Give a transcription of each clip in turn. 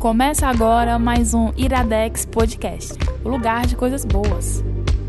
Começa agora mais um Iradex Podcast, o lugar de coisas boas.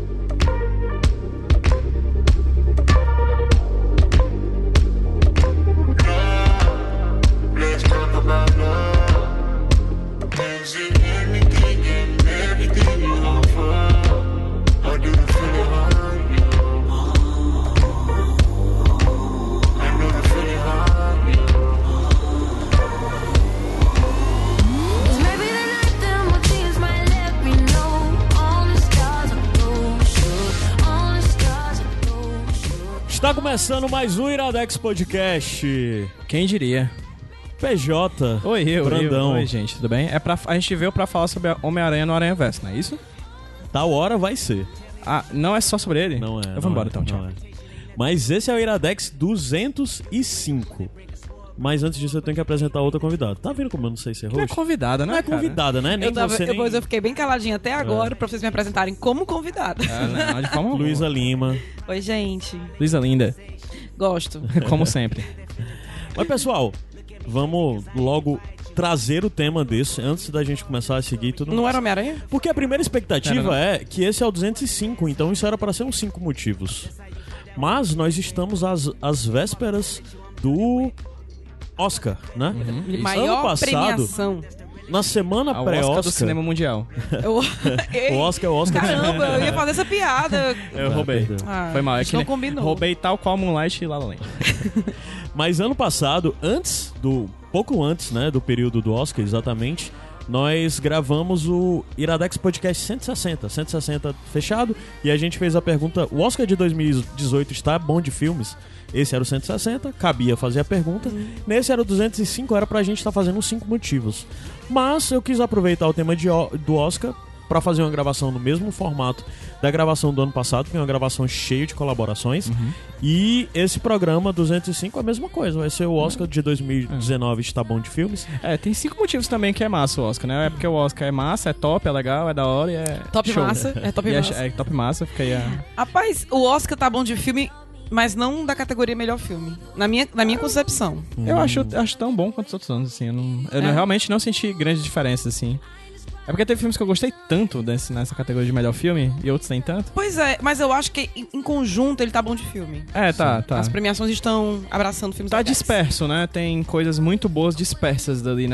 Está começando mais um Iradex Podcast. Quem diria? PJ. Oi, Brandão. Oi, gente, tudo bem? A gente veio pra falar sobre Homem-Aranha no Aranhaverso, não é isso? Tal hora vai ser. Ah, não é só sobre ele? Não é. Eu vou embora então, tchau. Mas esse é o Iradex 205. Mas antes disso eu tenho que apresentar outra convidada. Tá vendo como eu não sei ser host? Não é convidada, né, Não é convidada, né? Nem você, nem... Eu fiquei bem caladinha até agora pra vocês me apresentarem como convidada. Não, de forma Luísa Lima. Oi, gente. Luísa linda. Gosto. Como sempre. Mas, pessoal, vamos logo trazer o tema desse antes da gente começar a seguir tudo mais. Não era Homem-Aranha? Porque a primeira expectativa é que esse é o 205, então isso era para ser uns 5 motivos. Mas nós estamos às vésperas do Oscar, né? Uhum. Maior premiação. Na semana A pré-Oscar... Oscar do cinema mundial. O Oscar é o Oscar. Caramba, eu ia fazer essa piada. Eu roubei. Foi mal, é que não combinou. Roubei tal qual Moonlight e La La Land. Mas ano passado, pouco antes, né, do período do Oscar, exatamente, nós gravamos o Iradex Podcast 160 fechado, e a gente fez a pergunta: o Oscar de 2018 está bom de filmes? Esse era o 160, cabia fazer a pergunta. Nesse era o 205, era pra gente estar fazendo uns 5 motivos. Mas eu quis aproveitar o tema do Oscar pra fazer uma gravação no mesmo formato da gravação do ano passado, que é uma gravação cheia de colaborações. E esse programa 205 é a mesma coisa, vai ser o Oscar de 2019 está bom de filmes. Tem 5 motivos também que é massa o Oscar, né? É porque o Oscar é massa, é top, é legal, é da hora e é Top show. massa, é top massa. É top massa, fica aí a... Rapaz, o Oscar tá bom de filme, mas não da categoria melhor filme. Na minha concepção. Eu acho tão bom quanto os outros anos, assim. Eu realmente não senti grandes diferenças, assim. É porque teve filmes que eu gostei tanto nessa categoria de melhor filme e outros nem tanto. Pois é, mas eu acho que em conjunto ele tá bom de filme. Tá. As premiações estão abraçando filmes Tá legais. disperso, né? Tem coisas muito boas dispersas dali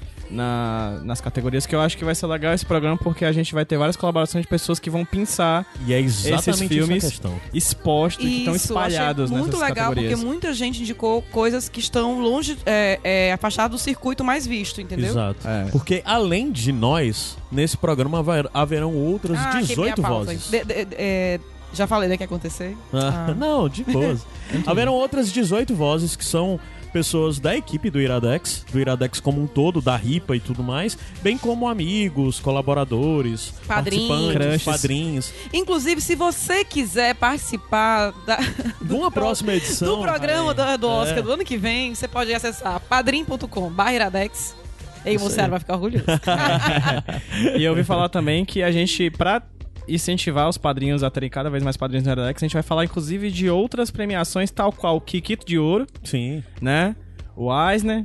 nas categorias, que eu acho que vai ser legal esse programa, porque a gente vai ter várias colaborações de pessoas que vão pensar E é exatamente esses filmes essa a questão. expostos, que estão espalhados achei muito nessas legal, categorias. porque muita gente indicou coisas que estão longe, afastadas do circuito mais visto, entendeu? Exato. É. Porque além de nós, nesse programa haverão outras queimei a 18 pausa. vozes. Já falei, né, que ia acontecer? Não, de boas. Haverão outras 18 vozes que são pessoas da equipe do Iradex como um todo, da RIPA e tudo mais, bem como amigos, colaboradores, participantes, padrinhos. Inclusive, se você quiser participar De uma próxima edição do programa do Oscar do ano que vem, você pode acessar padrim.com/iradex. E você vai ficar orgulhoso. E eu ouvi falar também que a gente, pra incentivar os padrinhos a terem cada vez mais padrinhos no Iradex, a gente vai falar inclusive de outras premiações, tal qual o Kikito de Ouro, Sim. né? O Eisner,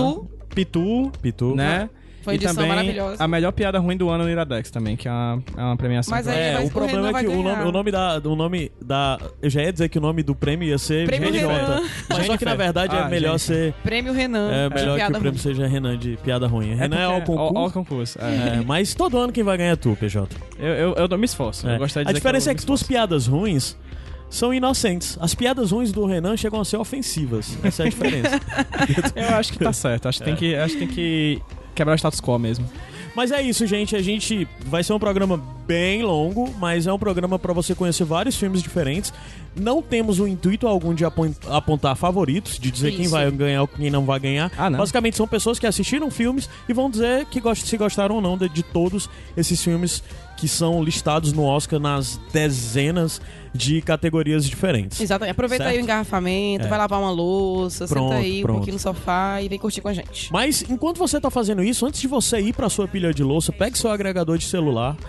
Pitu, né? Foi uma e edição também maravilhosa. a melhor piada ruim do ano no Iradex também, que é uma premiação. Mas aí o problema é que o nome da... Eu já ia dizer que o nome do prêmio ia ser Prêmio Renan. Mas só que na verdade é melhor ser... Prêmio Renan. É melhor que o prêmio ruim. seja Renan de piada ruim. Renan é ao concurso. Ao concurso. Mas todo ano quem vai ganhar é tu, PJ. Eu me esforço. Eu gostaria de A dizer diferença eu é que tuas piadas ruins são inocentes. As piadas ruins do Renan chegam a ser ofensivas. Essa é a diferença. Eu acho que tá certo. Acho que tem que quebrar o status quo mesmo. Mas é isso, gente. A gente vai ser um programa bem longo, mas é um programa pra você conhecer vários filmes diferentes. Não temos o intuito algum de apontar favoritos, de dizer quem vai ganhar ou quem não vai ganhar. Basicamente são pessoas que assistiram filmes e vão dizer que se gostaram ou não de todos esses filmes que são listados no Oscar nas dezenas de categorias diferentes. Exatamente. Aproveita certo? aí o engarrafamento, vai lavar uma louça, Pronto, senta aí um pouquinho no sofá e vem curtir com a gente. Mas enquanto você tá fazendo isso, antes de você ir pra sua pilha de louça, pegue seu agregador de celular, o seu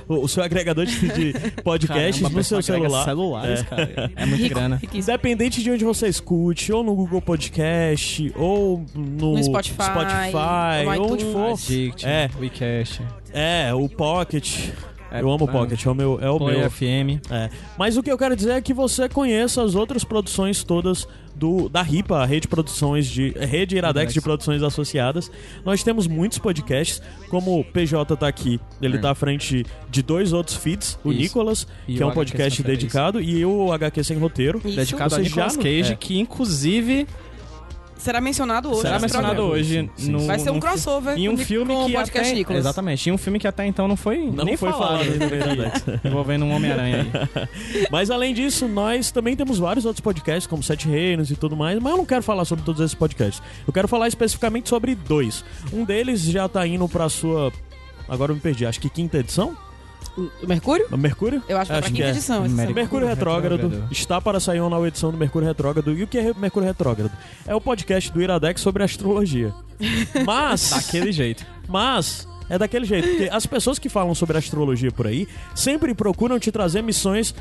agregadores de podcasts Caramba, no seu celular. celulares, cara. É muita grana. Riquíssimo. Independente de onde você escute, ou no Google Podcast, ou no Spotify, ou no onde for. Addict, WeCast, O Pocket. Eu amo o Pocket, é o Play meu. FM. Mas o que eu quero dizer é que você conheça as outras produções todas da RIPA, a Rede Iradex de Produções Associadas. Nós temos muitos podcasts, como o PJ tá aqui, ele tá à frente de 2 outros feeds, o Isso. Nicolas, E que é o um podcast HQ Sem dedicado, e o HQ Sem Roteiro. Isso. Dedicado a Você Nicolas já- Cage, que inclusive Será mencionado hoje. será nesse mencionado programa. hoje Sim. no, Vai ser um no crossover em um com filme o que podcast até, Nicolas. exatamente, em um filme que até então não foi Não nem foi falado ainda no Iradex. envolvendo um Homem-Aranha aí. Mas além disso, nós também temos vários outros podcasts, como Sete Reinos e tudo mais, mas eu não quero falar sobre todos esses podcasts. Eu quero falar especificamente sobre 2. Um deles já tá indo pra sua... Agora eu me perdi, acho que 5ª edição? O Mercúrio? Mercúrio? Eu acho que é pra 5ª edição. essa edição. Mercúrio Retrógrado Retrógrado. está para sair uma nova edição do Mercúrio Retrógrado. E o que é Mercúrio Retrógrado? É o podcast do Iradex sobre astrologia. Mas... Daquele jeito. Mas é daquele jeito, porque as pessoas que falam sobre astrologia por aí sempre procuram te trazer missões,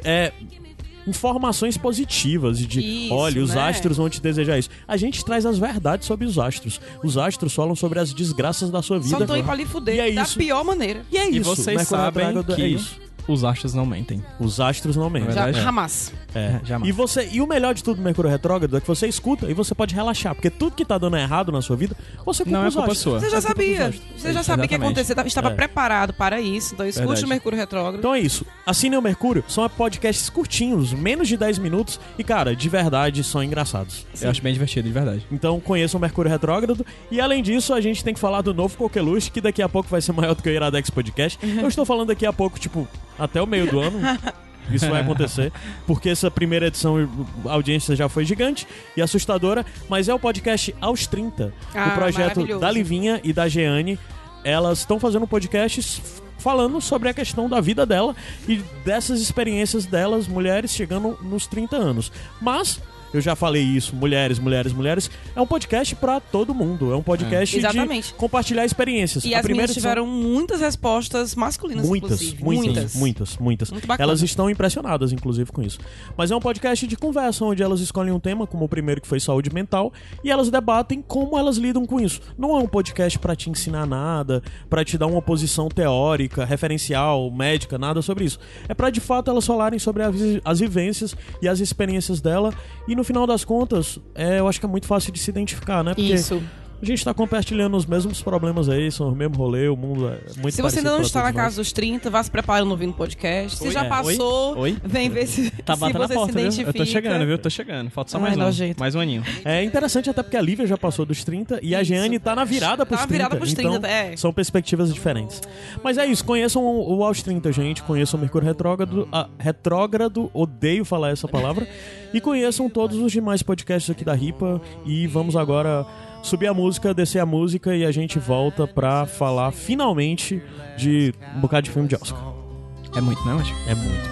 informações positivas de, Isso, olha, os né? astros vão te desejar isso. A gente traz as verdades sobre os astros. Os astros falam sobre as desgraças da sua vida. Só tô aí pra lhe fuder E é da isso. pior maneira. E é E isso. vocês Mercúrio sabem Retrógrado que é isso. os astros não mentem. Os astros não mentem. Já, verdade, Hamas. Jamais. E o melhor de tudo do Mercúrio Retrógrado é que você escuta e você pode relaxar, porque tudo que tá dando errado na sua vida, você culpa Não é os culpa astros. sua. Você já É culpa dos sabia. astros. Você já sabia o que ia Exatamente. acontecer. Estava É. preparado para isso. Então escute Verdade. o Mercúrio Retrógrado. Então é isso. Assinem o Mercúrio, são podcasts curtinhos, menos de 10 minutos e, cara, de verdade, são engraçados. Eu acho bem divertido, de verdade. Então conheçam o Mercúrio Retrógrado. E além disso, a gente tem que falar do novo Coqueluche, que daqui a pouco vai ser maior do que o Iradex Podcast. Eu estou falando daqui a pouco, tipo, até o meio do ano. Isso vai acontecer, porque essa primeira edição a audiência já foi gigante e assustadora, mas é o podcast Aos 30, Ah, o projeto maravilhoso. da Livinha e da Jeane. Elas estão fazendo podcasts falando sobre a questão da vida dela e dessas experiências delas, mulheres chegando nos 30 anos. Mas... eu já falei isso, mulheres, é um podcast pra todo mundo, é um podcast Exatamente. de compartilhar experiências. E A as primeira meninas edição- tiveram muitas respostas masculinas, inclusive. muitas. Muito bacana. Elas estão impressionadas, inclusive, com isso. Mas é um podcast de conversa, onde elas escolhem um tema, como o primeiro que foi saúde mental, e elas debatem como elas lidam com isso. Não é um podcast pra te ensinar nada, pra te dar uma posição teórica, referencial, médica, nada sobre isso. É pra, de fato, elas falarem sobre as vivências e as experiências dela. E no final das contas, eu acho que é muito fácil de se identificar, né? Porque Isso. a gente tá compartilhando os mesmos problemas aí, são o mesmo rolê, o mundo é muito Se você ainda não parecido está pra na todos casa dos 30, vá se preparando ouvindo podcast. Se Oi, já é. passou, Oi? vem ver se, Tá se batendo você na porta, se viu? identifica. Eu tô chegando, viu? Tô chegando. Falta só Ai, mais um. nojento. Mais um aninho. É interessante até porque a Lívia já passou dos 30 e a Isso. Jeane tá na virada pros Tá na 30. virada pros 30, então, é. são perspectivas diferentes. Mas é isso, conheçam o Aos 30, gente. Conheçam o Mercúrio Retrógrado. Retrógrado, odeio falar essa palavra. E conheçam todos os demais podcasts aqui da RIPA. E vamos agora subir a música, descer a música e a gente volta pra falar finalmente de um bocado de filme de Oscar. É muito, né, Macho? É muito.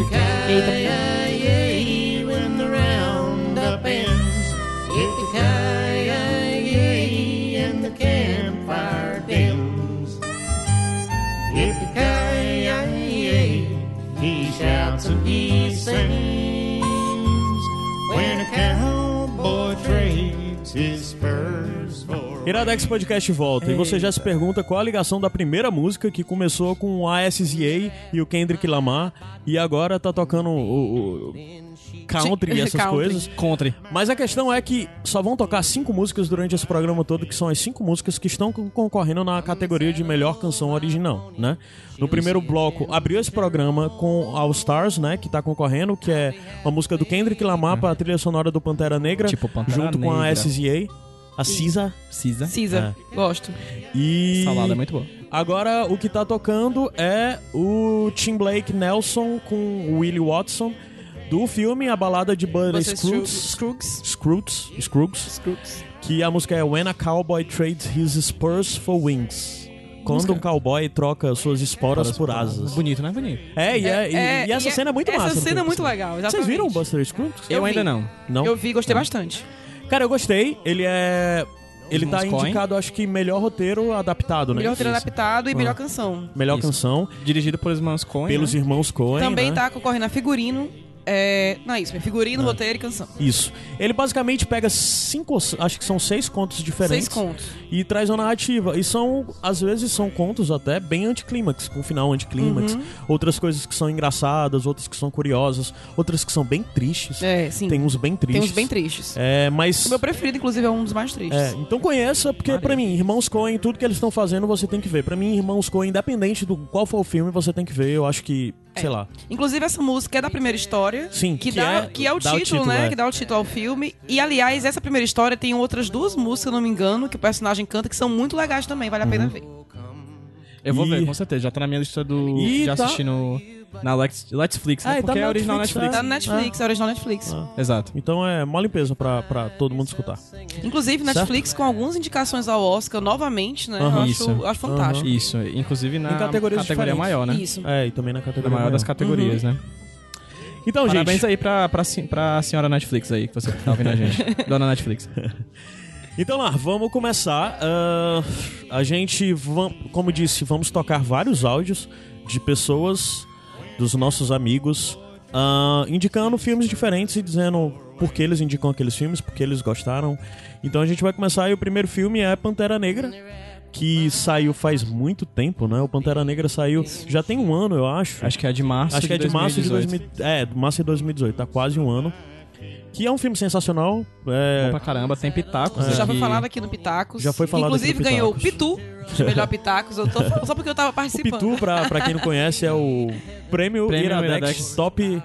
When the roundup ends, yippee-ki-yay, and the campfire dims. Yippee-ki-yay, he shouts and he sings. When a cowboy trades his spurs for Iradex Podcast volta. E você já se pergunta qual a ligação da primeira música que começou com o ASZA e o Kendrick Lamar e agora tá tocando o country e essas Country. coisas. Country. Mas a questão é que só vão tocar 5 músicas durante esse programa todo, que são as 5 músicas que estão concorrendo na categoria de melhor canção original, né? No primeiro bloco, abriu esse programa com All Stars, né? Que tá concorrendo, que é uma música do Kendrick Lamar pra trilha sonora do Pantera Negra, Tipo Pantera junto com a Negra. SZA, a SZA. Cisa. Cisa, gosto. E Salada é muito boa. agora o que tá tocando é o Tim Blake Nelson com o Willie Watson do filme A Balada de Buster Scruggs, que a música é When a Cowboy Trades His Spurs for Wings. Quando um cowboy troca suas esporas por asas. Bonito, né? Bonito. E essa cena é muito massa. Essa no cena é filme. muito legal, Vocês exatamente. viram o Buster Scruggs? Eu vi. ainda não. Não? Eu vi, gostei bastante. Cara, eu gostei. Ele é Ele tá Irmãos Coen. indicado, acho que melhor roteiro adaptado, né? Melhor roteiro Isso. adaptado e melhor canção. Melhor Isso. canção, Dirigido pelos irmãos Coen. pelos né? irmãos Coen, Também né? tá concorrendo a figurino. Não é isso, é figurino, roteiro e canção. Isso. Ele basicamente pega 5, acho que são 6 contos diferentes. 6 contos. E traz uma narrativa. E são, às vezes, são contos até bem anticlímax, com final anticlímax. Outras coisas que são engraçadas, outras que são curiosas, outras que são bem tristes. Sim. Tem uns bem tristes. Tem uns bem tristes. Mas... O meu preferido, inclusive, é um dos mais tristes. então conheça, porque pra mim, Irmãos Coen, tudo que eles estão fazendo você tem que ver. Pra mim, Irmãos Coen, independente do qual for o filme, você tem que ver. Eu acho que, sei lá. Inclusive, essa música é da primeira história. Sim, que é o dá o título, título, né? é. Que dá o título ao filme. E, aliás, essa primeira história tem outras 2 músicas, se eu não me engano, que o personagem canta, que são muito legais também, vale a pena ver. Eu vou E- ver, com certeza. Já tá na minha lista E de tá- assistir na Netflix, né? Ah, e tá Porque é no original Netflix, Netflix. Tá no Netflix, é original Netflix. Exato. Então é mó limpeza pra todo mundo escutar. Inclusive, Netflix com algumas indicações ao Oscar, novamente, né? Aham. Eu acho fantástico. Isso, inclusive na Em categorias categoria diferentes. maior, né? Isso. E também na Na categoria maior das maior. categorias, né? Então, Parabéns gente. aí pra senhora Netflix aí, que você tá ouvindo a gente. Dona Netflix. Então lá, vamos começar. A gente, como disse, vamos tocar vários áudios de pessoas, dos nossos amigos, indicando filmes diferentes e dizendo por que eles indicam aqueles filmes, por que eles gostaram. Então a gente vai começar e o primeiro filme é Pantera Negra, que saiu faz muito tempo, né? O Pantera Negra saiu, já tem um ano, eu acho. Acho que é de março Acho que é de março de 2018. março de 2018, tá quase um ano. Que é um filme sensacional. Bom pra caramba, tem pitacos. Já foi aqui. falado aqui no Pitacos. Já foi falado Inclusive, aqui no ganhou o Pitacos. Pitu, de melhor Pitacos. Eu tô falando só porque eu tava O participando. Pitu, pra quem não conhece, é o Prêmio Iradex Iradex. Top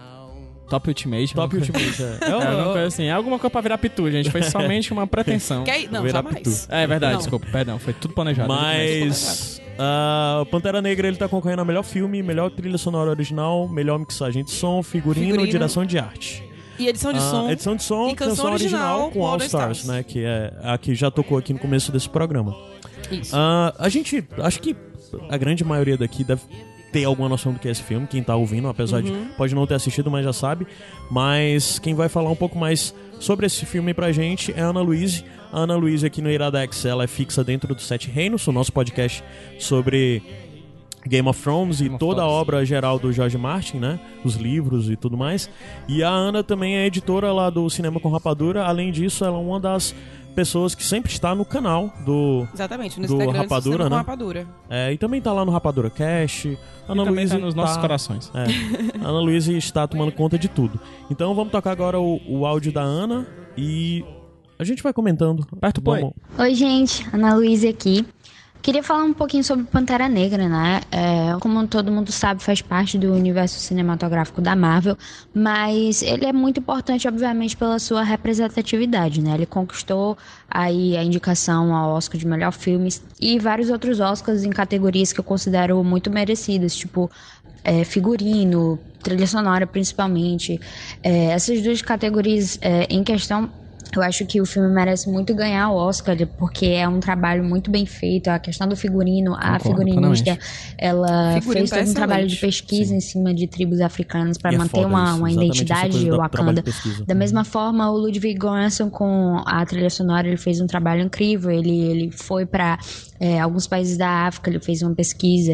Ultimate. Ultimate. Eu não conheço assim. É alguma coisa pra virar pitu, gente. Foi somente uma pretensão. Não, Virar jamais. Pitu. É verdade, Não. desculpa, perdão. Foi tudo planejado. Mas o Pantera Negra ele tá concorrendo a melhor filme, melhor trilha sonora original, melhor mixagem de som, figurino. Direção de arte. E edição de som. Edição de som, e canção original com All Stars, né? Que é a que já tocou aqui no começo desse programa. Isso. A gente, acho que a grande maioria daqui deve ter alguma noção do que é esse filme, quem tá ouvindo, apesar de pode não ter assistido, mas já sabe. Mas quem vai falar um pouco mais sobre esse filme pra gente é a Ana Luíse. A Ana Luíse aqui no Iradex, ela é fixa dentro do Sete Reinos, o nosso podcast sobre Game of Thrones e toda a obra geral do George Martin, né? Os livros e tudo mais. E a Ana também é editora lá do Cinema com Rapadura. Além disso, ela é uma das pessoas que sempre está no canal do... Exatamente, no do Instagram Rapadura, do Cinema com né? Rapadura. E também tá lá no Rapadura Cast. A Ana também Luíse tá nos nossos corações. A Ana Luíse está tomando conta de tudo. Então vamos tocar agora o áudio da Ana e a gente vai comentando. Aperta o play. Vamos- Oi, gente, Ana Luísa aqui. Queria falar um pouquinho sobre Pantera Negra, né? Como todo mundo sabe, faz parte do universo cinematográfico da Marvel, mas ele é muito importante, obviamente, pela sua representatividade, né? Ele conquistou aí a indicação ao Oscar de melhor filme e vários outros Oscars em categorias que eu considero muito merecidas, tipo figurino, trilha sonora principalmente. Essas 2 categorias em questão, eu acho que o filme merece muito ganhar o Oscar, porque é um trabalho muito bem feito. A questão do figurino, a Concordo figurinista, ela Figurino fez tá todo um trabalho de excelente. pesquisa em cima de tribos africanas para E é manter foda uma isso, exatamente essa identidade coisa de do trabalho Wakanda. de pesquisa. Da mesma forma, o Ludwig Göransson com a trilha sonora, ele fez um trabalho incrível. Ele foi para alguns países da África, ele fez uma pesquisa,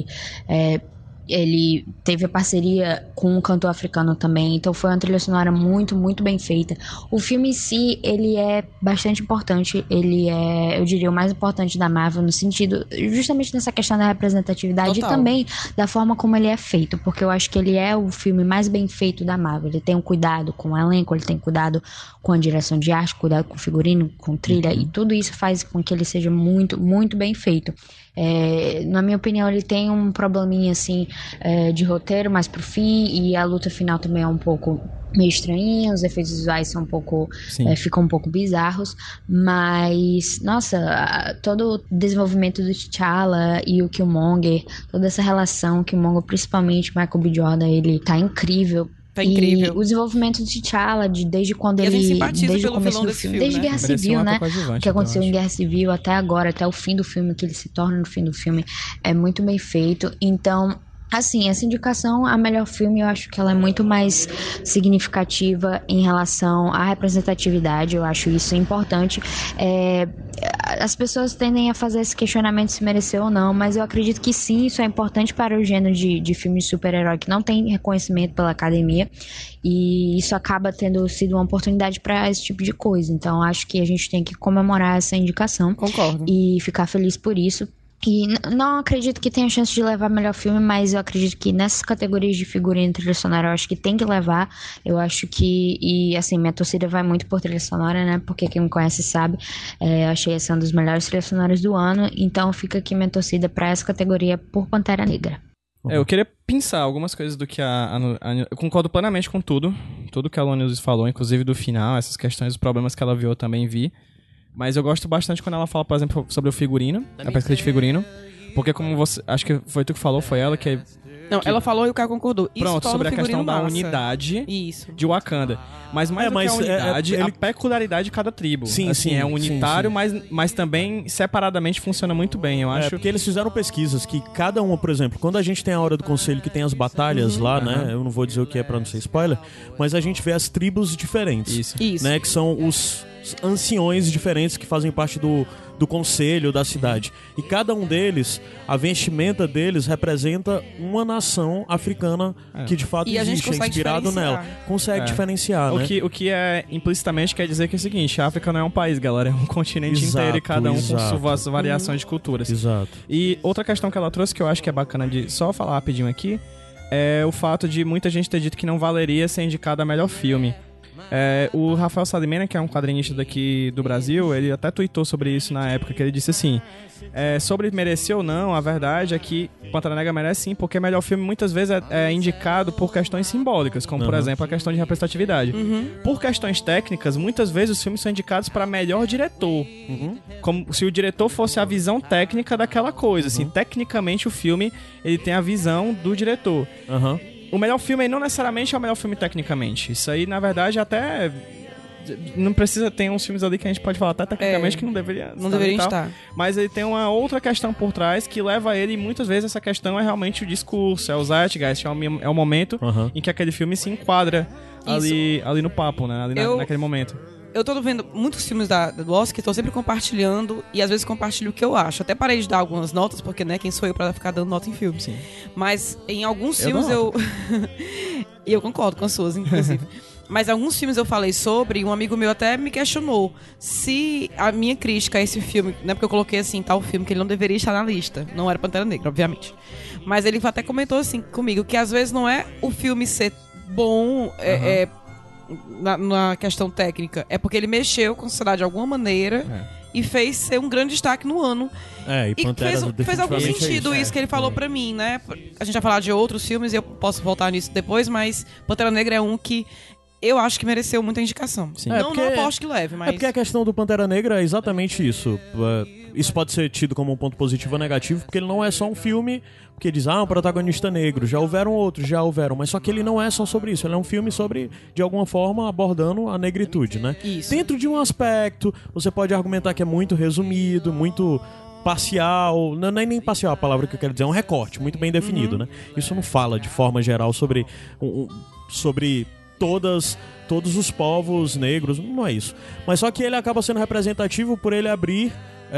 ele teve a parceria com um cantor africano também, então foi uma trilha sonora muito, muito bem feita. O filme em si, ele é bastante importante, ele é, eu diria, o mais importante da Marvel no sentido, justamente nessa questão da representatividade Total. e também da forma como ele é feito, porque eu acho que ele é o filme mais bem feito da Marvel. Ele tem um cuidado com o elenco, ele tem cuidado com a direção de arte, cuidado com o figurino, com trilha, e tudo isso faz com que ele seja muito, muito bem feito. Na minha opinião, ele tem um probleminha assim de roteiro mais pro fim, e a luta final também é um pouco meio estranha, os efeitos visuais são um pouco ficam um pouco bizarros, mas nossa, todo o desenvolvimento do T'Challa e o Killmonger, toda essa relação, Killmonger, principalmente Michael B. Jordan, ele tá incrível. Tá incrível. E o desenvolvimento do T'Challa, desde quando E a gente ele, simpatiza desde o pelo começo vilão do desse filme, filme, desde né? Guerra Merecia Civil, um né? ator coadjuvante, O que aconteceu eu em acho. Guerra Civil até agora, até o fim do filme, que ele se torna no fim do filme, é muito bem feito. Então, Assim, essa indicação a melhor filme, eu acho que ela é muito mais significativa em relação à representatividade, eu acho isso importante. As pessoas tendem a fazer esse questionamento se mereceu ou não, mas eu acredito que sim, isso é importante para o gênero de filme de super-herói que não tem reconhecimento pela academia, e isso acaba tendo sido uma oportunidade para esse tipo de coisa. Então, acho que a gente tem que comemorar essa indicação. Concordo. E ficar feliz por isso. E não acredito que tenha chance de levar melhor filme, mas eu acredito que nessas categorias de figurino e trilha sonora eu acho que tem que levar. Eu acho que, e assim, minha torcida vai muito por trilha sonora, né? Porque quem me conhece sabe, eu achei essa uma das melhores trilhas sonoras do ano. Então fica aqui minha torcida pra essa categoria por Pantera Negra. Eu queria pensar algumas coisas do que eu concordo plenamente com tudo que a Luana falou, inclusive do final, essas questões, os problemas que ela viu eu também vi. Mas eu gosto bastante quando ela fala, por exemplo, sobre o figurino, a pesquisa de figurino. Porque como você... Acho que foi tu que falou, foi ela que... Não, ela falou e o cara concordou. Isso Pronto, torna sobre a o questão figurino da massa. unidade Isso. de Wakanda. Mas mais do que a unidade, a peculiaridade de cada tribo. Sim, assim, sim, é unitário, sim. mas também separadamente funciona muito bem, eu acho. Porque eles fizeram pesquisas que cada uma, por exemplo, quando a gente tem a Hora do Conselho que tem as batalhas lá, né? Eu não vou dizer o que é pra não ser spoiler, mas a gente vê as tribos diferentes. Isso. Né? Que são os anciões diferentes que fazem parte do conselho da cidade. E cada um deles, a vestimenta deles representa uma nação africana que de fato E a gente existe, é consegue inspirado diferenciar. nela. Consegue diferenciar, né? O que é implicitamente quer dizer que é o seguinte, a África não é um país, galera, é um continente Exato, inteiro e cada um com exato. suas variações de culturas. Exato. E outra questão que ela trouxe que eu acho que é bacana de só falar rapidinho aqui é o fato de muita gente ter dito que não valeria ser indicado a melhor filme. O Rafael Salimena, que é um quadrinista daqui do Brasil, ele até tweetou sobre isso na época, que ele disse assim, sobre merecer ou não, a verdade é que Pantera Negra merece sim, porque melhor filme muitas vezes é indicado por questões simbólicas, como por exemplo a questão de representatividade. Por questões técnicas, muitas vezes os filmes são indicados para melhor diretor, como se o diretor fosse a visão técnica daquela coisa, assim, tecnicamente o filme ele tem a visão do diretor. O melhor filme aí não necessariamente é o melhor filme tecnicamente. Isso aí, na verdade, até... Não precisa... Tem uns filmes ali que a gente pode falar até tecnicamente que não deveria estar. Mas ele tem uma outra questão por trás que leva ele, muitas vezes, essa questão é realmente o discurso, é o zeitgeist, é o momento em que aquele filme se enquadra ali no papo, né? Naquele momento. Eu tô vendo muitos filmes do Oscar, tô sempre compartilhando e às vezes compartilho o que eu acho. Até parei de dar algumas notas, porque, né, quem sou eu pra ficar dando nota em filme. Sim. Mas em alguns filmes e eu concordo com as suas, inclusive. Mas alguns filmes eu falei sobre, e um amigo meu até me questionou se a minha crítica a esse filme, né, porque eu coloquei assim, tal filme que ele não deveria estar na lista. Não era Pantera Negra, obviamente. Mas ele até comentou assim comigo, que às vezes não é o filme ser bom, na questão técnica, é porque ele mexeu com a sociedade de alguma maneira e fez ser um grande destaque no ano. E fez algum sentido isso que ele falou pra mim, né? A gente vai falar de outros filmes e eu posso voltar nisso depois, mas Pantera Negra é um que eu acho que mereceu muita indicação. Sim. Não aposto que leve, mas... É porque a questão do Pantera Negra é exatamente isso. Isso pode ser tido como um ponto positivo ou negativo, porque ele não é só um filme que diz, um protagonista negro. Já houveram outros, mas só que ele não é só sobre isso. Ele é um filme sobre, de alguma forma, abordando a negritude, né? Isso. Dentro de um aspecto, você pode argumentar que é muito resumido, muito parcial, não é nem parcial a palavra que eu quero dizer, é um recorte muito bem definido, né? Isso não fala de forma geral sobre todos os povos negros, não é isso. Mas só que ele acaba sendo representativo por ele abrir,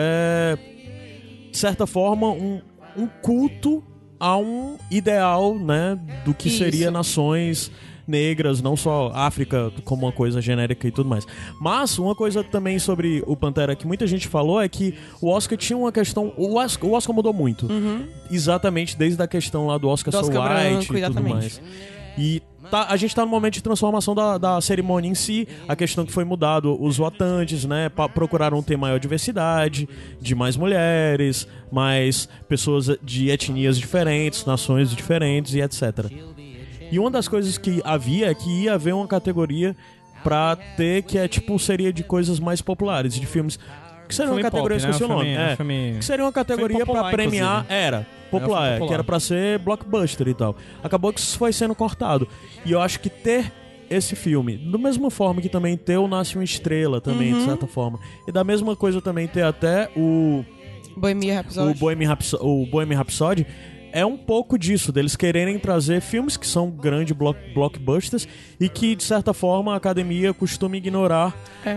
de certa forma, um culto a um ideal, né, do que seria nações negras, não só África como uma coisa genérica e tudo mais. Mas uma coisa também sobre o Pantera que muita gente falou é que o Oscar tinha uma questão... O Oscar mudou muito. Exatamente desde a questão lá do Oscar So White e tudo mais. E a gente tá no momento de transformação da cerimônia em si, a questão que foi mudado, os votantes, né, procuraram ter maior diversidade, de mais mulheres, mais pessoas de etnias diferentes, nações diferentes e etc. E uma das coisas que havia é que ia haver uma categoria pra ter que seria de coisas mais populares, de filmes... Que seria uma categoria, esqueci o nome. Que seria uma categoria pra premiar... Popular, que era pra ser blockbuster e tal. Acabou que isso foi sendo cortado. E eu acho que ter esse filme, da mesma forma que também ter o Nasce uma Estrela também, de certa forma. E da mesma coisa também ter até o Bohemian Rhapsody. O Bohemian Rhapsody é um pouco disso, deles quererem trazer filmes que são grandes blockbusters e que, de certa forma, a academia costuma ignorar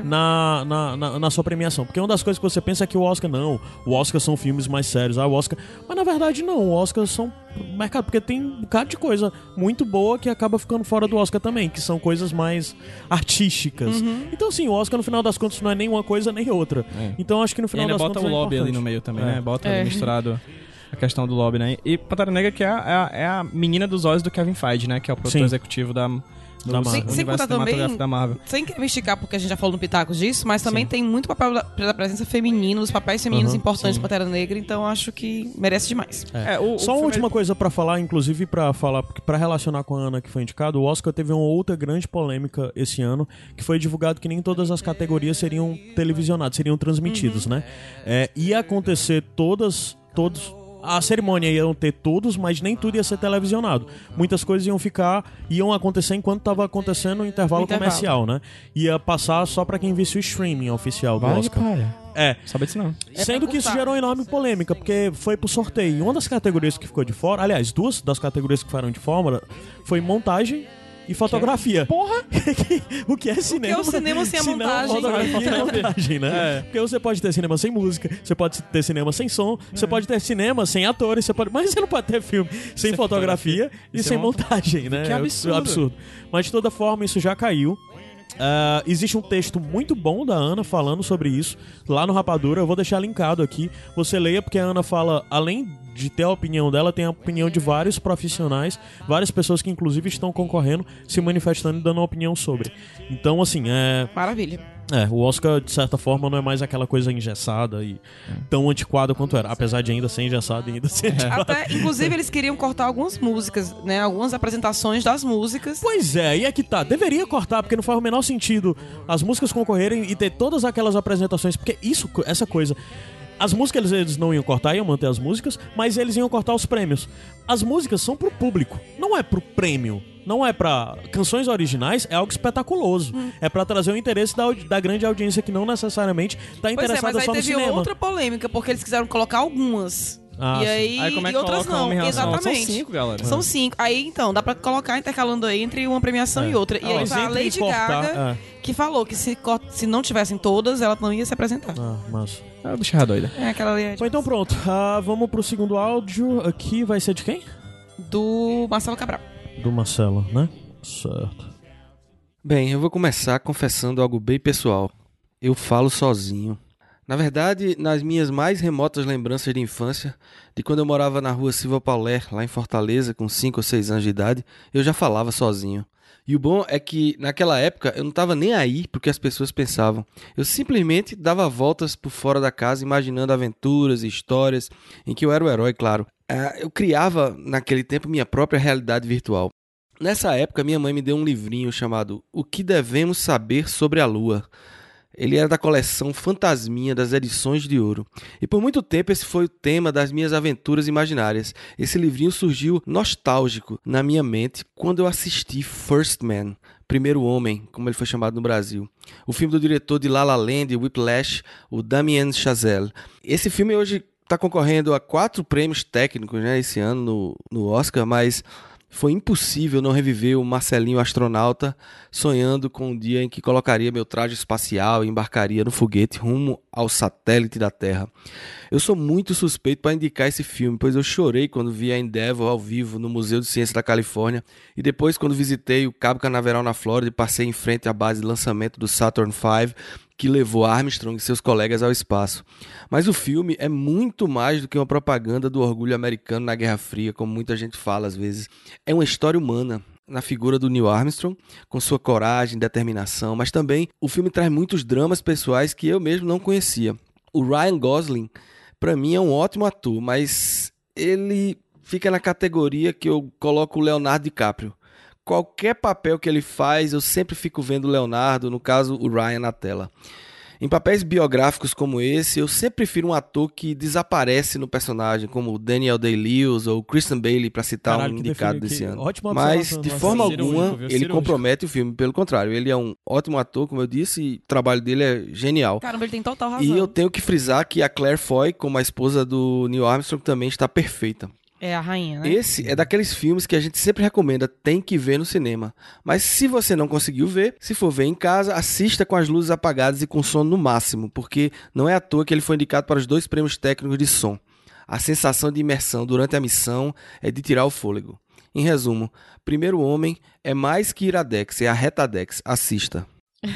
na sua premiação. Porque uma das coisas que você pensa é que o Oscar são filmes mais sérios, o Oscar... Mas, na verdade, não, o Oscar são mercado, porque tem um bocado de coisa muito boa que acaba ficando fora do Oscar também, que são coisas mais artísticas. Então, assim, o Oscar, no final das contas, não é nem uma coisa nem outra. Então, acho que no final das contas bota o lobby é ali no meio também, né? Bota ali misturado a questão do lobby, né? E Pantera Negra, que é a menina dos olhos do Kevin Feige, né? Que é o produtor executivo da Marvel. Sem contar também, da Marvel. sem querer me esticar, porque a gente já falou no Pitacos disso, mas também tem muito papel da presença feminina, os papéis femininos importantes de Pantera Negra, então acho que merece demais. Só uma última coisa pra falar, inclusive pra relacionar com a Ana que foi indicado, o Oscar teve uma outra grande polêmica esse ano, que foi divulgado que nem todas as categorias seriam televisionadas, seriam transmitidas, né? Ia acontecer a cerimônia iam ter todos, mas nem tudo ia ser televisionado. Muitas coisas iam acontecer enquanto estava acontecendo o intervalo comercial, né? Ia passar só pra quem visse o streaming oficial do Oscar. Sabe disso não. Sendo que isso gerou enorme polêmica, porque foi pro sorteio. Uma das categorias que ficou de fora, aliás, duas das categorias que ficaram de fora, foi montagem e fotografia. Porra! O que é cinema? O que é o cinema sem a montagem? Fotografia e montagem, né? Porque você pode ter cinema sem música, você pode ter cinema sem som, você pode ter cinema sem atores, mas você não pode ter filme sem fotografia e sem montagem, né? Que absurdo. Mas de toda forma, isso já caiu. Existe um texto muito bom da Ana falando sobre isso lá no Rapadura, eu vou deixar linkado aqui, você leia, porque a Ana fala, além de ter a opinião dela, tem a opinião de vários profissionais, várias pessoas que inclusive estão concorrendo, se manifestando e dando uma opinião sobre. Então, assim, maravilha. O Oscar, de certa forma, não é mais aquela coisa engessada e tão antiquada quanto era, apesar de ainda ser engessada e ainda ser antiquada. Até, inclusive, eles queriam cortar algumas músicas, né? Algumas apresentações das músicas. Pois é, e é que tá. Deveria cortar, porque não faz o menor sentido as músicas concorrerem e ter todas aquelas apresentações, porque essa coisa... As músicas eles não iam cortar, iam manter as músicas, mas eles iam cortar os prêmios. As músicas são pro público, não é pro prêmio. Não é pra... Canções originais é algo espetaculoso. É pra trazer o interesse da grande audiência que não necessariamente tá interessada só no cinema. Mas aí teve outra polêmica, porque eles quiseram colocar algumas. E aí como é que outras não. Exatamente. São 5, galera. São 5. Aí, então, dá pra colocar intercalando aí entre uma premiação e outra. E aí a Lady Gaga, que falou que se não tivessem todas, ela não ia se apresentar. Mas... bicha doida. Aquela ali. Então pronto. Vamos pro segundo áudio. Aqui vai ser de quem? Do Marcelo Cabral. Do Marcelo, né? Certo. Bem, eu vou começar confessando algo bem pessoal. Eu falo sozinho. Na verdade, nas minhas mais remotas lembranças de infância, de quando eu morava na rua Silva Pauler, lá em Fortaleza, com 5 ou 6 anos de idade, eu já falava sozinho. E o bom é que, naquela época, eu não estava nem aí pro que as pessoas pensavam. Eu simplesmente dava voltas por fora da casa, imaginando aventuras e histórias, em que eu era o herói, claro. Eu criava, naquele tempo, minha própria realidade virtual. Nessa época, minha mãe me deu um livrinho chamado O que Devemos Saber sobre a Lua. Ele era da coleção Fantasminha das edições de ouro. E por muito tempo esse foi o tema das minhas aventuras imaginárias. Esse livrinho surgiu nostálgico na minha mente quando eu assisti First Man, Primeiro Homem, como ele foi chamado no Brasil. O filme do diretor de La La Land e Whiplash, o Damien Chazelle. Esse filme hoje está concorrendo a 4 prêmios técnicos, né, esse ano no Oscar, mas... Foi impossível não reviver o Marcelinho astronauta sonhando com um dia em que colocaria meu traje espacial e embarcaria no foguete rumo ao satélite da Terra. Eu sou muito suspeito para indicar esse filme, pois eu chorei quando vi a Endeavour ao vivo no Museu de Ciência da Califórnia e depois quando visitei o Cabo Canaveral na Flórida e passei em frente à base de lançamento do Saturn V, que levou Armstrong e seus colegas ao espaço. Mas o filme é muito mais do que uma propaganda do orgulho americano na Guerra Fria, como muita gente fala às vezes. É uma história humana, na figura do Neil Armstrong, com sua coragem e determinação, mas também o filme traz muitos dramas pessoais que eu mesmo não conhecia. O Ryan Gosling, para mim, é um ótimo ator, mas ele fica na categoria que eu coloco o Leonardo DiCaprio. Qualquer papel que ele faz, eu sempre fico vendo o Leonardo, no caso o Ryan, na tela. Em papéis biográficos como esse, eu sempre prefiro um ator que desaparece no personagem, como o Daniel Day-Lewis ou Christian Bale, para citar um indicado desse ano. Mas, de forma alguma, ele compromete o filme. Pelo contrário, ele é um ótimo ator, como eu disse, e o trabalho dele é genial. Caramba, ele tem total razão. E eu tenho que frisar que a Claire Foy, como a esposa do Neil Armstrong, também está perfeita. É a rainha, né? Esse é daqueles filmes que a gente sempre recomenda, tem que ver no cinema. Mas se você não conseguiu ver, se for ver em casa, assista com as luzes apagadas e com som no máximo, porque não é à toa que ele foi indicado para os 2 prêmios técnicos de som. A sensação de imersão durante a missão é de tirar o fôlego. Em resumo, Primeiro Homem é mais que Iradex, é a Retadex. Assista.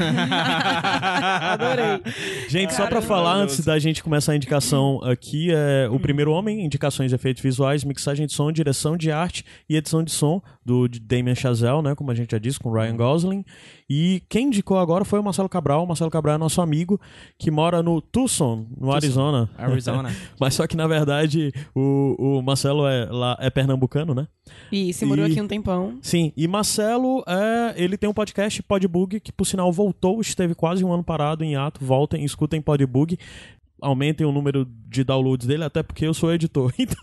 Adorei. Gente, só pra falar, antes da gente começar a indicação aqui, o Primeiro Homem, indicações de efeitos visuais, mixagem de som, direção de arte e edição de som de Damien Chazelle, né, como a gente já disse, com Ryan Gosling. E quem indicou agora foi o Marcelo Cabral. O Marcelo Cabral é nosso amigo que mora no Tucson, no Arizona. Mas só que, na verdade, o Marcelo é pernambucano, né? Isso, morou aqui um tempão. Sim, e Marcelo, ele tem um podcast, Podbug, que por sinal voltou, esteve quase um ano parado em ato. Voltem, escutem Podbug. Aumentem o número de downloads dele, até porque eu sou editor. Então.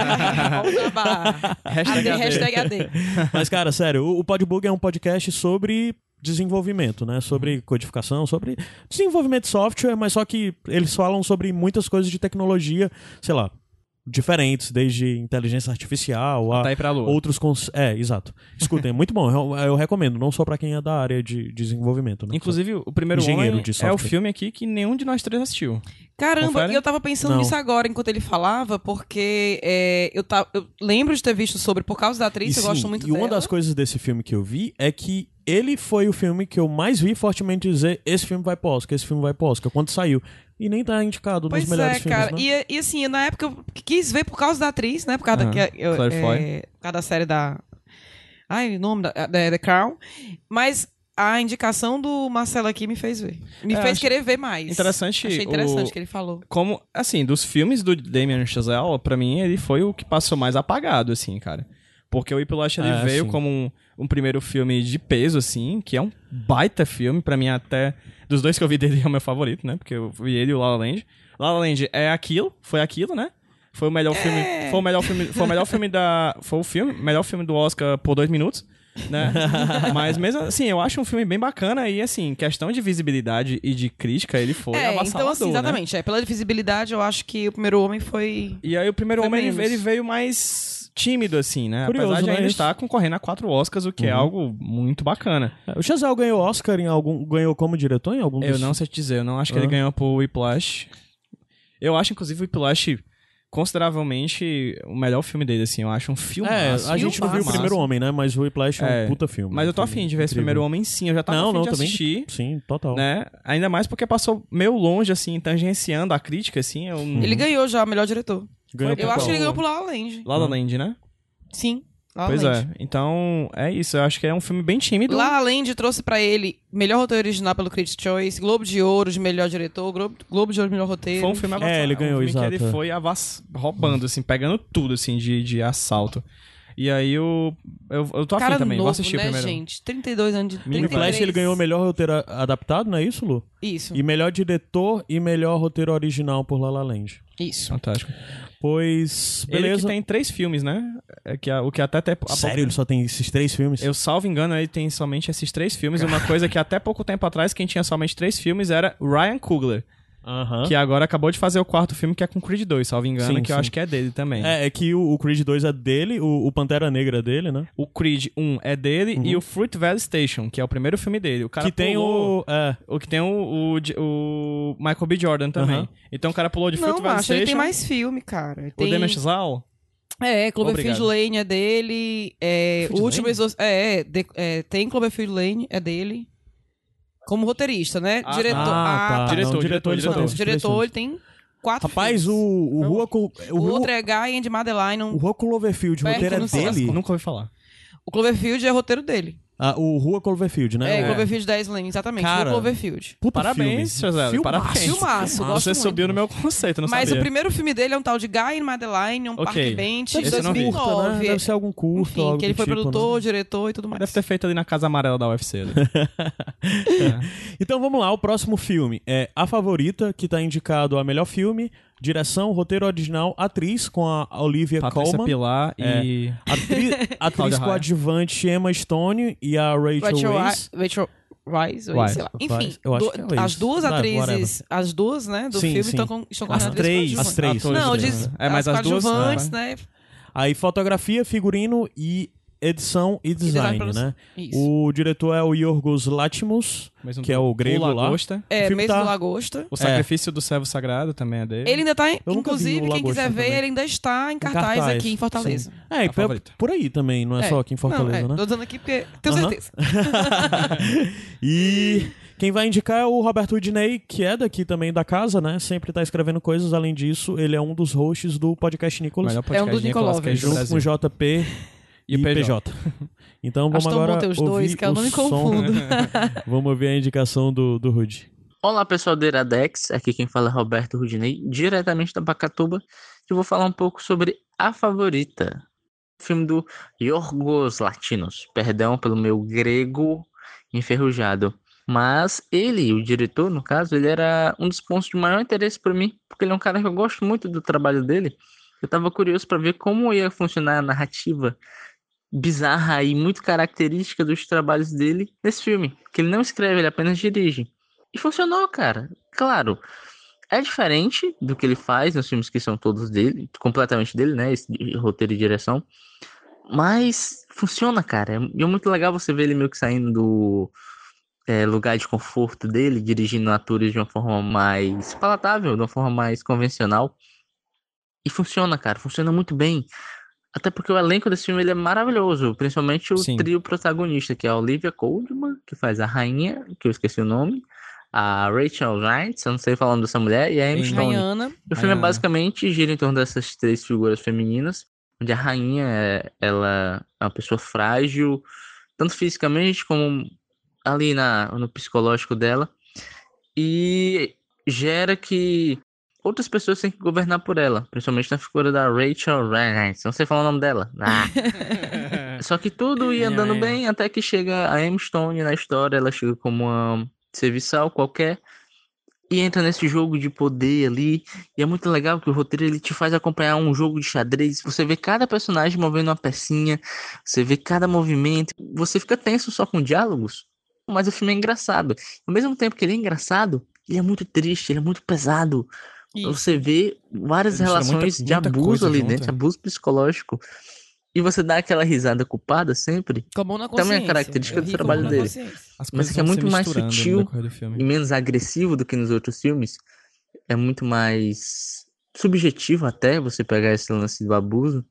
Hashtag AD. Mas, cara, sério, o Podbug é um podcast sobre desenvolvimento, né? Sobre codificação, sobre desenvolvimento de software, mas só que eles falam sobre muitas coisas de tecnologia, sei lá, diferentes, desde inteligência artificial a ir pra Lua. Outros exato. Escutem, é muito bom, eu recomendo, não só pra quem é da área de desenvolvimento, né? Inclusive, o Primeiro Homem é o filme aqui que nenhum de nós 3 assistiu. Caramba, Confere? e eu tava pensando nisso agora, enquanto ele falava, porque eu lembro de ter visto sobre, por causa da atriz, eu gosto muito dela. E uma das coisas desse filme que eu vi é que ele foi o filme que eu mais vi fortemente dizer: esse filme vai pro Oscar, esse filme vai pro Oscar, quando saiu. E nem tá indicado nos melhores filmes, cara. Né? E assim, na época eu quis ver por causa da atriz, né? Por causa, por causa da série da... Ai, o nome da The Crown. Mas a indicação do Marcelo aqui me fez ver. Me fez querer ver mais. Achei interessante o que ele falou. Como, assim, dos filmes do Damien Chazelle, pra mim, ele foi o que passou mais apagado, assim, cara. Porque o Whiplash ele veio como um primeiro filme de peso, assim, que é um baita filme. Pra mim, até dos 2 que eu vi dele, é o meu favorito, né? Porque eu vi ele e o La La Land. La La Land foi aquilo, né? Foi o melhor filme. Foi o melhor filme melhor filme do Oscar por 2 minutos, né? Mas mesmo assim, eu acho um filme bem bacana e, assim, questão de visibilidade e de crítica, ele foi avassalador, então, assim, exatamente. Né? Pela visibilidade, eu acho que o Primeiro Homem foi... E aí o Primeiro Homem, ele veio mais tímido, assim, né? Curioso, apesar de ainda isso? estar concorrendo a 4 Oscars, o que é algo muito bacana. O Chazelle ganhou Oscar ganhou como diretor em algum dos... Eu não sei te dizer, eu não acho que ele ganhou por Whiplash. Eu acho, inclusive, o Whiplash consideravelmente o melhor filme dele, assim. Eu acho um filme. A gente não viu o Primeiro Homem, né? Mas o Whiplash é um puta filme. Mas eu tô afim de ver esse Primeiro Homem, sim. Eu já tava afim de assistir. Sim, total. Né? Ainda mais porque passou meio longe, assim, tangenciando a crítica, assim. Ele ganhou já o melhor diretor. Eu acho que ele ganhou por La La Land. La La Land, né? Sim. Pois é. Então, é isso. Eu acho que é um filme bem tímido. La La Land trouxe pra ele melhor roteiro original pelo Critics' Choice, Globo de Ouro de melhor diretor, Globo de Ouro de melhor roteiro. Foi um filme avassalador. Ele ganhou, exato. Que ele foi roubando, assim, pegando tudo, assim, de assalto. E aí eu tô afim também, novo, vou assistir né, primeiro. Gente? 32 anos de... O Flash, ele ganhou o melhor roteiro adaptado, não é isso, Lu? Isso. E melhor diretor e melhor roteiro original por La La Land. Isso. Fantástico. Pois, beleza. Ele que tem 3 filmes, né? O que até... Sério, ele só tem esses 3 filmes? Eu, salvo engano, ele tem somente esses 3 filmes. Uma coisa que até pouco tempo atrás, quem tinha somente 3 filmes era Ryan Coogler. Que agora acabou de fazer o 4º filme, que é com Creed 2, salvo engano, que eu acho que é dele também. É que o Creed 2 é dele, o Pantera Negra é dele, né? O Creed 1 é dele e o Fruit Valley Station, que é o primeiro filme dele. O cara que tem que tem o Michael B. Jordan também. Então o cara pulou de Fruit Valley Station. Ele tem mais filme, cara. O Damien Chazelle? Cloverfield Lane é dele. O último tem Cloverfield Lane, é dele. Como roteirista, né? Diretor, ele tem 4 Rapaz, filmes. o outro é Guy and Madeline. O Rua Cloverfield, o roteiro é dele? Nunca ouvi falar. O Cloverfield é roteiro dele. O Rua Cloverfield, né? Cloverfield 10 Lane, exatamente. Cara, Rua Cloverfield. Parabéns, Chazelle. Parabéns. Filmaço, gosto Você muito. subiu no meu conceito, não sabia. Mas o primeiro filme dele é um tal de Guy and Madeline, um Park Bench, de 2009. Né? Deve ser algum curto, enfim, algo que ele foi tipo, produtor, né? diretor e tudo mais. Deve ter feito ali na Casa Amarela da UFC. Né? Então vamos lá, o próximo filme é A Favorita, que tá indicado a melhor filme, direção, roteiro original, atriz com a Olivia Patrícia Colman. Pilar e... Atriz coadjuvante Emma Stone e a Rachel Weisz. Rachel Weisz, sei lá. Enfim, as duas atrizes, as duas, né, do filme estão com as três. Não, diz mas as duas... coadjuvantes, né? Aí fotografia, figurino e edição e design, né? Isso. O diretor é o Yorgos Lanthimos, que é o grego lá. Lagosta. É, filme Mês tá- do Lagosta. O Sacrifício do Servo Sagrado também é dele. Ele ainda tá, nunca vi inclusive, o quem Lagosta quiser ver, também. ele ainda está em cartaz aqui em Fortaleza. Sim. É, A favorita. por aí também, não é só aqui em Fortaleza, né? Tô dizendo aqui porque tenho Aham. certeza. E quem vai indicar é o Roberto Udinei, que é daqui também da casa, né? Sempre tá escrevendo coisas. Além disso, ele é um dos hosts do podcast Nicolas, Melhor É um podcast dos de Nicolas Nicolovers. Cage do junto com o Brasil. JP e PJ. Então vamos Acho tão agora bom ter os ouvir dois, que eu não o me som. confundo. Vamos ouvir a indicação do Rude. Olá pessoal do Iradex, aqui quem fala é Roberto Rudinei, diretamente da Pacatuba, e eu vou falar um pouco sobre A Favorita, filme do Yorgos Lanthimos, perdão pelo meu grego enferrujado, mas ele, o diretor no caso, ele era um dos pontos de maior interesse para mim, porque ele é um cara que eu gosto muito do trabalho dele. Eu estava curioso para ver como ia funcionar a narrativa bizarra e muito característica dos trabalhos dele nesse filme, que ele não escreve, ele apenas dirige. E funcionou, cara. Claro, é diferente do que ele faz nos filmes que são todos dele, completamente dele, né? Esse roteiro e direção. Mas funciona, cara. E é muito legal você ver ele meio que saindo do lugar de conforto dele, dirigindo atores de uma forma mais palatável, de uma forma mais convencional. E funciona, cara. Funciona muito bem. Até porque o elenco desse filme ele é maravilhoso, principalmente o Sim. trio protagonista, que é a Olivia Colman, que faz a rainha, que eu esqueci o nome, a Rachel Weisz, eu não sei falar o nome dessa mulher, e a Emma Stone. Rayana. O filme Rayana. basicamente gira em torno dessas três figuras femininas, onde a rainha ela é uma pessoa frágil, tanto fisicamente como ali no psicológico dela, e gera que outras pessoas têm que governar por ela, principalmente na figura da Rachel Weisz, não sei falar o nome dela. Só que tudo ia andando bem até que chega a Emma Stone na história, ela chega como uma serviçal qualquer e entra nesse jogo de poder ali, e é muito legal que o roteiro ele te faz acompanhar um jogo de xadrez, você vê cada personagem movendo uma pecinha, você vê cada movimento, você fica tenso só com diálogos, mas o filme é engraçado. Ao mesmo tempo que ele é engraçado, ele é muito triste, ele é muito pesado. Isso. Você vê várias Ele mistura relações de muita abuso coisa ali junto, dentro, é. abuso psicológico. E você dá aquela risada culpada sempre. Com a mão na consciência. Também é característica Eu do ri com a trabalho mão na dele. consciência. As Mas coisas que é vão se muito mais misturando no sutil decorrer do e filme. menos agressivo do que nos outros filmes. É muito mais subjetivo até você pegar esse lance do abuso.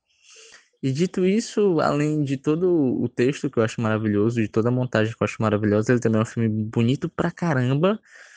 E dito isso, além de todo o texto que eu acho maravilhoso, de toda a montagem que eu acho maravilhosa, ele também é um filme bonito pra caramba.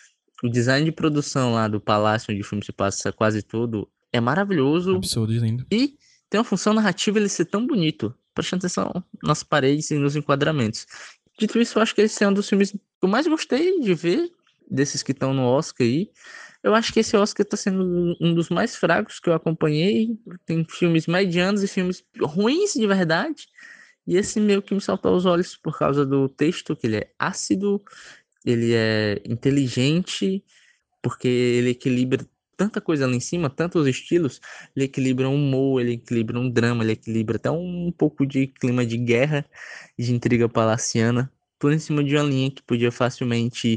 O design de produção lá do palácio onde o filme se passa quase todo é maravilhoso. Absurdo e lindo. E tem uma função narrativa ele ser tão bonito, prestando atenção nas paredes e nos enquadramentos. Dito isso, eu acho que esse é um dos filmes que eu mais gostei de ver, desses que estão no Oscar aí. Eu acho que esse Oscar tá sendo um dos mais fracos que eu acompanhei. Tem filmes medianos e filmes ruins de verdade. E esse meio que me saltou aos olhos por causa do texto, que ele é ácido, ele é inteligente, porque ele equilibra tanta coisa ali em cima, tantos estilos. Ele equilibra um humor, ele equilibra um drama, ele equilibra até um pouco de clima de guerra, de intriga palaciana, tudo em cima de uma linha que podia facilmente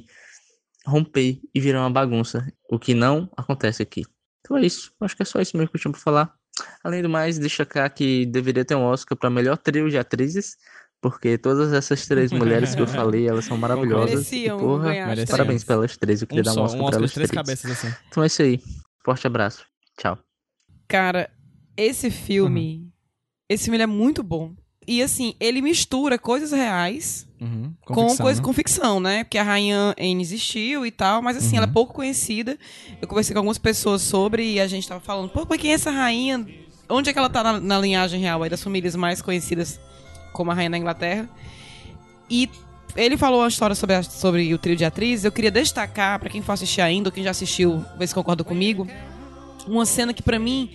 romper e virar uma bagunça, o que não acontece aqui. Então é isso, acho que é só isso mesmo que eu tinha pra falar. Além do mais, destacar que deveria ter um Oscar para melhor trio de atrizes, porque todas essas três mulheres que eu falei, elas são maravilhosas. Mereciam e, porra, ganhar. mereciam. parabéns pelas três, eu queria dar um Oscar pra Oscar elas de três três. cabeças, assim. Então é isso aí, forte abraço, tchau. Cara, esse filme ele é muito bom. E assim, ele mistura coisas reais Uhum. com ficção, coisa né? com ficção, né? Porque a Rainha Anne existiu e tal, mas assim, ela é pouco conhecida. Eu conversei com algumas pessoas sobre e a gente tava falando, pô, mas quem é essa rainha? Onde é que ela tá na linhagem real aí das famílias mais conhecidas como a rainha da Inglaterra? E ele falou uma história sobre o trio de atrizes. Eu queria destacar, pra quem for assistir ainda, ou quem já assistiu, ver se concorda comigo, uma cena que pra mim,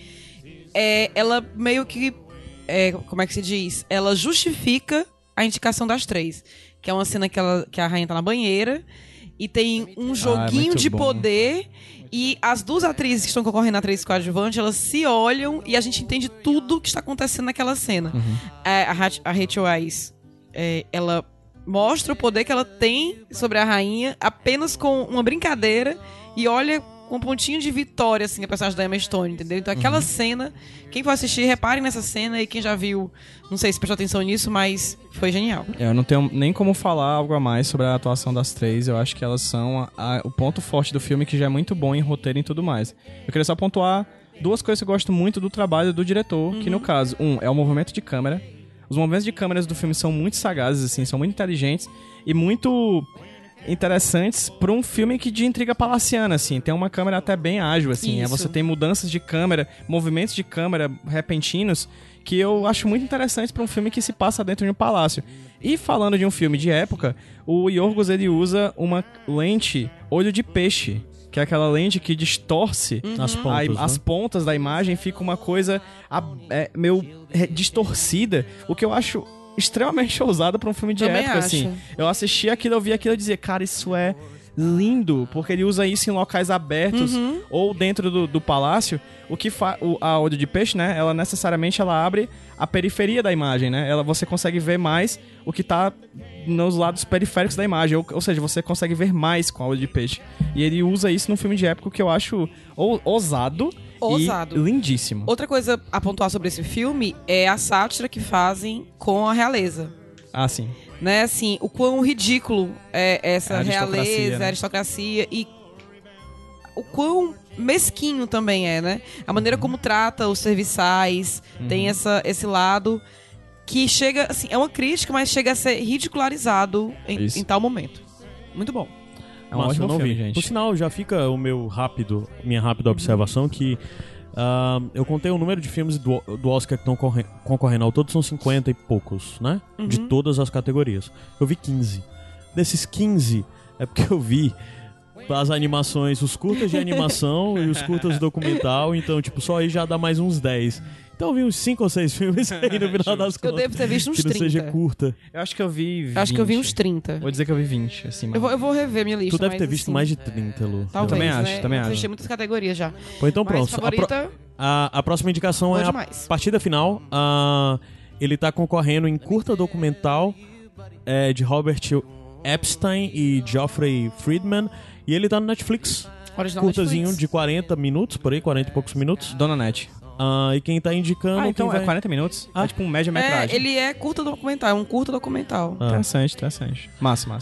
ela meio que, como é que se diz? Ela justifica a indicação das três. Que é uma cena que a rainha tá na banheira e tem um joguinho muito de bom. poder e as duas atrizes que estão concorrendo à atriz coadjuvante, elas se olham e a gente entende tudo que está acontecendo naquela cena. A Rachel Weisz, ela mostra o poder que ela tem sobre a rainha apenas com uma brincadeira e olha com um pontinho de vitória, assim, a personagem da Emma Stone, entendeu? Então aquela cena, quem for assistir, reparem nessa cena, e quem já viu, não sei se prestou atenção nisso, mas foi genial. Eu não tenho nem como falar algo a mais sobre a atuação das três. Eu acho que elas são o ponto forte do filme, que já é muito bom em roteiro e tudo mais. Eu queria só pontuar duas coisas que eu gosto muito do trabalho do diretor, que no caso, é o movimento de câmera. Os movimentos de câmeras do filme são muito sagazes, assim, são muito inteligentes e muito interessantes para um filme de intriga palaciana, assim. Tem uma câmera até bem ágil, assim. Você tem mudanças de câmera, movimentos de câmera repentinos que eu acho muito interessantes para um filme que se passa dentro de um palácio. E falando de um filme de época, o Yorgos, ele usa uma lente olho de peixe, que é aquela lente que distorce as pontas da imagem, fica uma coisa meio distorcida, o que eu acho extremamente ousado pra um filme de época, assim. Eu assisti aquilo, eu vi aquilo e dizia, cara, isso é lindo, porque ele usa isso em locais abertos ou dentro do palácio, o que a olho de peixe, né, ela necessariamente abre a periferia da imagem, né, você consegue ver mais o que tá nos lados periféricos da imagem, ou seja, você consegue ver mais com a olho de peixe. E ele usa isso num filme de época que eu acho ousado. E lindíssimo. Outra coisa a pontuar sobre esse filme é a sátira que fazem com a realeza. Ah, sim. Né, assim, o quão ridículo é essa realeza, né? a aristocracia, e o quão mesquinho também né? A maneira como trata os serviçais, tem esse lado que chega, assim, é uma crítica, mas chega a ser ridicularizado em tal momento. Muito bom. É um ótimo filme, gente. Por sinal, já fica minha rápida observação que eu contei o número de filmes do Oscar que estão concorrendo ao todo, são 50 e poucos, né? De todas as categorias. Eu vi 15. Desses 15, é porque eu vi as animações, os curtas de animação e os curtas documental, então, tipo, só aí já dá mais uns 10. Então eu vi uns 5 ou 6 filmes aí no final das contas. Eu devo ter visto uns 30. Que não seja curta. Eu acho que eu vi 20. Eu acho que eu vi uns 30. Vou dizer que eu vi 20, assim. Eu vou rever minha lista. Tu deve ter visto assim, mais de 30, Lu. Talvez, também né? acho, também acho. Eu fechei muitas categorias já. Pô, então Mas pronto. favorita... A próxima indicação é demais. a partida final. Ele tá concorrendo em curta documental de Robert Epstein e Geoffrey Friedman. E ele tá no Netflix. Original Curtazinho Netflix. de 40 minutos, por aí, 40 e poucos minutos. Dona Net. E quem tá indicando... então é 40 minutos? É tipo um média-metragem. Ele é curta documental, é um curta documental. Interessante. Massa.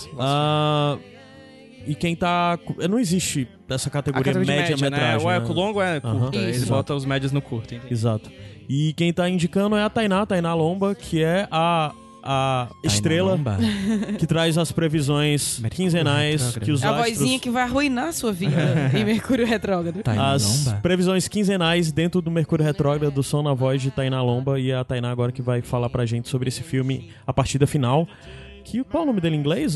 E quem tá... Não existe essa categoria média-metragem. Né? Ou é longo ou é curta. Eles Isso. botam os médios no curto. Entendi. Exato. E quem tá indicando é a Tainá Lomba, que é a estrela que traz as previsões quinzenais que os A astros... vozinha que vai arruinar a sua vida em Mercúrio Retrógrado. As previsões quinzenais dentro do Mercúrio Retrógrado, do som na voz de Tainá Lomba, e a Tainá agora que vai falar pra gente sobre esse filme, a partida final. Qual é o nome dele em inglês?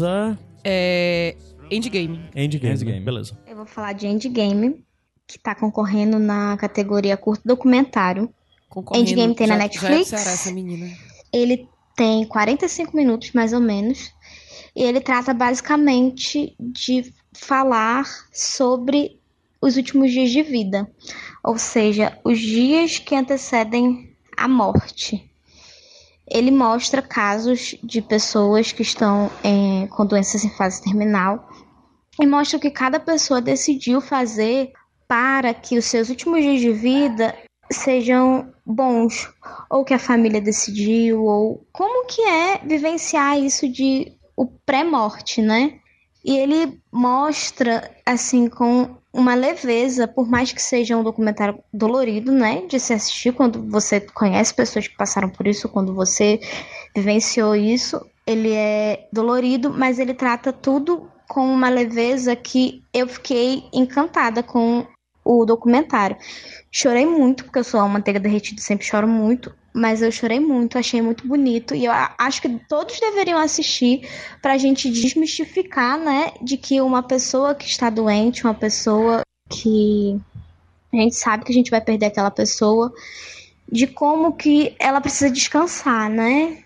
Endgame. Endgame. Beleza. Eu vou falar de Endgame, que tá concorrendo na categoria curto documentário. Endgame tem na Netflix. Já é essa menina. Ele tem 45 minutos, mais ou menos. E ele trata basicamente de falar sobre os últimos dias de vida. Ou seja, os dias que antecedem a morte. Ele mostra casos de pessoas que estão com doenças em fase terminal. E mostra o que cada pessoa decidiu fazer para que os seus últimos dias de vida sejam bons, ou que a família decidiu, ou como que é vivenciar isso de o pré-morte, né? E ele mostra, assim, com uma leveza, por mais que seja um documentário dolorido, né, de se assistir quando você conhece pessoas que passaram por isso, quando você vivenciou isso, ele é dolorido, mas ele trata tudo com uma leveza que eu fiquei encantada com o documentário. Chorei muito, porque eu sou uma manteiga derretida, sempre choro muito, mas eu chorei muito, achei muito bonito, e eu acho que todos deveriam assistir pra gente desmistificar, né, de que uma pessoa que está doente, uma pessoa que a gente sabe que a gente vai perder aquela pessoa, de como que ela precisa descansar, né,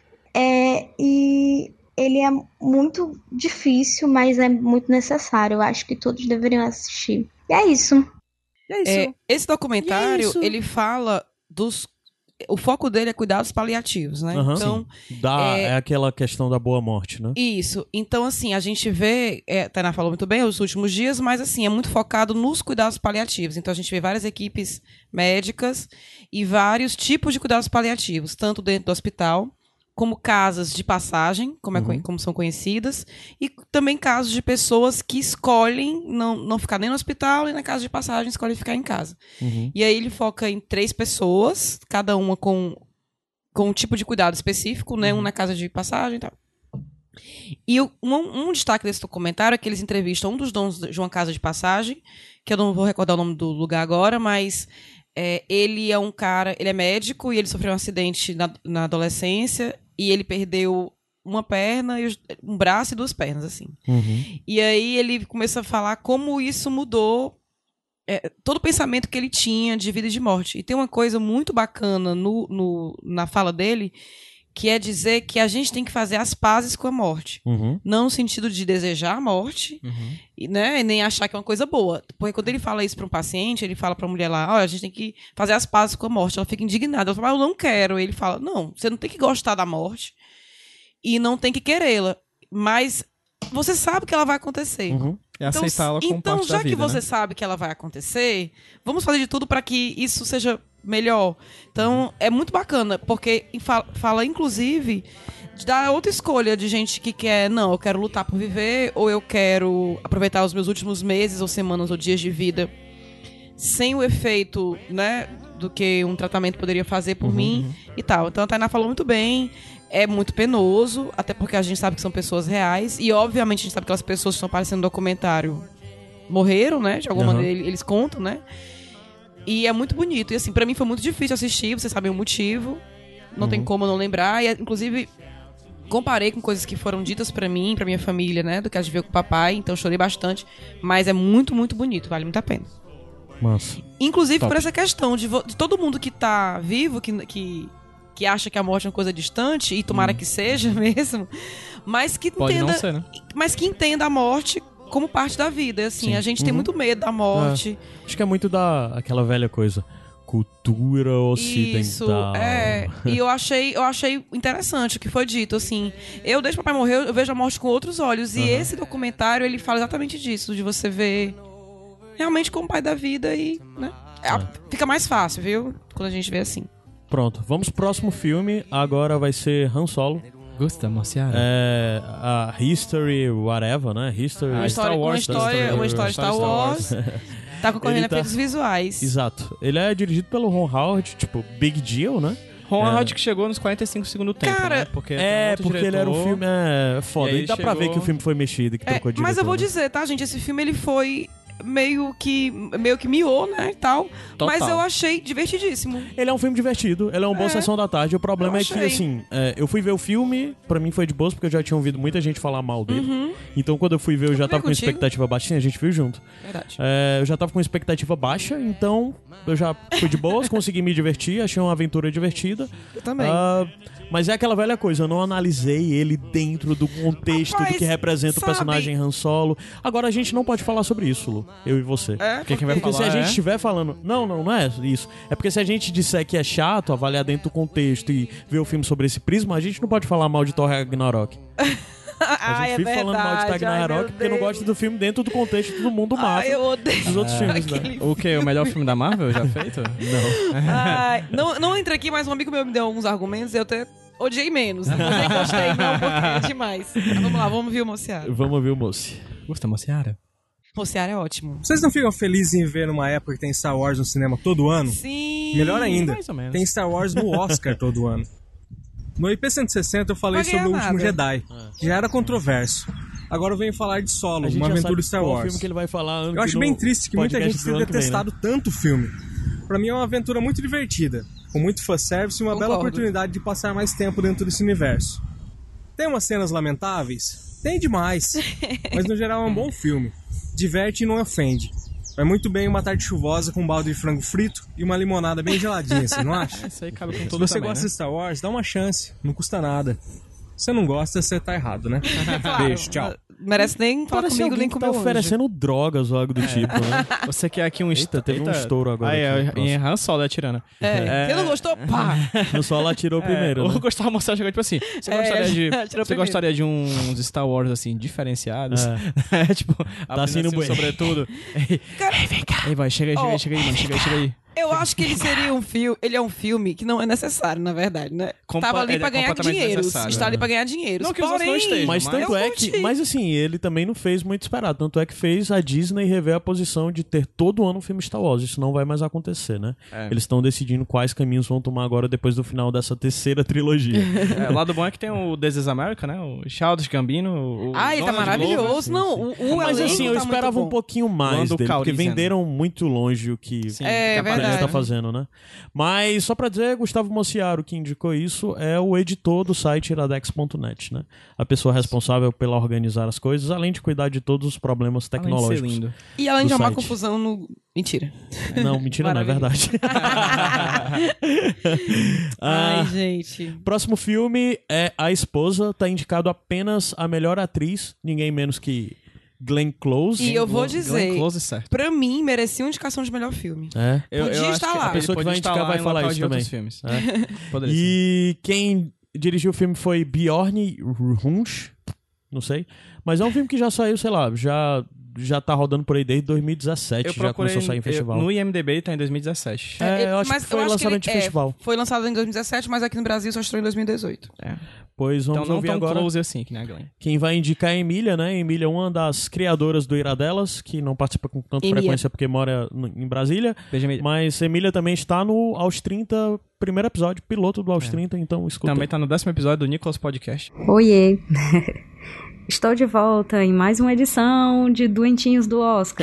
e ele é muito difícil, mas é muito necessário, eu acho que todos deveriam assistir. E é isso. Esse documentário, ele fala dos o foco dele é cuidados paliativos, né? Aham. Então, É aquela questão da boa morte, né? isso. Então, assim, a gente vê, a Tainá falou muito bem, os últimos dias, mas, assim, é muito focado nos cuidados paliativos. Então, a gente vê várias equipes médicas e vários tipos de cuidados paliativos, tanto dentro do hospital, como casas de passagem, como são conhecidas, e também casos de pessoas que escolhem não ficar nem no hospital, nem na casa de passagem, escolhem ficar em casa. E aí ele foca em 3 pessoas, cada uma com um tipo de cuidado específico, né? Um na casa de passagem e tal. E um destaque desse documentário é que eles entrevistam um dos donos de uma casa de passagem, que eu não vou recordar o nome do lugar agora, mas ele é um cara, ele é médico e ele sofreu um acidente na adolescência e ele perdeu uma perna, um braço e 2 pernas, assim. E aí ele começa a falar como isso mudou todo o pensamento que ele tinha de vida e de morte. E tem uma coisa muito bacana na fala dele, que é dizer que a gente tem que fazer as pazes com a morte. Não no sentido de desejar a morte, né, e nem achar que é uma coisa boa. Porque quando ele fala isso para um paciente, ele fala para a mulher lá, olha, a gente tem que fazer as pazes com a morte. Ela fica indignada. Ela fala, eu não quero. Ele fala, não, você não tem que gostar da morte e não tem que querê-la. Mas você sabe que ela vai acontecer. É aceitá-la como então, parte da já que vida, você né? sabe que ela vai acontecer, vamos fazer de tudo para que isso seja melhor. Então, é muito bacana, porque fala, inclusive, da outra escolha de gente que quer, não, eu quero lutar por viver, ou eu quero aproveitar os meus últimos meses, ou semanas, ou dias de vida, sem o efeito, né, do que um tratamento poderia fazer por mim e tal. Então, a Tainá falou muito bem. É muito penoso, até porque a gente sabe que são pessoas reais. E, obviamente, a gente sabe que aquelas pessoas que estão aparecendo no documentário morreram, né? De alguma maneira, eles contam, né? E é muito bonito. E, assim, pra mim foi muito difícil assistir. Vocês sabem o motivo. Não tem como eu não lembrar. E, inclusive, comparei com coisas que foram ditas pra mim, pra minha família, né? Do que a gente viu com o papai. Então, chorei bastante. Mas é muito, muito bonito. Vale muito a pena. Massa. Inclusive, por essa questão de todo mundo que tá vivo, que acha que a morte é uma coisa distante, e tomara que seja mesmo, mas que Pode entenda, não ser, né? mas que entenda a morte como parte da vida. Assim, a gente tem muito medo da morte. Acho que é muito aquela velha coisa, cultura ocidental. Isso, e eu achei interessante o que foi dito, assim, eu desde o papai morrer, eu vejo a morte com outros olhos, e esse documentário, ele fala exatamente disso, de você ver realmente como pai da vida e, né, fica mais fácil, viu, quando a gente vê assim. Pronto, vamos pro próximo filme. Agora vai ser Han Solo. Gostamos, Ciara. A History, whatever, né? History... Uma história Star Wars. Tá concorrendo a efeitos visuais. Exato. Ele é dirigido pelo Ron Howard, tipo, big deal, né? Ron Howard que chegou nos 45 segundos do tempo, Cara, né? Porque ele era um filme foda. E dá pra ver que o filme foi mexido e que trocou de mas eu vou diretor, né? dizer, tá, gente? Esse filme, ele foi meio que miou, né, e tal. Total. Mas eu achei divertidíssimo. Ele é um filme divertido, ele é uma boa sessão da tarde. O problema eu é que, achei. assim, eu fui ver o filme, pra mim foi de boa, porque eu já tinha ouvido muita gente falar mal dele. Então, quando eu fui ver, eu já tava com contigo. expectativa baixa, a gente viu junto. Verdade. Eu já tava com expectativa baixa, então eu já fui de boas, consegui me divertir, achei uma aventura divertida. Eu também. Mas é aquela velha coisa, eu não analisei ele dentro do contexto do que representa o personagem Han Solo. Agora a gente não pode falar sobre isso, Lu, eu e você. Porque quem vai Porque falar se a gente estiver falando... Não é isso. É porque se a gente disser que é chato avaliar dentro do contexto e ver o filme sobre esse prisma, a gente não pode falar mal de Thor Ragnarok. A gente vive falando mal de Thor Ragnarok porque não gosta do filme dentro do contexto do mundo Marvel. Eu odeio dos outros filmes, né? O quê? O melhor filme da Marvel já feito? Não entra aqui, mas um amigo meu me deu alguns argumentos e eu até odiei menos. Não gostei não, porque é demais. Mas vamos lá, vamos ver o Mociara. Vamos ouvir o Moci. Gostamos, Ciara? Mociara é ótimo. Vocês não ficam felizes em ver numa época que tem Star Wars no cinema todo ano? Sim. Melhor ainda, mais ou menos. tem Star Wars no Oscar todo ano. No IP 160 eu falei Vai sobre o ganhar Último nada. Jedi, que já era controverso. Agora eu venho falar de Solo, A gente uma já aventura sabe Star qual Wars. filme que ele vai falar ano Eu acho que bem no triste que muita podcast gente do tenha ano que vem, detestado tanto o filme. Pra mim é uma aventura muito divertida, com muito fanservice e uma bela oportunidade de passar mais tempo dentro desse universo. Tem umas cenas lamentáveis? Tem demais. Mas no geral é um bom filme. Diverte e não ofende. Vai muito bem uma tarde chuvosa com um balde de frango frito e uma limonada bem geladinha, você não acha? Isso aí cabe com Se tudo você também, gosta né? de Star Wars, dá uma chance, não custa nada. Se você não gosta, você tá errado, né? Claro. Beijo, tchau. merece nem falar Parece comigo, alguém nem que com tá meu anjo. oferecendo drogas ou algo do tipo, né? Você quer aqui um... Eita, teve um estouro agora. Aí, aqui, em Han Solo, atirando. Você não gostou? Pá! No solo atirou primeiro, né? O Gustavo Marcelo chegou tipo assim, você gostaria de uns Star Wars, assim, diferenciados? Tipo, tá assim no banheiro. Sobretudo. Vem cá. Ei, vai, chega aí, mano, chega aí. Eu acho que ele seria um filme. Ele é um filme que não é necessário, na verdade, né? Tava ali pra ganhar dinheiro. Está ali pra ganhar dinheiro. Não que os outros não estejam. Mas tanto é que. Mas assim, ele também não fez muito esperado. Tanto é que fez a Disney rever a posição de ter todo ano um filme Star Wars. Isso não vai mais acontecer, né? Eles estão decidindo quais caminhos vão tomar agora depois do final dessa terceira trilogia. O lado bom é que tem o This Is America, né? O Childish Gambino. Ele tá maravilhoso. Não, mas assim, eu esperava um pouquinho mais dele, porque venderam muito longe o que é verdade. tá fazendo, né? Mas só pra dizer, Gustavo Mociaro, que indicou isso, é o editor do site iradex.net, né? A pessoa responsável pela organizar as coisas, além de cuidar de todos os problemas tecnológicos. E além de arrumar site. confusão no... Mentira. Não, mentira não, é verdade. Ai, gente. Próximo filme é A Esposa, tá indicado apenas a melhor atriz, ninguém menos que Glenn Close. E eu vou dizer, Close, certo. Pra mim, merecia uma indicação de melhor filme. Podia estar lá. A pessoa que vai indicar vai falar isso também. Filmes. E quem dirigiu o filme foi Bjorn Runch, não sei. Mas é um filme que já saiu, sei lá, já tá rodando por aí desde 2017, já começou a sair em festival. No IMDb tá em 2017. Eu acho que foi lançado em festival. Foi lançado em 2017, mas aqui no Brasil só estreou em 2018. Pois vamos então não ouvir tão agora. Close assim, que nem a Glenn. Quem vai indicar é a Emília, né? A Emília é uma das criadoras do Iradelas, que não participa com tanta frequência porque mora em Brasília. Beijo, Emília. Mas a Emília também está no Aos 30, primeiro episódio, piloto do Aos 30, então escuta. Também tá no 10º episódio do Nicholas Podcast. Oiê! Estou de volta em mais uma edição de Doentinhos do Oscar.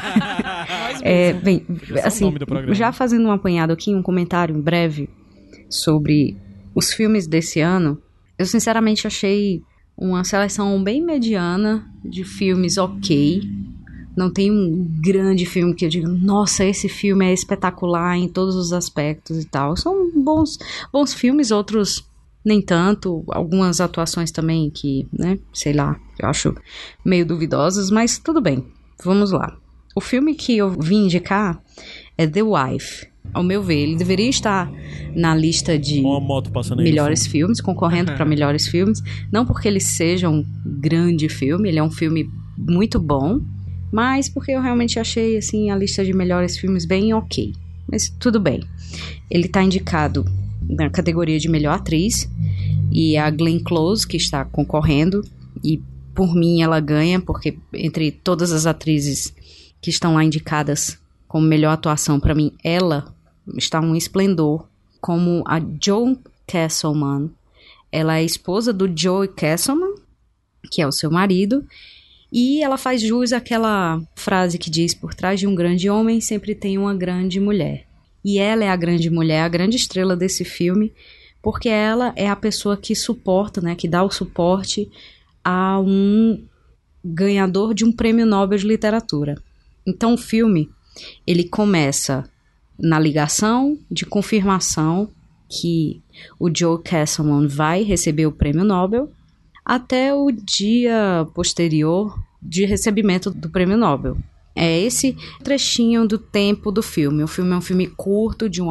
Bem, assim, já fazendo um apanhado aqui, um comentário em breve sobre os filmes desse ano, eu sinceramente achei uma seleção bem mediana de filmes ok. Não tem um grande filme que eu diga, nossa, esse filme é espetacular em todos os aspectos e tal. São bons filmes, outros nem tanto. Algumas atuações também que, né, sei lá, eu acho meio duvidosas, mas tudo bem, vamos lá. O filme que eu vim indicar é The Wife. Ao meu ver, ele deveria estar na lista de melhores filmes, concorrendo para melhores filmes. Não porque ele seja um grande filme, ele é um filme muito bom, mas porque eu realmente achei assim, a lista de melhores filmes bem ok. Mas tudo bem. Ele está indicado na categoria de melhor atriz, e a Glenn Close, que está concorrendo, e por mim ela ganha, porque entre todas as atrizes que estão lá indicadas como melhor atuação, para mim ela está um esplendor. Como a Joan Castleman, ela é esposa do Joey Castleman, que é o seu marido, e ela faz jus àquela frase que diz: por trás de um grande homem sempre tem uma grande mulher. E ela é a grande mulher, a grande estrela desse filme, porque ela é a pessoa que suporta, né, que dá o suporte a um ganhador de um prêmio Nobel de literatura. Então o filme, ele começa na ligação de confirmação que o Joe Castleman vai receber o prêmio Nobel, até o dia posterior de recebimento do prêmio Nobel. É esse trechinho do tempo do filme. O filme é um filme curto, de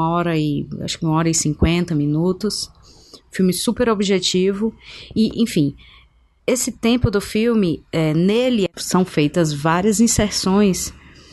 1h50 minutos. Filme super objetivo. E, enfim, esse tempo do filme, nele são feitas várias inserções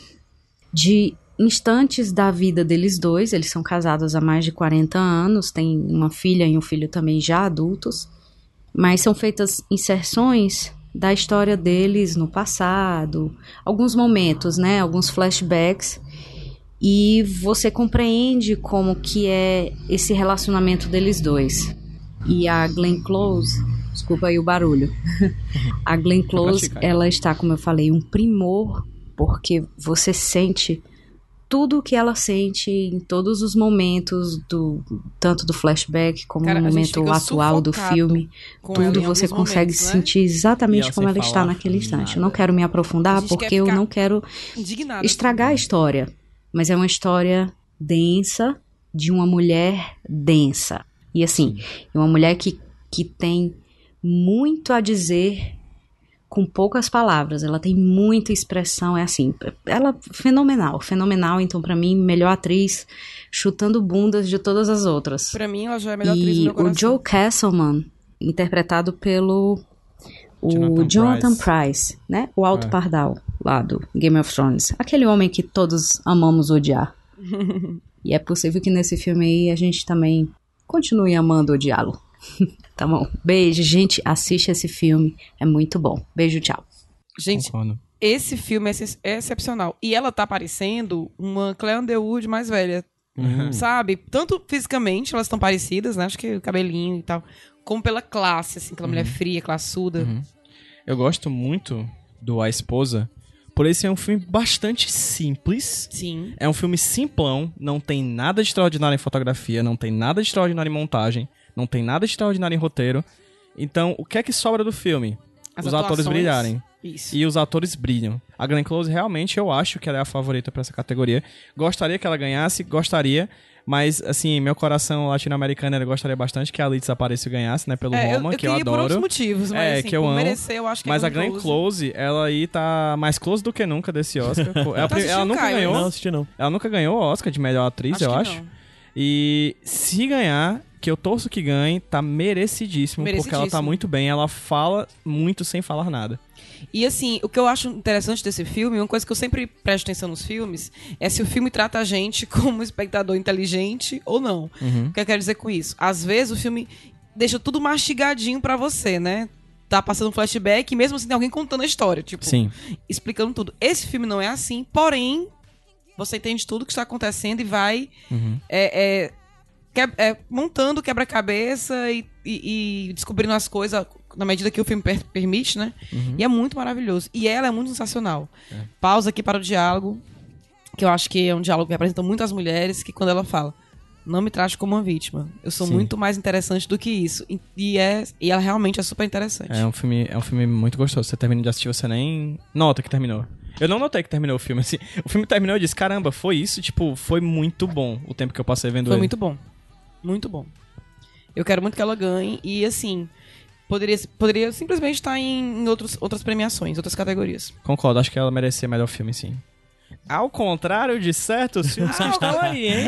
de instantes da vida deles dois. Eles são casados há mais de 40 anos, têm uma filha e um filho também já adultos. Mas são feitas inserções da história deles no passado, alguns momentos, né, alguns flashbacks, e você compreende como que é esse relacionamento deles dois. E a Glenn Close, desculpa aí o barulho, a Glenn Close, ela está, como eu falei, um primor, porque você sente tudo o que ela sente em todos os momentos, tanto do flashback como no momento atual do filme. Tudo você consegue sentir exatamente como ela está naquele instante. Eu não quero me aprofundar porque eu não quero estragar a história. Mas é uma história densa, de uma mulher densa. E assim, é uma mulher que tem muito a dizer com poucas palavras. Ela tem muita expressão, é assim, ela fenomenal, então pra mim, melhor atriz, chutando bundas de todas as outras. Pra mim, ela já é a melhor atriz do meu coração. E o Joe Castleman, interpretado pelo Jonathan Pryce, né? O Alto Pardal, lá do Game of Thrones. Aquele homem que todos amamos odiar. E é possível que nesse filme aí a gente também continue amando odiá-lo. Tá bom. Beijo, gente. Assiste esse filme. É muito bom. Beijo, tchau. Gente, esse filme é excepcional. E ela tá parecendo uma Claire Underwood mais velha. Sabe? Tanto fisicamente, elas estão parecidas, né? Acho que o cabelinho e tal. Como pela classe, assim. Aquela mulher fria, classuda. Eu gosto muito do A Esposa. Por isso é um filme bastante simples. Sim. É um filme simplão. Não tem nada de extraordinário em fotografia. Não tem nada de extraordinário em montagem. Não tem nada de extraordinário em roteiro. Então, o que é que sobra do filme? Os atores brilharem. Isso. E os atores brilham. A Glenn Close, realmente, eu acho que ela é a favorita pra essa categoria. Gostaria que ela ganhasse, gostaria. Mas, assim, meu coração latino-americano, eu gostaria bastante que a Alice aparecesse e ganhasse, né? Pelo Roma, que eu adoro. por outros motivos, mas assim, que eu amo. merecer, eu acho que mas a Glenn Close, ela aí tá mais close do que nunca desse Oscar. Ela nunca ganhou. Não assisti, não. Ela nunca ganhou o Oscar de melhor atriz, eu acho. Não. E se ganhar, que eu torço que ganhe, tá merecidíssimo, porque ela tá muito bem. Ela fala muito sem falar nada. E assim, o que eu acho interessante desse filme, uma coisa que eu sempre presto atenção nos filmes, é se o filme trata a gente como espectador inteligente ou não. O que eu quero dizer com isso? Às vezes o filme deixa tudo mastigadinho pra você, né? Tá passando um flashback e mesmo assim tem alguém contando a história, tipo, explicando tudo. Esse filme não é assim, porém, você entende tudo que está acontecendo e vai montando quebra-cabeça e descobrindo as coisas na medida que o filme permite, né? E é muito maravilhoso. E ela é muito sensacional. Pausa aqui para o diálogo, que eu acho que é um diálogo que representa muito as mulheres, que quando ela fala, não me trate como uma vítima. Eu sou muito mais interessante do que isso. E ela realmente é super interessante. É um filme muito gostoso. Você termina de assistir, você nem nota que terminou. Eu não notei que terminou o filme, assim. O filme terminou e eu disse, caramba, foi isso? Tipo, foi muito bom o tempo que eu passei vendo ele. Foi muito bom. Muito bom. Eu quero muito que ela ganhe e, assim, poderia simplesmente estar em outras premiações, outras categorias. Concordo, acho que ela merecia melhor filme, sim. Ao contrário de certos filmes que estão aí, hein?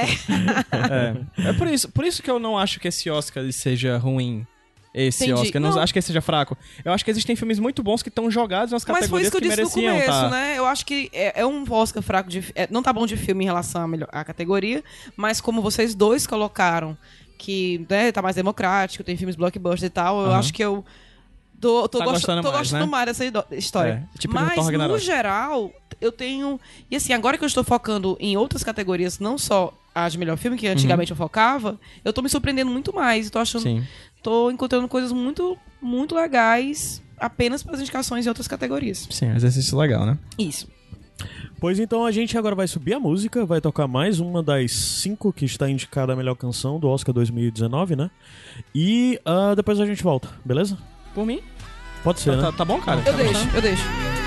É por isso que eu não acho que esse Oscar seja ruim. Esse Oscar. Não acho que ele seja fraco. Eu acho que existem filmes muito bons que estão jogados nas categorias que mereciam. Mas foi isso que eu disse no começo, né? Eu acho que é um Oscar fraco não tá bom de filme em relação à categoria, mas como vocês dois colocaram que, né, tá mais democrático, tem filmes blockbuster e tal, eu acho que eu tô gostando mais dessa história. Tipo mas, no geral, eu tenho... E assim, agora que eu estou focando em outras categorias, não só a de melhor filme, que antigamente eu focava, eu tô me surpreendendo muito mais. Tô achando... Sim. Tô encontrando coisas muito, muito legais apenas para as indicações em outras categorias. Sim, exercício legal, né? Isso. Pois então a gente agora vai subir a música, vai tocar mais uma das 5 que está indicada a melhor canção do Oscar 2019, né? E depois a gente volta, beleza? Por mim? Pode ser, né? Tá bom, cara? Eu deixo.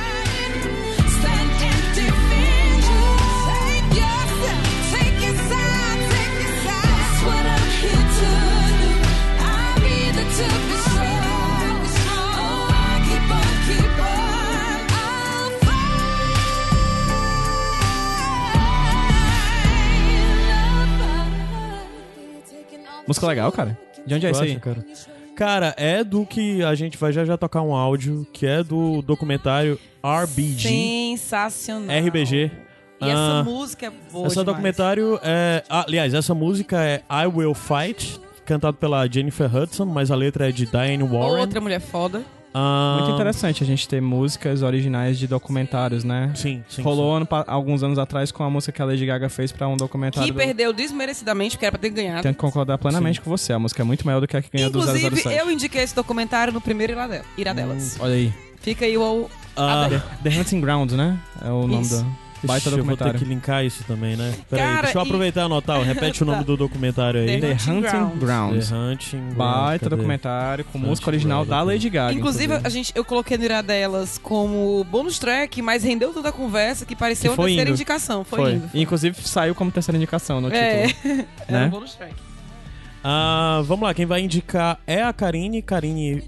Música legal, cara. De onde é isso aí? Cara, é do que a gente vai já tocar um áudio, que é do documentário RBG. Sensacional. RBG. E essa música é boa Esse documentário é... aliás, essa música é I Will Fight, cantado pela Jennifer Hudson, mas a letra é de Diane Warren. Outra mulher foda. Muito interessante a gente ter músicas originais de documentários, né? Sim. Rolou alguns anos atrás com a música que a Lady Gaga fez pra um documentário. Que perdeu desmerecidamente, porque era pra ter ganhado. Tenho que concordar plenamente com você. A música é muito maior do que a que ganhou do 007. Inclusive, eu indiquei esse documentário no primeiro Iradelas. Olha aí. Fica aí o... The Hunting Grounds, né? É o nome do... Baita documentário. Eu vou ter que linkar isso também, né? Peraí, deixa eu aproveitar e anotar. Repete o nome do documentário aí. The Hunting Grounds. The Hunting Grounds. Baita documentário com música original da Lady Gaga. Inclusive, eu coloquei no Iradelas como bônus track, mas rendeu toda a conversa que pareceu uma terceira indicação. Foi indo. E, inclusive, saiu como terceira indicação no título. Era um bônus track. Vamos lá, quem vai indicar é a Karine. Karine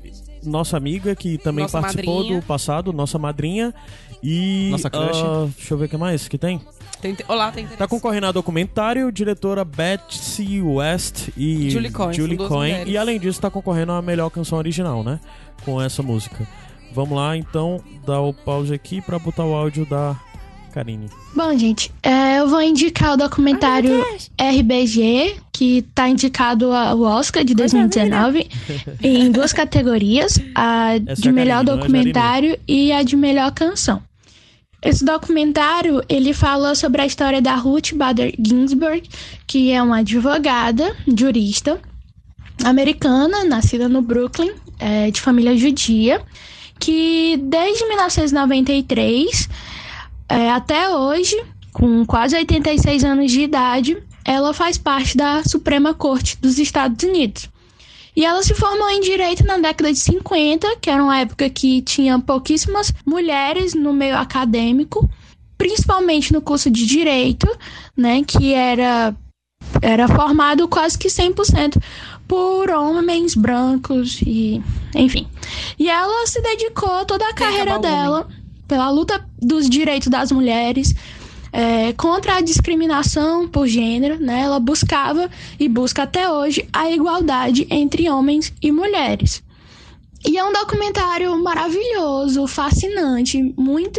nossa amiga que também Nossa participou madrinha. do passado, nossa madrinha. E. Nossa crush. Deixa eu ver o que mais que tem. Olá, tem interesse. Tá concorrendo a documentário, diretora Betsy West e Julie Cohen, são duas mulheres. E além disso, tá concorrendo a melhor canção original, né? Com essa música. Vamos lá, então, dar o pause aqui pra botar o áudio da Karine. Bom, gente, eu vou indicar o documentário RBG, que tá indicado ao Oscar de 2019 em 2 categorias, a Essa de é a melhor Karine, não é, documentário e a de melhor canção. Esse documentário, ele fala sobre a história da Ruth Bader Ginsburg, que é uma advogada, jurista, americana, nascida no Brooklyn, de família judia, que desde 1993 até hoje, com quase 86 anos de idade, ela faz parte da Suprema Corte dos Estados Unidos. E ela se formou em Direito na década de 50, que era uma época que tinha pouquíssimas mulheres no meio acadêmico, principalmente no curso de Direito, né, que era formado quase que 100% por homens brancos, e enfim. E ela se dedicou toda a carreira dela pela luta dos direitos das mulheres, contra a discriminação por gênero, né? Ela buscava e busca até hoje a igualdade entre homens e mulheres. E é um documentário maravilhoso, fascinante, muito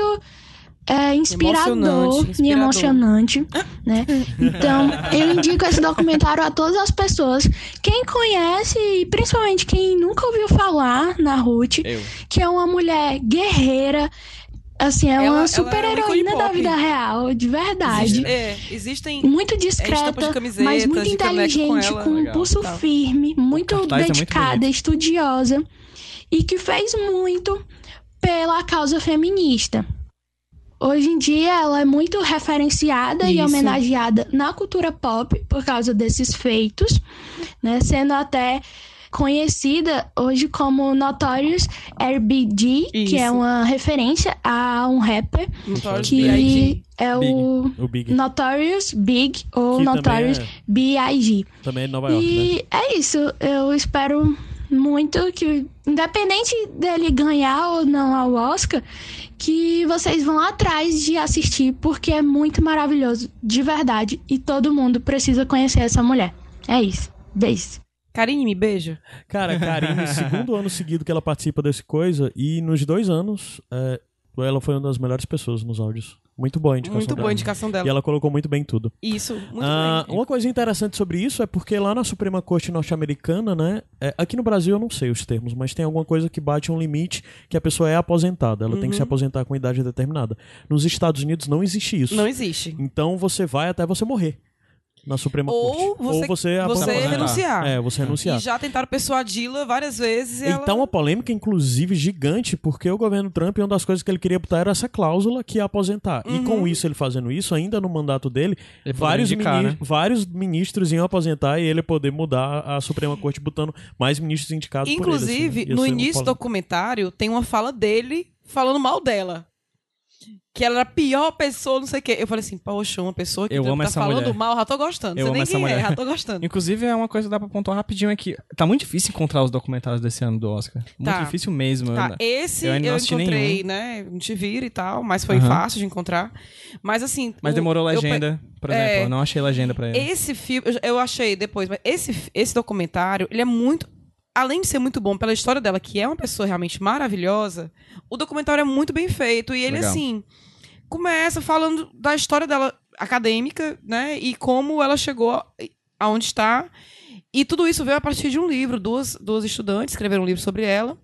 inspirador e emocionante, né? Então, eu indico esse documentário a todas as pessoas. Quem conhece, e principalmente quem nunca ouviu falar na Ruth, que é uma mulher guerreira, assim, uma super-heroína da vida real, de verdade. Existem muito discreta, mas muito inteligente, com um pulso firme, muito dedicada, estudiosa, e que fez muito pela causa feminista. Hoje em dia, ela é muito referenciada e homenageada na cultura pop por causa desses feitos, né? Sendo até conhecida hoje como Notorious R.B.G., que é uma referência a um rapper que é o Big. Notorious Big ou que Notorious B.I.G. Também é de Nova York, E né? é isso, eu espero muito que, independente dele ganhar ou não ao Oscar, que vocês vão atrás de assistir, porque é muito maravilhoso, de verdade, e todo mundo precisa conhecer essa mulher. É isso. Beijo. Karine, me beija. Cara, Karine, segundo ano seguido que ela participa desse coisa, e nos 2 anos, ela foi uma das melhores pessoas nos áudios. Muito boa a indicação dela. Muito boa a indicação dela. E ela colocou muito bem tudo. Isso, muito bem. Uma coisa interessante sobre isso é porque lá na Suprema Corte norte-americana, né? Aqui no Brasil eu não sei os termos, mas tem alguma coisa que bate um limite que a pessoa é aposentada. Ela tem que se aposentar com idade determinada. Nos Estados Unidos não existe isso. Não existe. Então você vai até você morrer na Suprema Corte. Ou você renunciar. Você renunciar. E já tentaram persuadi-la várias vezes. E tá uma polêmica, inclusive, gigante, porque o governo Trump, uma das coisas que ele queria botar era essa cláusula que ia aposentar. E com isso, ele fazendo isso, ainda no mandato dele, vários ministros iam aposentar e ele poder mudar a Suprema Corte, botando mais ministros indicados por ele. Inclusive, no início do documentário, tem uma fala dele falando mal dela. Que ela era a pior pessoa, não sei o quê. Eu falei assim, poxa, uma pessoa que tá falando mal, já tô gostando. Eu Você nem quem é, já tô gostando. Inclusive, é uma coisa que dá pra pontuar rapidinho aqui. Tá muito difícil encontrar os documentários desse ano do Oscar. Muito difícil mesmo. Esse eu encontrei, né? No Te Vira e tal, mas foi fácil de encontrar. Mas assim... Mas demorou legenda, por exemplo. Eu não achei legenda pra ele. Esse filme, eu achei depois, mas esse documentário, ele é muito... Além de ser muito bom pela história dela, que é uma pessoa realmente maravilhosa, o documentário é muito bem feito. E ele, assim, começa falando da história dela acadêmica, né? E como ela chegou aonde está. E tudo isso veio a partir de um livro. Duas estudantes escreveram um livro sobre ela.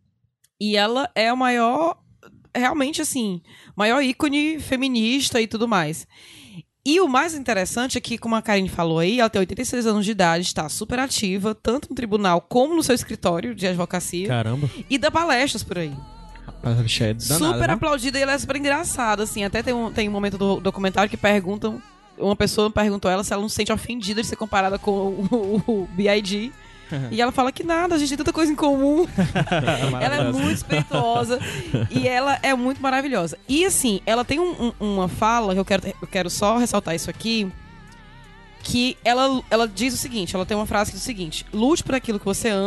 E ela é a maior, realmente, assim, maior ícone feminista e tudo mais. E o mais interessante é que, como a Karine falou aí, ela tem 86 anos de idade, está super ativa, tanto no tribunal como no seu escritório de advocacia. Caramba. E dá palestras por aí. Rapaz, a bicha é danada, super né? aplaudida e ela é super engraçada, assim. Até tem um momento do documentário que perguntam... Uma pessoa perguntou a ela se ela não se sente ofendida de ser comparada com o B.I.G., e ela fala que nada, a gente tem tanta coisa em comum. Ela é muito espirituosa e ela é muito maravilhosa. E assim, ela tem uma fala que eu quero só ressaltar isso aqui, que ela diz o seguinte, ela tem uma frase que diz o seguinte: lute por aquilo que você ama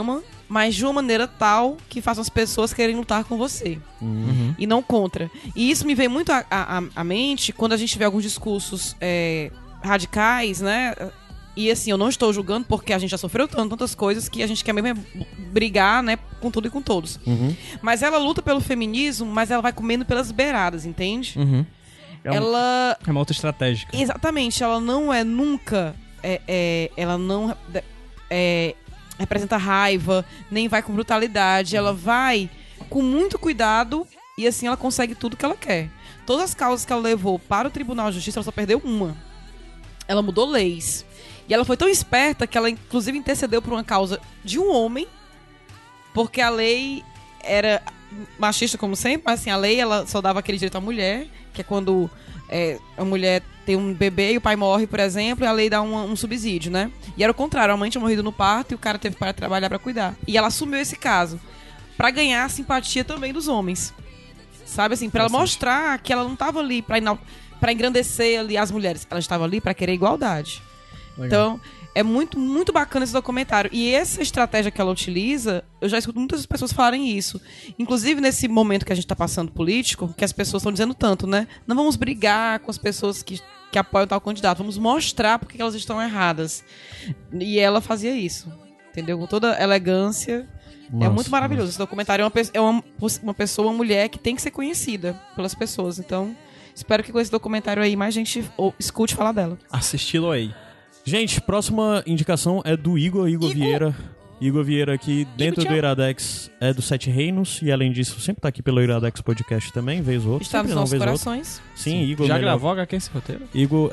mas de uma maneira tal que faça as pessoas querem lutar com você. E não contra. E isso me vem muito à mente quando a gente vê alguns discursos radicais, né? E assim, eu não estou julgando porque a gente já sofreu tantas coisas que a gente quer mesmo brigar, né, com tudo e com todos. Mas ela luta pelo feminismo, mas ela vai comendo pelas beiradas, entende? Ela... É uma outra estratégia. Exatamente, ela não é nunca... ela não representa raiva, nem vai com brutalidade. Ela vai com muito cuidado e assim ela consegue tudo que ela quer. Todas as causas que ela levou para o Tribunal de Justiça, ela só perdeu uma. Ela mudou leis. E ela foi tão esperta que ela, inclusive, intercedeu por uma causa de um homem, porque a lei era machista, como sempre, mas assim, a lei ela só dava aquele direito à mulher, que é quando a mulher tem um bebê e o pai morre, por exemplo, e a lei dá um subsídio, né? E era o contrário, a mãe tinha morrido no parto e o cara teve que parar de trabalhar pra cuidar. E ela assumiu esse caso pra ganhar a simpatia também dos homens. Sabe, assim, pra ela mostrar que ela não tava ali pra engrandecer ali as mulheres, ela estava ali pra querer igualdade. Legal. Então, é muito, muito bacana esse documentário. E essa estratégia que ela utiliza, eu já escuto muitas pessoas falarem isso. Inclusive, nesse momento que a gente está passando político, que as pessoas estão dizendo tanto, né? Não vamos brigar com as pessoas que apoiam tal candidato. Vamos mostrar porque elas estão erradas. E ela fazia isso. Entendeu? Com toda elegância. Nossa, é muito maravilhoso. Esse documentário é uma pessoa, uma mulher que tem que ser conhecida pelas pessoas. Então, espero que com esse documentário aí mais gente escute falar dela. Assisti-lo aí. Gente, próxima indicação é do Igor Vieira. Igor Vieira aqui dentro do Iradex é do Sete Reinos. E além disso, sempre tá aqui pelo Iradex Podcast também, vez ou outra. Está nos nossos corações. Sim, Igor. Já gravou HQ esse roteiro? Igor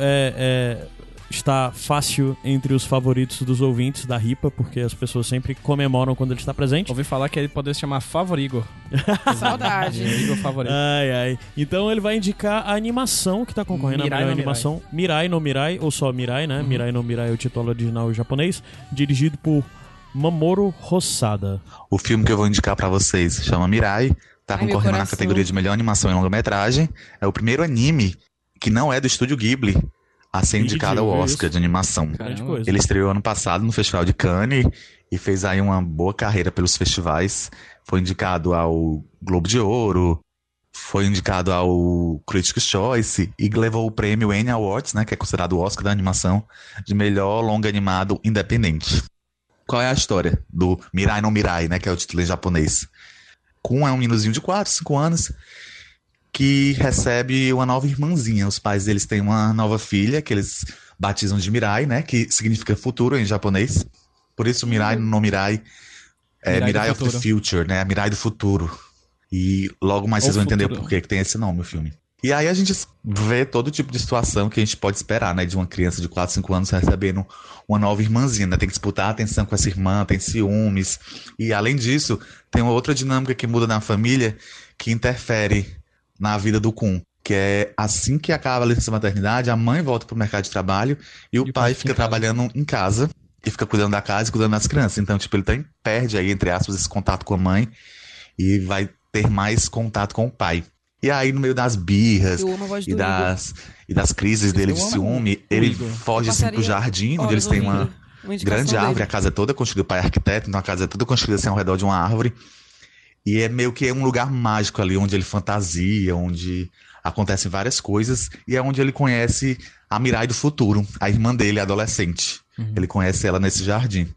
está fácil entre os favoritos dos ouvintes da RIPA, porque as pessoas sempre comemoram quando ele está presente. Ouvi falar que ele poderia se chamar Favorigor. Saudade. Igor Favorito. Ai. Então ele vai indicar a animação que está concorrendo à melhor animação. Mirai no Mirai, ou só Mirai, né? Mirai no Mirai é o título original japonês, dirigido por Mamoru Hosoda. O filme que eu vou indicar pra vocês chama Mirai, tá concorrendo na categoria de melhor animação em longa-metragem. É o primeiro anime que não é do estúdio Ghibli a ser indicado ao Oscar de animação. Ele estreou ano passado no Festival de Cannes e fez aí uma boa carreira pelos festivais. Foi indicado ao Globo de Ouro, foi indicado ao Critics' Choice e levou o prêmio Annie Awards, né, que é considerado o Oscar da animação, de melhor longa animado independente. Qual é a história do Mirai no Mirai, né, que é o título em japonês? Kun é um meninozinho de 4, 5 anos que recebe uma nova irmãzinha. Os pais deles têm uma nova filha, que eles batizam de Mirai, né? Que significa futuro em japonês. Por isso Mirai no Mirai é Mirai of the Future, né? Mirai do futuro. E logo mais vocês vão entender por que tem esse nome, o filme. E aí a gente vê todo tipo de situação que a gente pode esperar, né? De uma criança de 4, 5 anos recebendo uma nova irmãzinha, né? Tem que disputar a atenção com essa irmã, tem ciúmes. E além disso, tem uma outra dinâmica que muda na família que interfere na vida do Kun, que é assim que acaba a licença maternidade, a mãe volta pro mercado de trabalho e o pai fica trabalhando em casa e fica cuidando da casa e cuidando das crianças. Então, tipo, ele perde aí, entre aspas, esse contato com a mãe e vai ter mais contato com o pai. E aí, no meio das birras e das crises dele de ciúme, ele foge assim pro jardim, onde eles têm uma grande árvore, a casa é toda construída, o pai é arquiteto, então a casa é toda construída assim ao redor de uma árvore. E é meio que um lugar mágico ali, onde ele fantasia, onde acontecem várias coisas. E é onde ele conhece a Mirai do futuro, a irmã dele, adolescente. Ele conhece ela nesse jardim.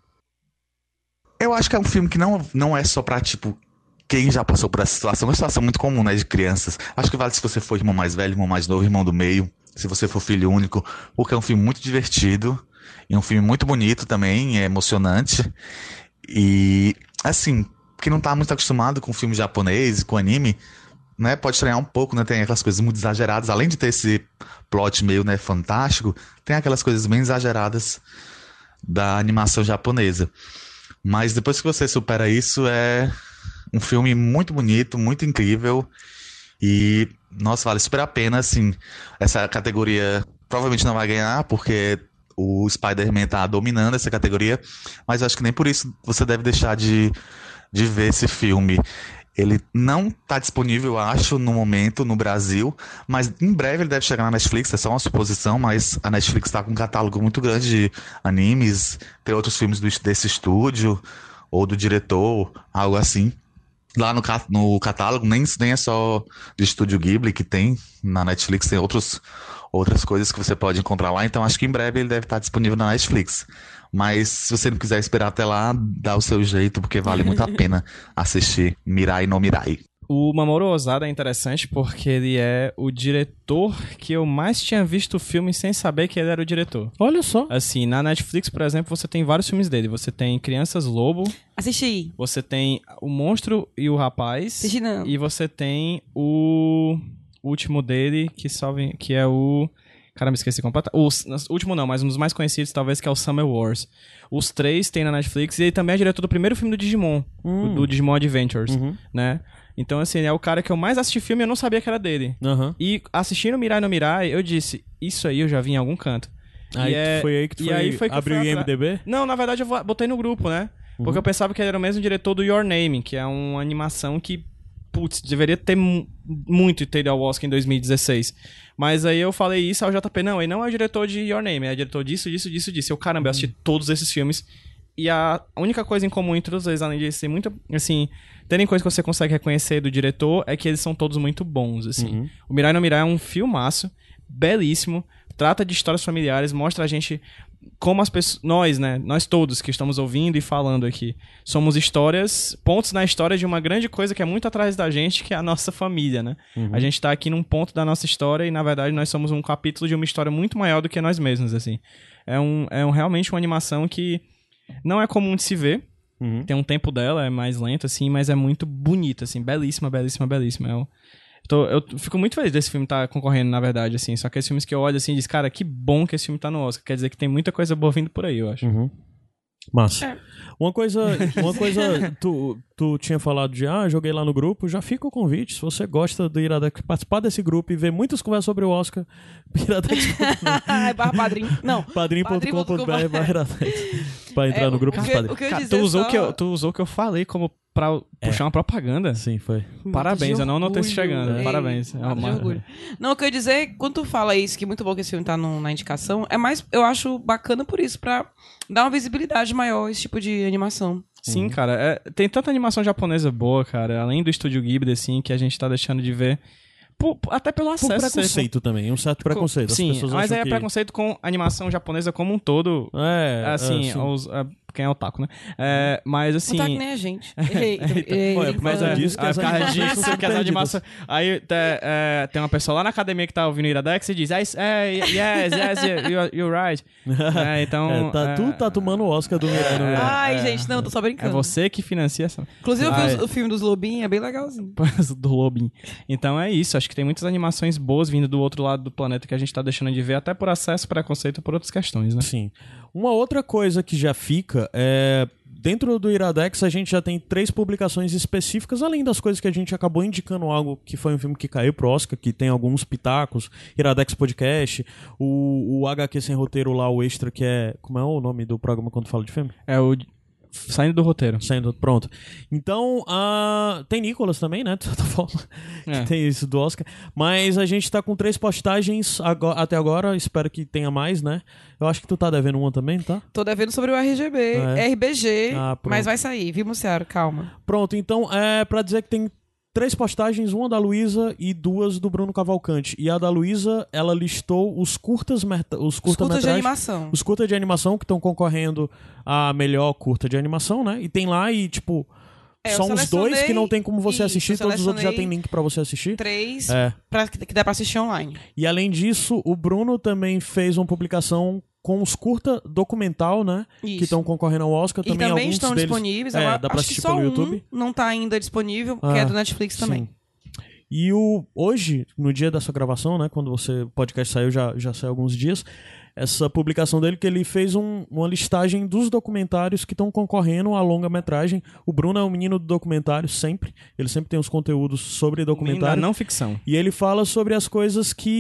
Eu acho que é um filme que não é só pra, tipo, quem já passou por essa situação. É uma situação muito comum, né, de crianças. Acho que vale se você for irmão mais velho, irmão mais novo, irmão do meio. Se você for filho único. Porque é um filme muito divertido. E um filme muito bonito também, é emocionante. E, assim, quem não tá muito acostumado com filme japonês, com anime, né, pode estranhar um pouco, né, tem aquelas coisas muito exageradas, além de ter esse plot meio, né, fantástico, tem aquelas coisas bem exageradas da animação japonesa. Mas depois que você supera isso, é um filme muito bonito, muito incrível e, nossa, vale super a pena, assim. Essa categoria provavelmente não vai ganhar, porque o Spider-Man tá dominando essa categoria, mas acho que nem por isso você deve deixar de ver esse filme. Ele não está disponível, acho, no momento, no Brasil, mas em breve ele deve chegar na Netflix, é só uma suposição, mas a Netflix está com um catálogo muito grande de animes, tem outros filmes desse estúdio, ou do diretor, algo assim. Lá no catálogo, nem é só do Estúdio Ghibli que tem na Netflix, tem outras coisas que você pode encontrar lá, então acho que em breve ele deve estar disponível na Netflix. Mas se você não quiser esperar até lá, dá o seu jeito, porque vale muito a pena assistir Mirai no Mirai. O Mamoru Ozada é interessante porque ele é o diretor que eu mais tinha visto o filme sem saber que ele era o diretor. Olha só. Assim, na Netflix, por exemplo, você tem vários filmes dele. Você tem Crianças Lobo. Assisti. Você tem O Monstro e o Rapaz. Assisti não. E você tem o último dele, que é o... Caramba, esqueci completamente. O último não, mas um dos mais conhecidos talvez, que é o Summer Wars. Os 3 tem na Netflix e ele também é diretor do primeiro filme do Digimon. Do Digimon Adventures, né? Então, assim, é o cara que eu mais assisti filme e eu não sabia que era dele. E assistindo Mirai no Mirai, eu disse, isso aí eu já vi em algum canto. Aí foi aí que tu abriu o IMDb? Não, na verdade eu botei no grupo, né? Porque eu pensava que ele era o mesmo diretor do Your Name, que é uma animação que, putz, deveria ter muito ter ao Oscar em 2016. Mas aí eu falei isso ao JP, não, ele não é o diretor de Your Name, é o diretor disso. Eu, caramba, eu assisti todos esses filmes. E a única coisa em comum entre todos eles, além de ser muito, assim, terem coisas que você consegue reconhecer do diretor, é que eles são todos muito bons, assim. O Mirai no Mirai é um filmaço, belíssimo, trata de histórias familiares, mostra a gente como as pessoas, nós todos que estamos ouvindo e falando aqui, somos pontos na história de uma grande coisa que é muito atrás da gente, que é a nossa família, né? A gente tá aqui num ponto da nossa história e, na verdade, nós somos um capítulo de uma história muito maior do que nós mesmos, assim. Realmente uma animação que não é comum de se ver. Tem um tempo dela, é mais lento, assim, mas é muito bonita, assim, belíssima, belíssima, belíssima. Eu fico muito feliz desse filme estar concorrendo, na verdade, assim. Só que esses filmes que eu olho assim e diz, cara, que bom que esse filme tá no Oscar. Quer dizer que tem muita coisa boa vindo por aí, eu acho. Massa. Uma coisa, tu tinha falado de, joguei lá no grupo, já fica o convite, se você gosta do Iradex, participar desse grupo e ver muitas conversas sobre o Oscar, Iradex. Padrinho. Não. Padrinho.com.br pra entrar no grupo dos padrinhos. Tu usou o que eu falei como pra puxar uma propaganda? Sim, foi. Parabéns, eu não notei isso chegando. Parabéns. Orgulho. Não, o que eu ia dizer, quando tu fala isso, que é muito bom que esse filme tá na indicação, é mais, eu acho bacana por isso, pra dar uma visibilidade maior a esse tipo de animação. Sim, cara. Tem tanta animação japonesa boa, cara, além do Estúdio Ghibli, assim, que a gente tá deixando de ver. Até pelo acesso. Por preconceito também, um certo preconceito. Sim, mas aí é preconceito com animação japonesa como um todo. Quem é otaku, né? Mas assim... Otaku nem a gente. Mas disso que essa animação... Aí tem uma pessoa lá na academia que tá ouvindo o Iradex e diz, yes, you're right. Então... Tu tá tomando o Oscar do Mirai no Mirai. Ai, gente, não, tô só brincando. É você que financia essa... Inclusive, eu vi o filme dos Lobinhos, é bem legalzinho. Do Lobinho. Então é isso, acho que tem muitas animações boas vindo do outro lado do planeta que a gente tá deixando de ver, até por acesso, preconceito, por outras questões, né? Sim. Uma outra coisa que já fica é... Dentro do Iradex a gente já tem 3 publicações específicas, além das coisas que a gente acabou indicando, algo que foi um filme que caiu pro Oscar, que tem alguns pitacos, Iradex Podcast, o HQ Sem Roteiro lá, o extra, que é... Como é o nome do programa quando fala de filme? É o... Saindo do roteiro. Pronto. Então, tem Nicolas também, né? De certa forma. Tem isso do Oscar. Mas a gente tá com 3 postagens até agora. Espero que tenha mais, né? Eu acho que tu tá devendo uma também, tá? Tô devendo sobre o RBG, mas vai sair, viu, Muciaro? Calma. Pronto, então, pra dizer que tem 3 postagens, uma da Luísa e 2 do Bruno Cavalcante. E a da Luísa, ela listou os curtas de animação. Os curtas de animação que estão concorrendo a melhor curta de animação, né? E tem lá e, tipo... são os 2 que não tem como você assistir, todos os outros já tem link pra você assistir. 3 que dá pra assistir online. E além disso, o Bruno também fez uma publicação com os curta documental, né? Isso. Que estão concorrendo ao Oscar. E também alguns estão deles, disponíveis. Dá pra assistir pelo YouTube. Não tá ainda disponível, que é do Netflix também. Sim. E hoje, no dia dessa gravação, né? Quando o podcast saiu, já saiu alguns dias, essa publicação dele, que ele fez uma listagem dos documentários que estão concorrendo à longa-metragem. O Bruno é um menino do documentário, sempre. Ele sempre tem os conteúdos sobre documentário. Não ficção. E ele fala sobre as coisas que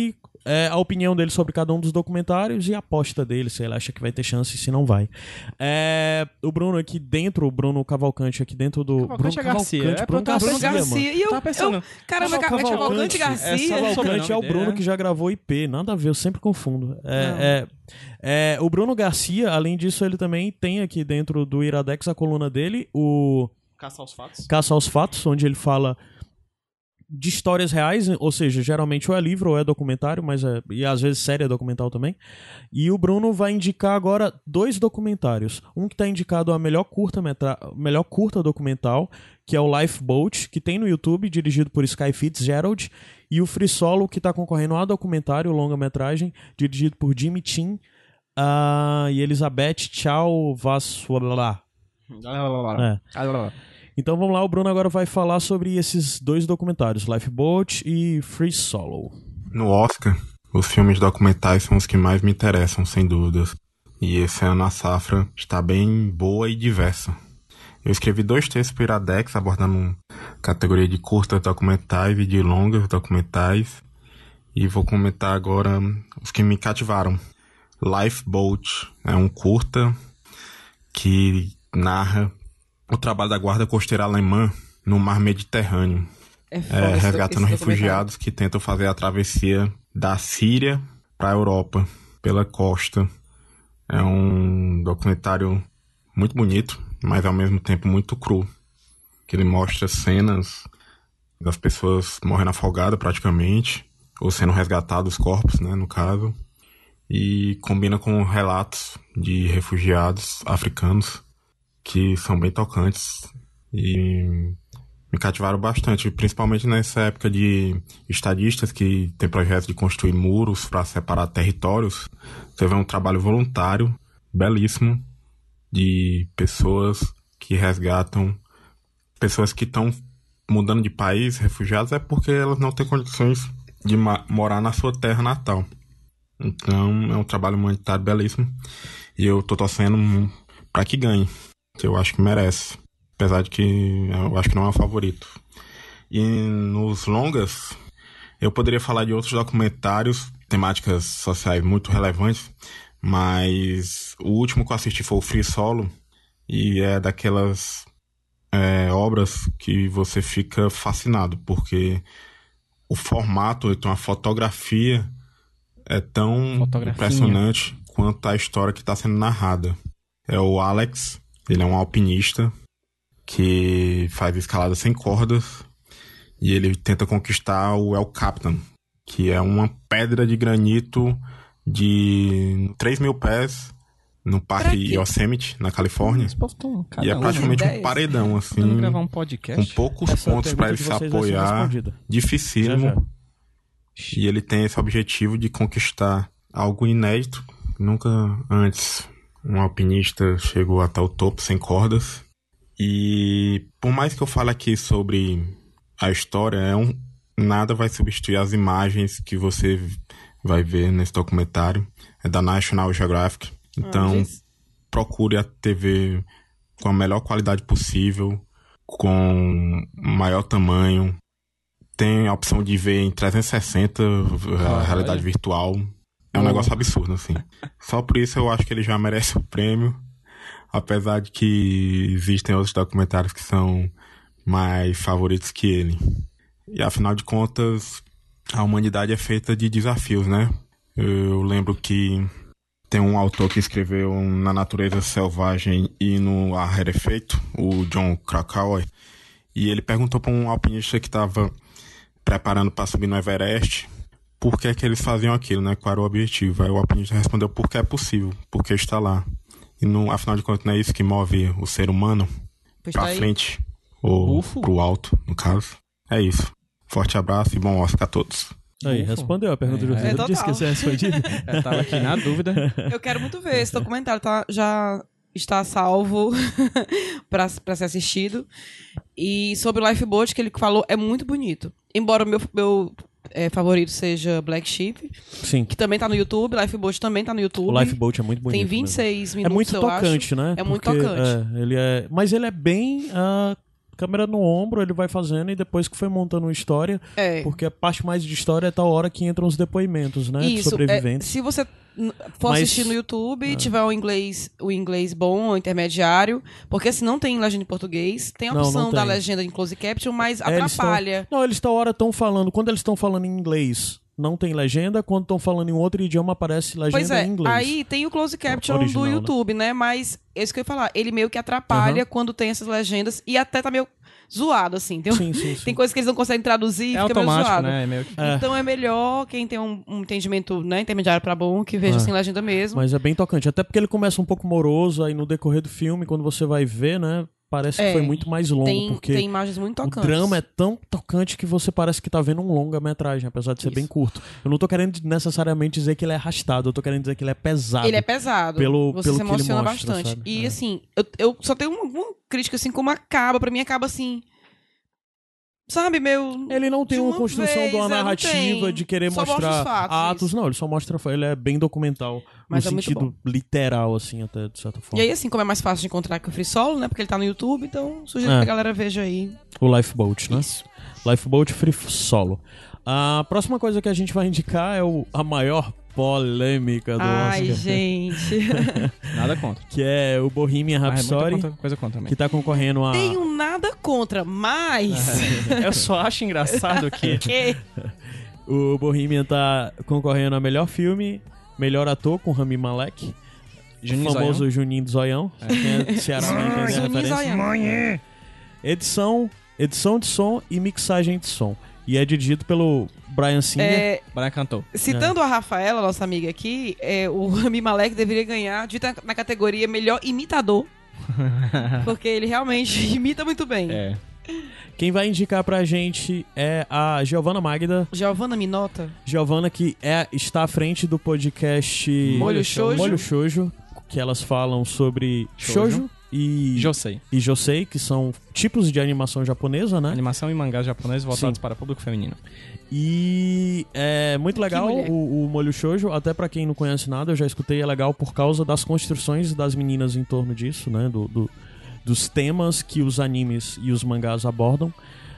a opinião dele sobre cada um dos documentários e a aposta dele, se ele acha que vai ter chance e se não vai. O Bruno aqui dentro, o Bruno Cavalcante aqui dentro do... Cavalcante Bruno Garcia. Bruno Garcia. E eu tava pensando... Caramba, Cavalcante Garcia. Cavalcante é o Bruno que já gravou IP. Nada a ver, eu sempre confundo. O Bruno Garcia, além disso, ele também tem aqui dentro do Iradex a coluna dele, o... Caça aos Fatos, onde ele fala de histórias reais, ou seja, geralmente ou é livro ou é documentário, e às vezes série é documental também. E o Bruno vai indicar agora 2 documentários. Um que está indicado a melhor curta documental, que é o Lifeboat, que tem no YouTube, dirigido por Sky Fitzgerald, e o Free Solo, que está concorrendo a documentário, longa-metragem, dirigido por Jimmy Chin e Elizabeth Chow Vaswala. Então vamos lá, o Bruno agora vai falar sobre esses 2 documentários, Lifeboat e Free Solo. No Oscar, os filmes documentais são os que mais me interessam, sem dúvidas. E esse ano a safra está bem boa e diversa. Eu escrevi 2 textos para o Iradex, abordando categoria de curtas documentais e de longas documentais. E vou comentar agora os que me cativaram. Lifeboat é um curta que narra o trabalho da Guarda Costeira Alemã no Mar Mediterrâneo, resgatando refugiados que tentam fazer a travessia da Síria para a Europa, pela costa. É um documentário muito bonito, mas ao mesmo tempo muito cru, que ele mostra cenas das pessoas morrendo afogadas praticamente, ou sendo resgatados os corpos, né, no caso, e combina com relatos de refugiados africanos que são bem tocantes e me cativaram bastante, principalmente nessa época de estadistas que tem projetos de construir muros para separar territórios. Você vê um trabalho voluntário, belíssimo, de pessoas que resgatam, pessoas que estão mudando de país, refugiados, é porque elas não têm condições de morar na sua terra natal. Então é um trabalho humanitário belíssimo e eu tô torcendo para que ganhe, que eu acho que merece, apesar de que eu acho que não é o favorito. E nos longas, eu poderia falar de outros documentários, temáticas sociais muito relevantes, mas o último que eu assisti foi o Free Solo, e é daquelas obras que você fica fascinado, porque o formato, então a fotografia é tão impressionante quanto a história que está sendo narrada. É o Alex. Ele é um alpinista que faz escalada sem cordas e ele tenta conquistar o El Capitan, que é uma pedra de granito de 3.000 pés no Parque Yosemite, na Califórnia. E é praticamente um paredão, assim, com poucos pontos para ele se apoiar, dificílimo. E ele tem esse objetivo de conquistar algo inédito. Nunca antes um alpinista chegou até o topo sem cordas. E por mais que eu fale aqui sobre a história, nada vai substituir as imagens que você vai ver nesse documentário. É da National Geographic. Então, procure a TV com a melhor qualidade possível, com maior tamanho. Tem a opção de ver em 360, a realidade virtual. É um negócio absurdo, assim. Só por isso eu acho que ele já merece o prêmio. Apesar de que existem outros documentários que são mais favoritos que ele. E afinal de contas, a humanidade é feita de desafios, né? Eu lembro que tem um autor que escreveu Na Natureza Selvagem e no Ar Rarefeito, o John Krakauer, e ele perguntou para um alpinista que estava preparando para subir no Everest por que eles faziam aquilo, né? Qual era o objetivo? Aí o alpinista respondeu porque é possível, porque está lá. E afinal de contas não é isso que move o ser humano para frente, ou para o alto, no caso. É isso. Forte abraço e bom Oscar a todos. Aí, respondeu a pergunta do José. Disse que você respondido. Eu tava aqui na dúvida. Eu quero muito ver. Esse documentário já está salvo para ser assistido. E sobre o Lifeboat, que ele falou, é muito bonito. Embora o meu favorito seja Black Sheep, sim, que também tá no YouTube. Lifeboat também tá no YouTube. O Lifeboat é muito bonito. Tem 26 minutos, é muito tocante, eu acho. né? É muito tocante. Mas ele é bem câmera no ombro, ele vai fazendo e depois que foi montando uma história, porque a parte mais de história é tal hora que entram os depoimentos, né? Isso, de sobreviventes. Se você for assistir no YouTube e tiver o inglês bom, o intermediário, porque assim não tem legenda em português, tem a opção da legenda em closed caption, mas atrapalha. Eles estão falando, quando eles estão falando em inglês, não tem legenda, quando estão falando em outro idioma aparece legenda em inglês. Aí tem o closed caption original, do YouTube, né? Mas isso que eu ia falar, ele meio que atrapalha quando tem essas legendas e até tá meio zoado, assim. Tem coisas que eles não conseguem traduzir e fica meio zoado. Né? Então é melhor quem tem um entendimento, né, intermediário pra bom, que veja sem legenda mesmo. Mas é bem tocante, até porque ele começa um pouco moroso, aí no decorrer do filme, quando você vai ver, né, parece que foi muito mais longo, porque tem imagens muito tocantes. O drama é tão tocante que você parece que tá vendo um longa-metragem, apesar de ser bem curto. Eu não tô querendo necessariamente dizer que ele é arrastado, eu tô querendo dizer que ele é pesado. Ele é pesado, você se emociona bastante. Sabe? E assim, eu só tenho uma crítica, assim, como acaba, pra mim acaba assim... Sabe, ele não tem uma construção de uma narrativa de querer mostrar atos. Não, ele só mostra... Ele é bem documental. Mas no sentido literal, assim, até, de certa forma. E aí, assim, como é mais fácil de encontrar que o Free Solo, né? Porque ele tá no YouTube, então sugiro que a galera veja aí. O Lifeboat, né? Isso. Lifeboat Free Solo. A próxima coisa que a gente vai indicar é a maior polêmica do Oscar. Ai, gente. Nada contra. Que é o Bohemian Rhapsody, coisa contra que tá concorrendo a... Tenho nada contra, mas... Eu só acho engraçado que... O Bohemian tá concorrendo a melhor filme, melhor ator com Rami Malek, Juninho o famoso Zoião. Juninho do Zoião, que é cearense, tem referência. Edição de som e mixagem de som. E é dirigido pelo Brian Singer. Brian cantou. Citando a Rafaela, nossa amiga aqui, o Rami Malek deveria ganhar na categoria melhor imitador. Porque ele realmente imita muito bem. Quem vai indicar pra gente é a Giovanna Magda. Giovanna Minota. Giovanna, que está à frente do podcast Molho Shoujo, que elas falam sobre shoujo e Josei, que são tipos de animação japonesa, né? Animação e mangás japoneses voltados para público feminino. E é muito legal o Molho Shoujo, até pra quem não conhece nada, eu já escutei, é legal por causa das construções das meninas em torno disso, né? Dos temas que os animes e os mangás abordam.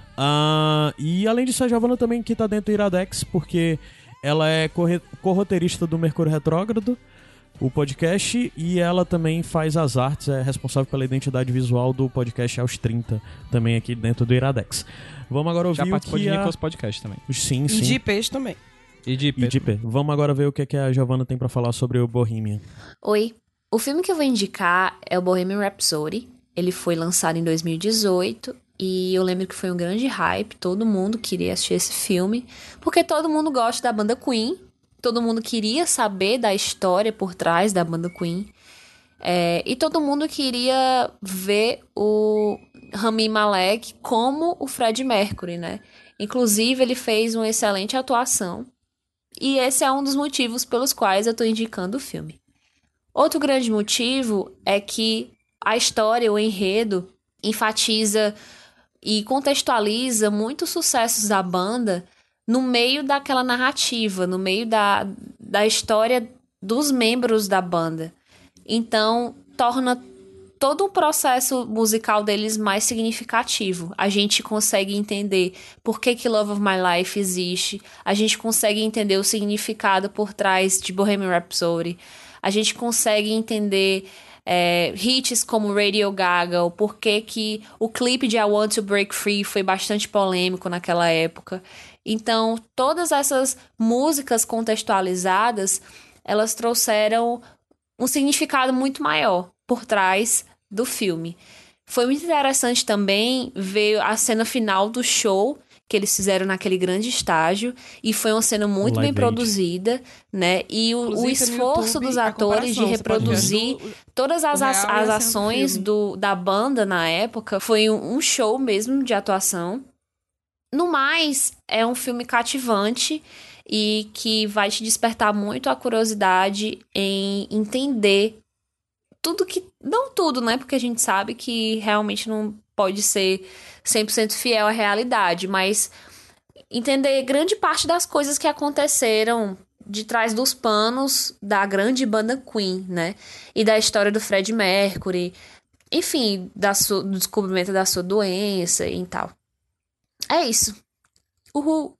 E além disso, a Giovanna também que tá dentro do Iradex, porque ela é co-roteirista do Mercúrio Retrógrado, o podcast, e ela também faz as artes, é responsável pela identidade visual do podcast Aos 30, também aqui dentro do Iradex. Vamos agora ouvir já participou o que de Nicolas Podcast também. Sim. E de Peixe também. E de IP. Vamos agora ver o que a Giovanna tem pra falar sobre o Bohemian. Oi, o filme que eu vou indicar é o Bohemian Rhapsody. Ele foi lançado em 2018 e eu lembro que foi um grande hype, todo mundo queria assistir esse filme, porque todo mundo gosta da banda Queen, todo mundo queria saber da história por trás da banda Queen, e todo mundo queria ver o Rami Malek como o Freddie Mercury, né? Inclusive, ele fez uma excelente atuação, e esse é um dos motivos pelos quais eu tô indicando o filme. Outro grande motivo é que a história, o enredo, enfatiza e contextualiza muitos sucessos da banda no meio daquela narrativa, no meio da história dos membros da banda. Então, torna todo o processo musical deles mais significativo. A gente consegue entender por que Love of My Life existe, a gente consegue entender o significado por trás de Bohemian Rhapsody, a gente consegue entender hits como Radio Gaga, o porquê que o clipe de I Want to Break Free foi bastante polêmico naquela época. Então, todas essas músicas contextualizadas, elas trouxeram um significado muito maior por trás do filme. Foi muito interessante também ver a cena final do show que eles fizeram naquele grande estágio, e foi uma cena muito bem produzida, né? E o esforço dos atores de reproduzir todas as ações da banda na época foi um show mesmo de atuação. No mais, é um filme cativante e que vai te despertar muito a curiosidade em entender tudo que... Não tudo, né? Porque a gente sabe que realmente não pode ser 100% fiel à realidade, mas entender grande parte das coisas que aconteceram de trás dos panos da grande banda Queen, né? E da história do Freddie Mercury, enfim, do descobrimento da sua doença e tal. É isso. Uhul!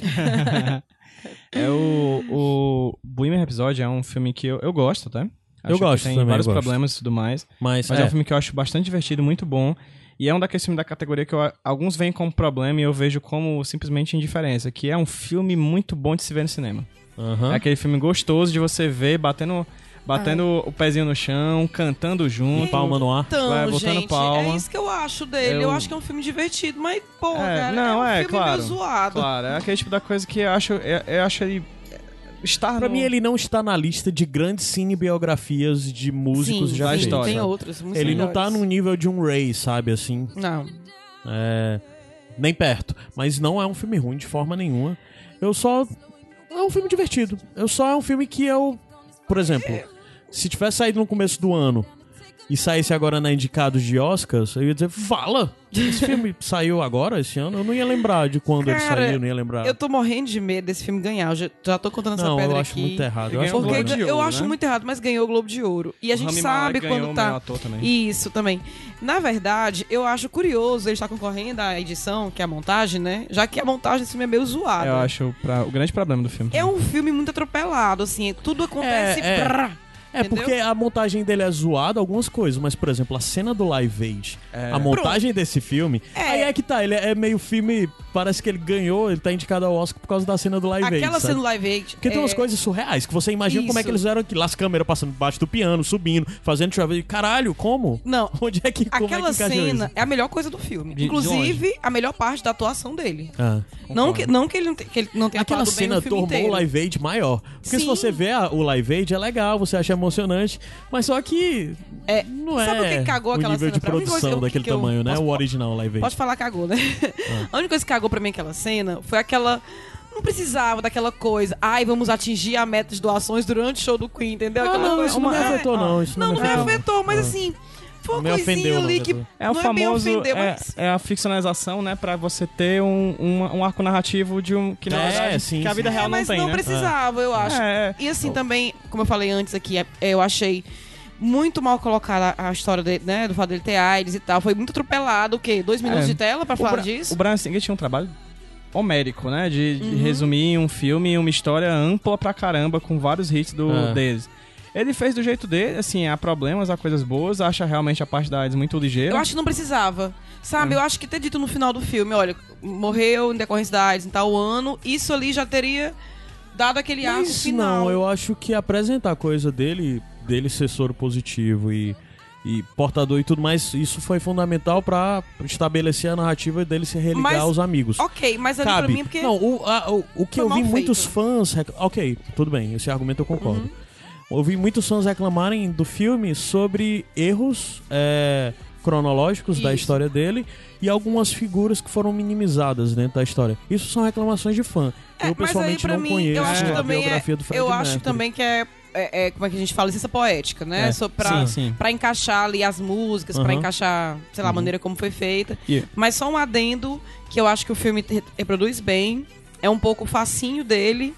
O Bohemian Rhapsody é um filme que eu gosto, tá? Eu gosto tem também, vários problemas e tudo mais. Mas é um filme que eu acho bastante divertido, muito bom. E é um daqueles filmes da categoria que alguns veem como problema e eu vejo como simplesmente indiferença. Que é um filme muito bom de se ver no cinema. É aquele filme gostoso de você ver, batendo o pezinho no chão, cantando junto. Palma no ar. Então, botando gente, palma. é isso que eu acho dele. Eu acho que é um filme divertido, mas, pô, cara, não, é um filme claro, meio zoado. Claro, é aquele tipo da coisa que eu acho ele... Pra mim, ele não está na lista de grandes cinebiografias de músicos já feitos. Tem outros, muito Ele melhores. não tá no nível de um Ray, sabe, assim. Não. Nem perto. Mas não é um filme ruim de forma nenhuma. É um filme divertido. É um filme que por exemplo, se tivesse saído no começo do ano e saísse agora na Indicados de Oscars, eu ia dizer, fala! Esse filme saiu agora, esse ano? Eu não ia lembrar de quando ele saiu, não ia lembrar. Eu tô morrendo de medo desse filme ganhar. Eu já tô contando essa pedra aqui. Eu acho muito errado. Eu acho muito errado, mas ganhou o Globo de Ouro. E a gente sabe quando tá... Isso, também. Na verdade, eu acho curioso ele estar concorrendo à edição, que é a montagem, né? Já que a montagem desse filme é meio zoada. Eu acho o grande problema do filme. É um filme muito atropelado, assim. Tudo acontece... Porque a montagem dele é zoada, algumas coisas, mas, por exemplo, a cena do Live Aid, a montagem desse filme, aí é que tá, ele é meio filme, parece que ele ganhou, ele tá indicado ao Oscar por causa da cena do Live Aid. Aquela cena do Live Aid. Porque tem umas coisas surreais, que você imagina como é que eles eram aqui, lá as câmeras passando debaixo do piano, subindo, fazendo chover. Caralho, como? Não. Onde é que aquela cena é a melhor coisa do filme. Inclusive, a melhor parte da atuação dele. Não que ele não tenha aquela atuado bem cena no filme tornou inteiro. o Live Aid maior. Porque se você vê o Live Aid, é legal, você acha emocionante, mas só que não é sabe o que cagou aquela nível cena de pra mim? produção daquele tamanho, né? O original Live Aid. Pode falar cagou, né? A única coisa que cagou pra mim aquela cena foi aquela... Não precisava daquela coisa. Vamos atingir a meta de doações durante o show do Queen, entendeu? Isso não me afetou, não. Não me afetou, mas assim... Foi uma coisinha ali que é o famoso é a ficcionalização, né, pra você ter um arco narrativo de que na verdade que a vida real não tem, mas não precisava, eu acho. E assim também, como eu falei antes aqui, eu achei muito mal colocada a história dele, né, do fato dele ter AIDS e tal. Foi muito atropelado, o quê? 2 minutos de tela pra falar disso? O Bryan Singer tinha um trabalho homérico, né, de resumir um filme, uma história ampla pra caramba, com vários hits deles. Ele fez do jeito dele, assim, há problemas, há coisas boas, acha realmente a parte da AIDS muito ligeira. Eu acho que não precisava, sabe? Eu acho que ter dito no final do filme, olha, morreu em decorrência da AIDS em tal ano, isso ali já teria dado aquele arco final. Não, eu acho que apresentar a coisa dele ser soro positivo e portador e tudo mais, isso foi fundamental pra estabelecer a narrativa dele se religar aos amigos. Ok, mas ali pra mim, porque... Não, o que eu vi muitos fãs... Ok, tudo bem, esse argumento eu concordo. Ouvi muitos fãs reclamarem do filme sobre erros cronológicos da história dele e algumas figuras que foram minimizadas dentro da história. Isso são reclamações de fã. Eu pessoalmente não conheço a biografia do Freddie Eu Mercury. acho também que como é que a gente fala, licença poética, né? Pra encaixar ali as músicas, pra encaixar, sei lá, a maneira como foi feita. Mas só um adendo que eu acho que o filme reproduz bem. É um pouco o facinho dele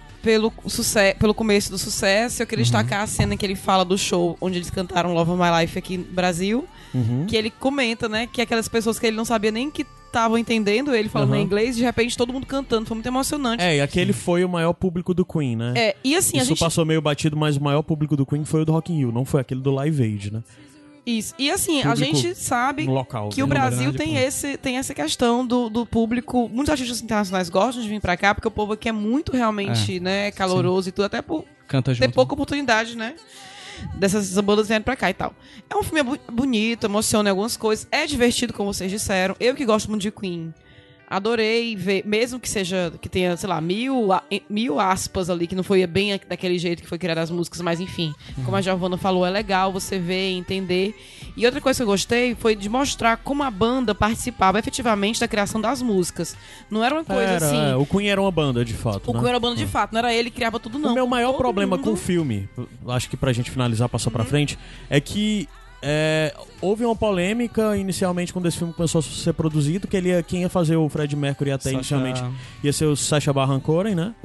pelo começo do sucesso. Eu queria destacar a cena que ele fala do show onde eles cantaram Love of My Life aqui no Brasil, que ele comenta, né, que aquelas pessoas que ele não sabia nem que estavam entendendo ele falando em inglês, de repente todo mundo cantando, foi muito emocionante. E aquele foi o maior público do Queen, né? E assim, isso passou meio batido, mas o maior público do Queen foi o do Rock in Rio, não foi aquele do Live Aid, né? Isso. E assim, a gente sabe que o Brasil tem essa questão do público. Muitos artistas internacionais gostam de vir pra cá, porque o povo aqui é muito realmente, né, caloroso e tudo, até por ter pouca oportunidade, né? Dessas bandas vierem pra cá e tal. É um filme bonito, emociona em algumas coisas. É divertido, como vocês disseram. Eu que gosto muito de Queen, adorei ver, mesmo que tenha, sei lá, mil aspas ali, que não foi bem daquele jeito que foi criada as músicas, mas enfim, como a Giovanna falou, é legal você ver e entender. E outra coisa que eu gostei foi de mostrar como a banda participava efetivamente da criação das músicas. Não era uma coisa assim... o Queen era uma banda, de fato. Queen era uma banda de fato, não era ele que criava tudo, não. O meu maior problema com o filme, acho que pra gente finalizar, passar pra frente, é que houve uma polêmica inicialmente quando esse filme começou a ser produzido, que quem ia fazer o Freddie Mercury até inicialmente ia ser o Sacha Baron Cohen, né?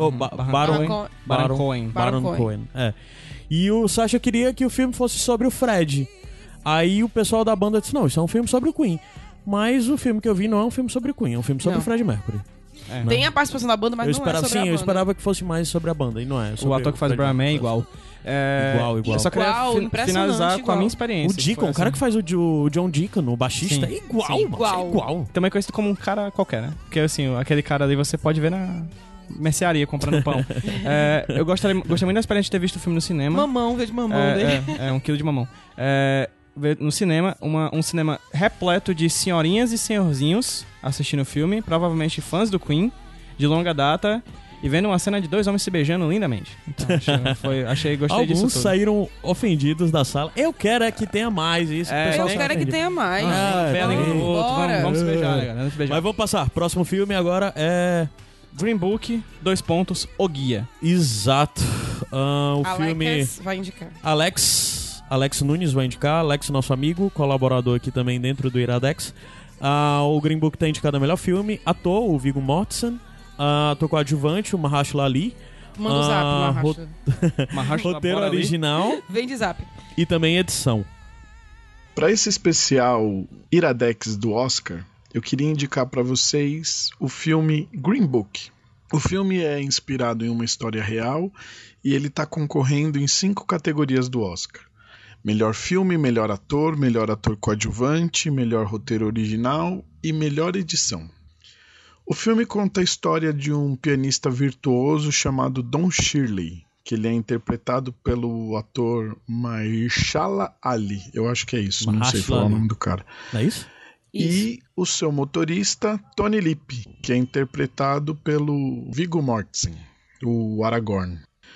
Baron Cohen. E o Sacha queria que o filme fosse sobre o Fred. Aí o pessoal da banda disse, não, isso é um filme sobre o Queen. Mas o filme que eu vi não é um filme sobre o Queen, é um filme sobre o Fred Mercury. Tem a participação da banda, mas não é sobre a banda. Eu esperava que fosse mais sobre a banda, e não é. O ator que faz o Brian May é igual. Igual. Eu só queria finalizar com a minha experiência. O Deacon, o cara que faz o John Deacon, o baixista, é igual. Também conhecido como um cara qualquer, né? Porque assim, aquele cara ali você pode ver na mercearia comprando pão. Eu gostei muito da experiência de ter visto o filme no cinema. Mamão, vejo mamão dele. 1 quilo de mamão. Ver no cinema, um cinema repleto de senhorinhas e senhorzinhos assistindo o filme, provavelmente fãs do Queen, de longa data, e vendo uma cena de 2 homens se beijando lindamente. Então, gostei disso tudo. Alguns saíram ofendidos da sala. Eu quero que tenha mais isso. Eu quero que tenha mais. Vamos se beijar, galera. Mas vamos passar. Próximo filme agora é... Green Book, O Guia. Exato. O filme... vai indicar. Alex Nunes vai indicar. Alex, nosso amigo, colaborador aqui também dentro do Iradex. O Green Book tá indicado a melhor filme. Ator, o Viggo Mortensen. Ator coadjuvante, o Mahershala Ali. Manda o zap, Mahershala. Roteiro original. Vem de zap. E também edição. Para esse especial Iradex do Oscar, eu queria indicar para vocês o filme Green Book. O filme é inspirado em uma história real e ele está concorrendo em 5 categorias do Oscar. Melhor filme, melhor ator coadjuvante, melhor roteiro original e melhor edição. O filme conta a história de um pianista virtuoso chamado Don Shirley, que ele é interpretado pelo ator Mahershala Ali. Eu acho que é isso, não sei falar o nome do cara. Não é isso? E o seu motorista, Tony Lip, que é interpretado pelo Viggo Mortensen, o Aragorn.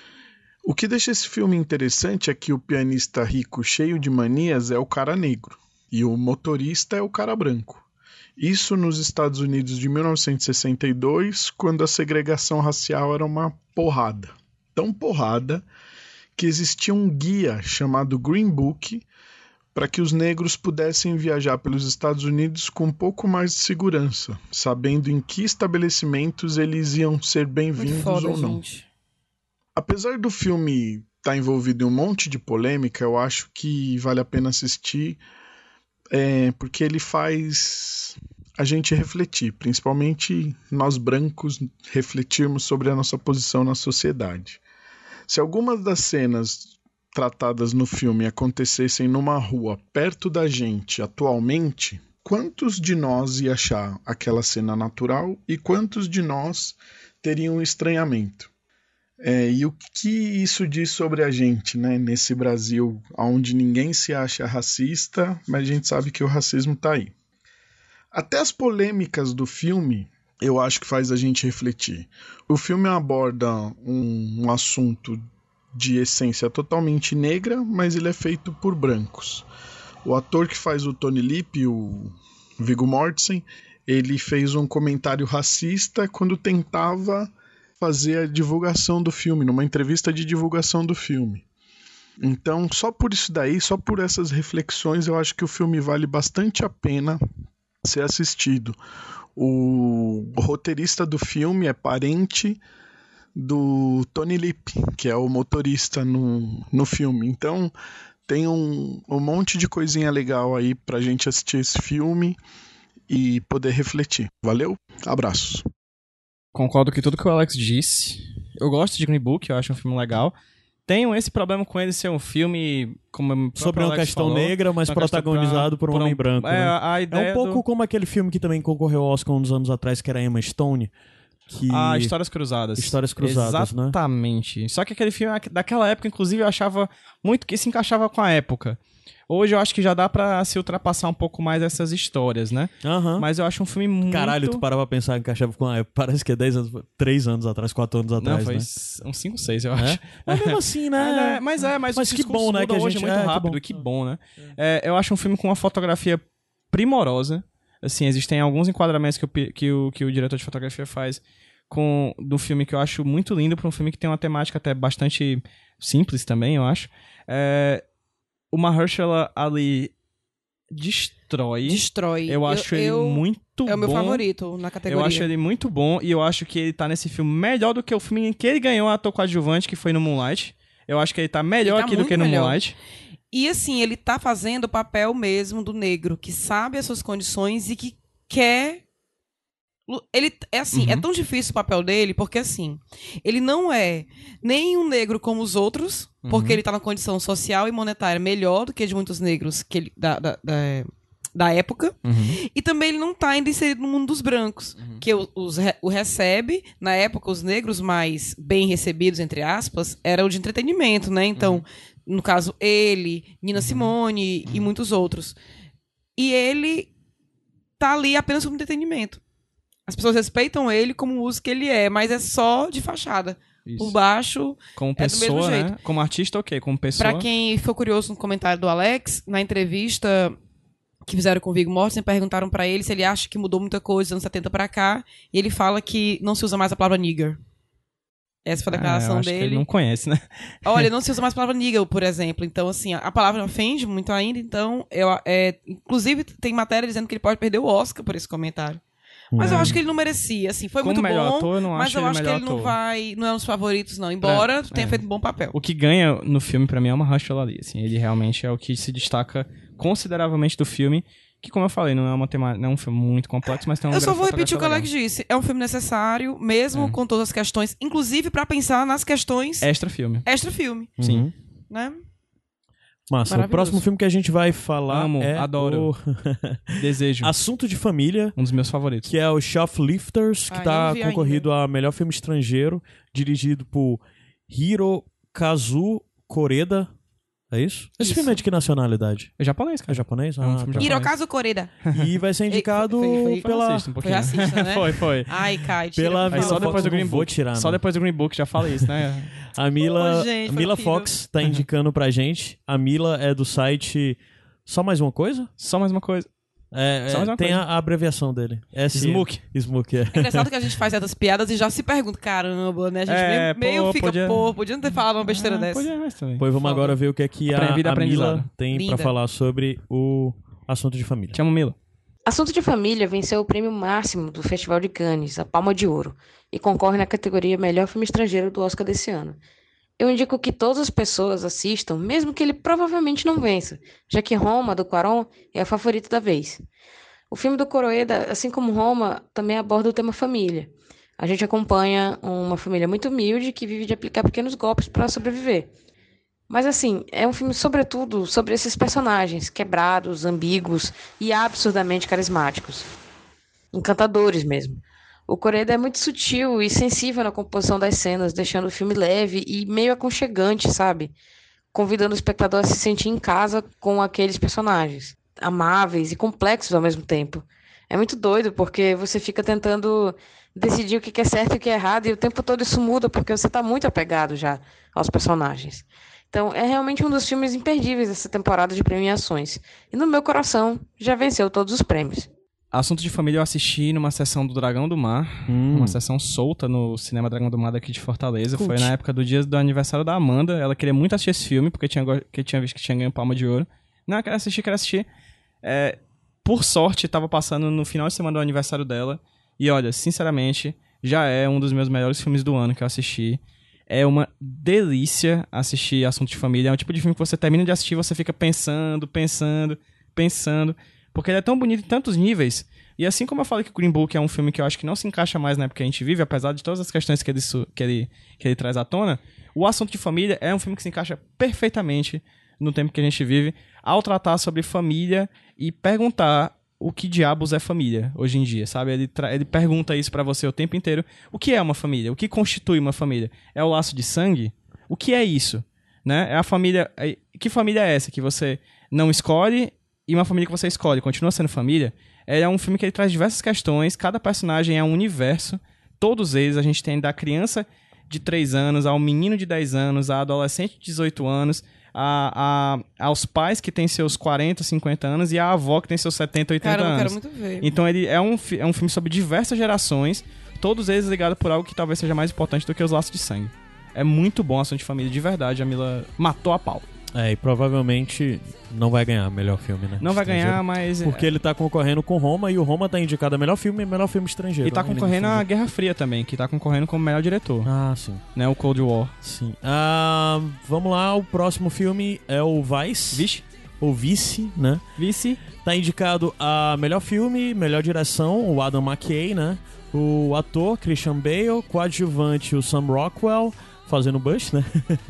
O que deixa esse filme interessante é que o pianista rico cheio de manias é o cara negro e o motorista é o cara branco. Isso nos Estados Unidos de 1962, quando a segregação racial era uma porrada. Tão porrada que existia um guia chamado Green Book para que os negros pudessem viajar pelos Estados Unidos com um pouco mais de segurança, sabendo em que estabelecimentos eles iam ser bem-vindos ou não. Gente. Apesar do filme estar envolvido em um monte de polêmica, eu acho que vale a pena assistir, porque ele faz a gente refletir, principalmente nós brancos refletirmos sobre a nossa posição na sociedade. Se algumas das cenas tratadas no filme acontecessem numa rua perto da gente atualmente, quantos de nós ia achar aquela cena natural e quantos de nós teriam estranhamento? E o que isso diz sobre a gente, né? Nesse Brasil onde ninguém se acha racista, mas a gente sabe que o racismo está aí. Até as polêmicas do filme eu acho que faz a gente refletir. O filme aborda um assunto de essência totalmente negra, mas ele é feito por brancos. O ator que faz o Tony Lip, o Viggo Mortensen, ele fez um comentário racista quando tentava fazer a divulgação do filme, numa entrevista de divulgação do filme. Então, só por isso daí, só por essas reflexões, eu acho que o filme vale bastante a pena ser assistido. O roteirista do filme é parente do Tony Lip, que é o motorista no filme. Então, tem um monte de coisinha legal aí pra gente assistir esse filme e poder refletir. Valeu? Abraços. Concordo com tudo que o Alex disse. Eu gosto de Green Book, eu acho um filme legal. Tenho esse problema com ele ser um filme como sobre uma questão negra, mas protagonizado por um homem branco. A ideia é um pouco como aquele filme que também concorreu ao Oscar uns anos atrás, que era Emma Stone. Histórias Cruzadas. Histórias Cruzadas, exatamente, né? Só que aquele filme, daquela época, inclusive, eu achava muito que se encaixava com a época. Hoje eu acho que já dá pra se ultrapassar um pouco mais essas histórias, né? Mas eu acho um filme muito... Caralho, tu parava pra pensar que encaixava com a época. Parece que é 3 anos atrás, 4 anos atrás, foi né? uns 5, 6, eu acho. Mas mesmo assim, né? Mas que bom, né? Que a hoje gente... é muito rápido, que bom, né? Eu acho um filme com uma fotografia primorosa. Assim, existem alguns enquadramentos que o diretor de fotografia faz do filme que eu acho muito lindo, pra um filme que tem uma temática até bastante simples também, eu acho. O Mahershala Ali destrói. Eu acho ele muito bom. É o meu favorito na categoria. Eu acho ele muito bom e eu acho que ele tá nesse filme melhor do que o filme em que ele ganhou ator coadjuvante, que foi no Moonlight. Eu acho que ele tá melhor aqui do que no Moonlight. E assim, ele tá fazendo o papel mesmo do negro, que sabe as suas condições e que quer... Ele é assim, é tão difícil o papel dele, porque assim, ele não é nem um negro como os outros, porque ele tá numa condição social e monetária melhor do que a de muitos negros que ele, da época, e também ele não tá ainda inserido no mundo dos brancos, que o recebe, na época, os negros mais bem recebidos, entre aspas, eram de entretenimento, né? Então, no caso, ele, Nina Simone e muitos outros. E ele tá ali apenas como entretenimento. As pessoas respeitam ele como músico que ele é, mas é só de fachada. Isso. Por baixo, como pessoa, do mesmo jeito. Né? Como artista, ok. Como pessoa... Pra quem ficou curioso no comentário do Alex, na entrevista que fizeram com o Viggo Mortensen, perguntaram pra ele se ele acha que mudou muita coisa dos anos 70 pra cá, e ele fala que não se usa mais a palavra nigger. Essa foi a declaração dele. Que ele não conhece, né? Olha, não se usa mais a palavra nigger, por exemplo. Então, assim, a palavra ofende muito ainda, então, inclusive tem matéria dizendo que ele pode perder o Oscar por esse comentário. Mas eu acho que ele não merecia, assim, foi muito bom, ator, mas eu acho que ele não é um dos favoritos, não, embora tenha feito um bom papel. O que ganha no filme, pra mim, é uma Mahershala Ali, assim, ele realmente é o que se destaca consideravelmente do filme, que, como eu falei, não é um filme muito complexo, mas tem uma... Eu só vou repetir o que o Alex disse, é um filme necessário, mesmo com todas as questões, inclusive pra pensar nas questões... Extra-filme. Sim. Né? Massa, o próximo filme que a gente vai falar adoro. Desejo. Assunto de Família. Um dos meus favoritos. Que é o Shoplifters, que tá concorrido a melhor filme estrangeiro, dirigido por Hirokazu Koreda. É isso? Esse filme é de que nacionalidade? É japonês, cara. É japonês? Hirokazu Koreda. E vai ser indicado pela... Racista, um pouquinho. Foi racista, né? Foi. Ai, Kai, pela só depois do Green Book. Só depois do Green Book já fala isso, né? A Mila Fox tá indicando pra gente. A Mila é do site Só Mais Uma Coisa? Só Mais Uma Coisa. Tem a abreviação dele. Smook. Smook, É engraçado que a gente faz essas piadas e já se pergunta, caramba, né? A gente meio fica, podia não ter falado uma besteira dessa. Podia mais também. Pois vamos agora ver o que é que a Mila tem pra falar sobre o Assunto de Família. Te amo, Mila. Assunto de Família venceu o prêmio máximo do Festival de Cannes, a Palma de Ouro, e concorre na categoria Melhor Filme Estrangeiro do Oscar desse ano. Eu indico que todas as pessoas assistam, mesmo que ele provavelmente não vença, já que Roma, do Cuarón, é a favorita da vez. O filme do Koreda, assim como Roma, também aborda o tema família. A gente acompanha uma família muito humilde que vive de aplicar pequenos golpes para sobreviver. Mas assim, é um filme sobretudo sobre esses personagens quebrados, ambíguos e absurdamente carismáticos. Encantadores mesmo. O Koreda é muito sutil e sensível na composição das cenas, deixando o filme leve e meio aconchegante, sabe? Convidando o espectador a se sentir em casa com aqueles personagens, amáveis e complexos ao mesmo tempo. É muito doido, porque você fica tentando decidir o que é certo e o que é errado, e o tempo todo isso muda, porque você está muito apegado já aos personagens. Então, é realmente um dos filmes imperdíveis dessa temporada de premiações. E no meu coração, já venceu todos os prêmios. Assunto de Família eu assisti numa sessão do Dragão do Mar, uma sessão solta no Cinema Dragão do Mar daqui de Fortaleza. Foi na época do dia do aniversário da Amanda. Ela queria muito assistir esse filme, porque tinha visto que tinha ganho Palma de Ouro. Não, quero assistir. Por sorte, estava passando no final de semana do aniversário dela. E olha, sinceramente, já é um dos meus melhores filmes do ano que eu assisti. É uma delícia assistir Assunto de Família. É um tipo de filme que você termina de assistir e você fica pensando. Porque ele é tão bonito em tantos níveis. E assim como eu falei que o Green Book é um filme que eu acho que não se encaixa mais na época que a gente vive, apesar de todas as questões que ele traz à tona, o Assunto de Família é um filme que se encaixa perfeitamente no tempo que a gente vive, ao tratar sobre família e perguntar o que diabos é família hoje em dia, sabe? Ele pergunta isso pra você o tempo inteiro. O que é uma família? O que constitui uma família? É o laço de sangue? O que é isso? Né? É a família... Que família é essa que você não escolhe e uma família que você escolhe continua sendo família? É um filme que ele traz diversas questões, cada personagem é um universo, todos eles a gente tem da criança de 3 anos, ao menino de 10 anos, a adolescente de 18 anos, aos pais que têm seus 40, 50 anos e a avó que tem seus 70, 80 anos. Quero muito ver. Então ele é um filme sobre diversas gerações, todos eles ligados por algo que talvez seja mais importante do que os laços de sangue. É muito bom Assunto de Família, de verdade, a Mila matou a pau. E provavelmente não vai ganhar melhor filme, né? Não vai ganhar, mas... Porque ele tá concorrendo com Roma, e o Roma tá indicado a melhor filme e melhor filme estrangeiro. E tá concorrendo a Guerra Fria também, que tá concorrendo como melhor diretor. Ah, sim. Né, o Cold War. Sim. Vamos lá, o próximo filme é o Vice. Vixe. Ou Vice, né? Vice. Tá indicado a melhor filme, melhor direção, o Adam McKay, né? O ator, Christian Bale, coadjuvante, o Sam Rockwell, fazendo Bush, né?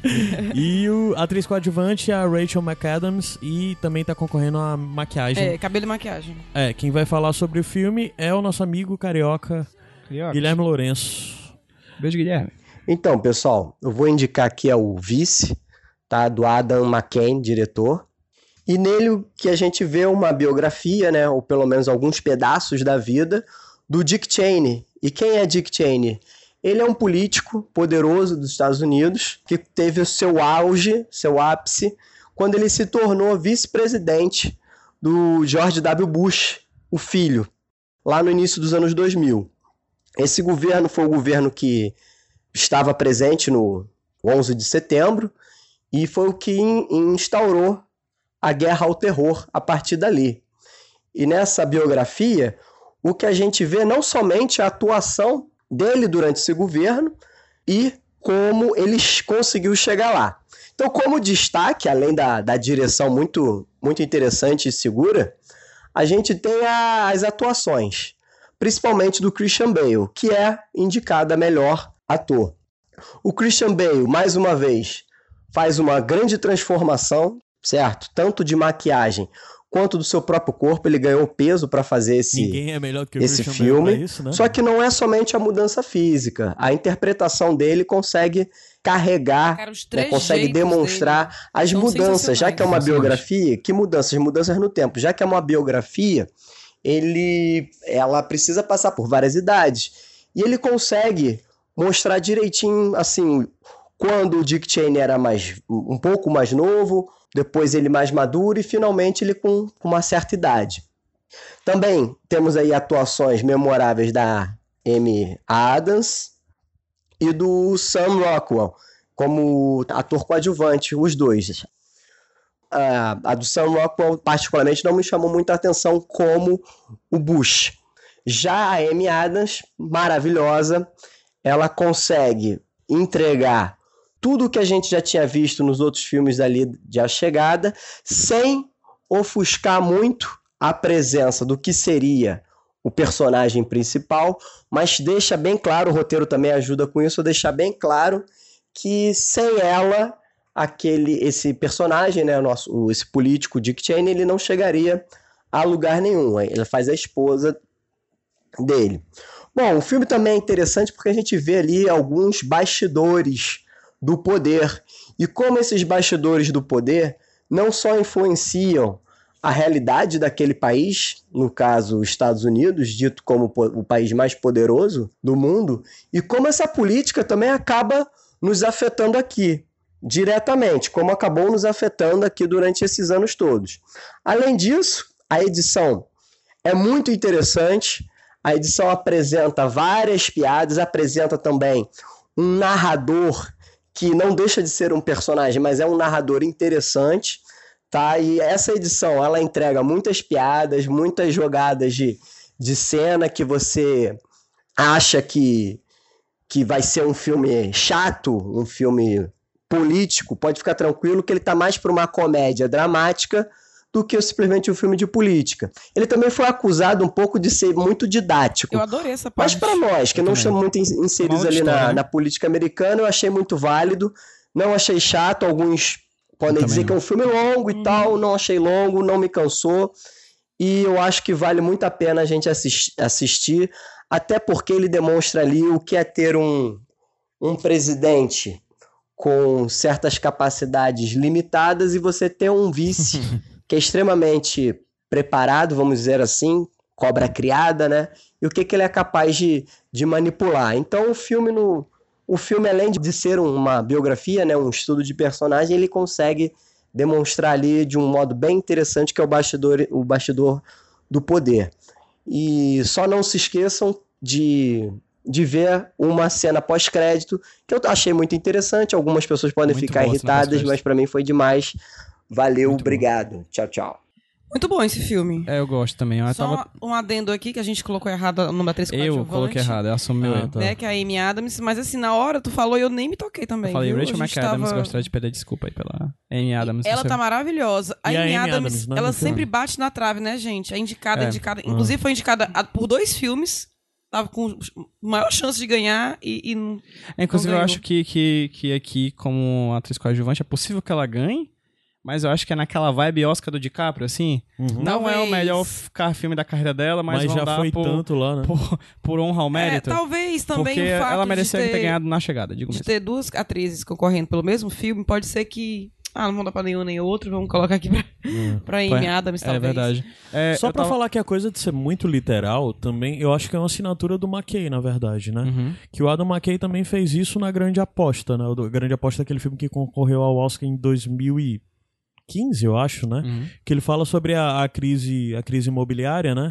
E a atriz coadjuvante, a Rachel McAdams, e também tá concorrendo a maquiagem. Cabelo e maquiagem. Quem vai falar sobre o filme é o nosso amigo carioca. Guilherme Lourenço. Beijo, Guilherme. Então, pessoal, eu vou indicar aqui o Vice, tá? Do Adam McKay, diretor. E nele o que a gente vê uma biografia, né? Ou pelo menos alguns pedaços da vida do Dick Cheney. E quem é Dick Cheney? Ele é um político poderoso dos Estados Unidos que teve o seu auge, seu ápice, quando ele se tornou vice-presidente do George W. Bush, o filho, lá no início dos anos 2000. Esse governo foi o governo que estava presente no 11 de setembro e foi o que instaurou a guerra ao terror a partir dali. E nessa biografia, o que a gente vê não somente a atuação dele durante esse governo e como ele conseguiu chegar lá. Então, como destaque, além da direção muito, muito interessante e segura, a gente tem as atuações, principalmente do Christian Bale, que é indicado a melhor ator. O Christian Bale, mais uma vez, faz uma grande transformação, certo? Tanto de maquiagem quanto do seu próprio corpo. Ele ganhou peso para fazer Ninguém é melhor que o esse Christian filme. Bale pra isso, né? Só que não é somente a mudança física. A interpretação dele consegue carregar, consegue demonstrar as mudanças. Já que é uma biografia, que mudanças? Mudanças no tempo. Já que é uma biografia, ela precisa passar por várias idades. E ele consegue mostrar direitinho, assim, quando o Dick Cheney era um pouco mais novo, depois ele mais maduro e finalmente ele com uma certa idade. Também temos aí atuações memoráveis da Amy Adams e do Sam Rockwell como ator coadjuvante, os dois. A do Sam Rockwell particularmente não me chamou muita atenção como o Bush. Já a Amy Adams, maravilhosa, ela consegue entregar tudo que a gente já tinha visto nos outros filmes ali de A Chegada, sem ofuscar muito a presença do que seria o personagem principal, mas deixa bem claro, o roteiro também ajuda com isso, deixar bem claro que sem ela, esse personagem, né, esse político Dick Cheney, ele não chegaria a lugar nenhum. Ele faz a esposa dele. Bom, o filme também é interessante porque a gente vê ali alguns bastidores do poder. E como esses bastidores do poder não só influenciam a realidade daquele país, no caso os Estados Unidos, dito como o país mais poderoso do mundo, e como essa política também acaba nos afetando aqui, diretamente, como acabou nos afetando aqui durante esses anos todos. Além disso, a edição é muito interessante, a edição apresenta várias piadas, apresenta também um narrador que não deixa de ser um personagem, mas é um narrador interessante, tá? E essa edição, ela entrega muitas piadas, muitas jogadas de cena que você acha que vai ser um filme chato, um filme político, pode ficar tranquilo que ele tá mais para uma comédia dramática do que simplesmente um filme de política. Ele também foi acusado um pouco de ser muito didático. Eu adorei essa parte. Mas para nós, que não estamos muito inseridos ali na política americana, eu achei muito válido, não achei chato, alguns podem dizer que é um filme longo e tal, não achei longo, não me cansou, e eu acho que vale muito a pena a gente assistir, até porque ele demonstra ali o que é ter um presidente com certas capacidades limitadas e você ter um vice que é extremamente preparado, vamos dizer assim, cobra criada, né? E o que ele é capaz de manipular. Então o filme, além de ser uma biografia, né, um estudo de personagem, ele consegue demonstrar ali de um modo bem interessante que é o bastidor do poder. E só não se esqueçam de de ver uma cena pós-crédito que eu achei muito interessante. Algumas pessoas podem ficar irritadas, mas pra mim foi demais. Valeu, muito obrigado. Bom. Tchau, tchau. Muito bom esse filme. Eu gosto também. Só um adendo aqui, que a gente colocou errado o nome da atriz coadjuvante. Eu coloquei errado, eu assumi meu erro. Né, que é a Amy Adams, mas assim, na hora tu falou e eu nem me toquei também. Eu falei, Rachel McAdams, gostaria de pedir desculpa aí pela Amy Adams. Ela tá maravilhosa. A Amy Adams, ela sempre bate na trave, né, gente? É indicada. Inclusive foi indicada por 2 filmes. Tava com maior chance de ganhar e não. Inclusive, não eu acho que aqui, como atriz coadjuvante, é possível que ela ganhe. Mas eu acho que é naquela vibe Oscar do DiCaprio, assim. Não talvez. É o melhor filme da carreira dela, mas vão já dar foi tanto lá, né? por honra ao mérito. Talvez também porque o fato ela merecia de ter ganhado na chegada, digo de mesmo. ter 2 atrizes concorrendo pelo mesmo filme, pode ser que... não vão dar pra nenhum nem outro, vamos colocar aqui pra Amy Adams, talvez. É verdade. Só pra falar que a coisa de ser muito literal, também, eu acho que é uma assinatura do McKay, na verdade, né? Que o Adam McKay também fez isso na Grande Aposta, né? O Grande Aposta é aquele filme que concorreu ao Oscar em 2015, eu acho, né? Que ele fala sobre a crise imobiliária, né?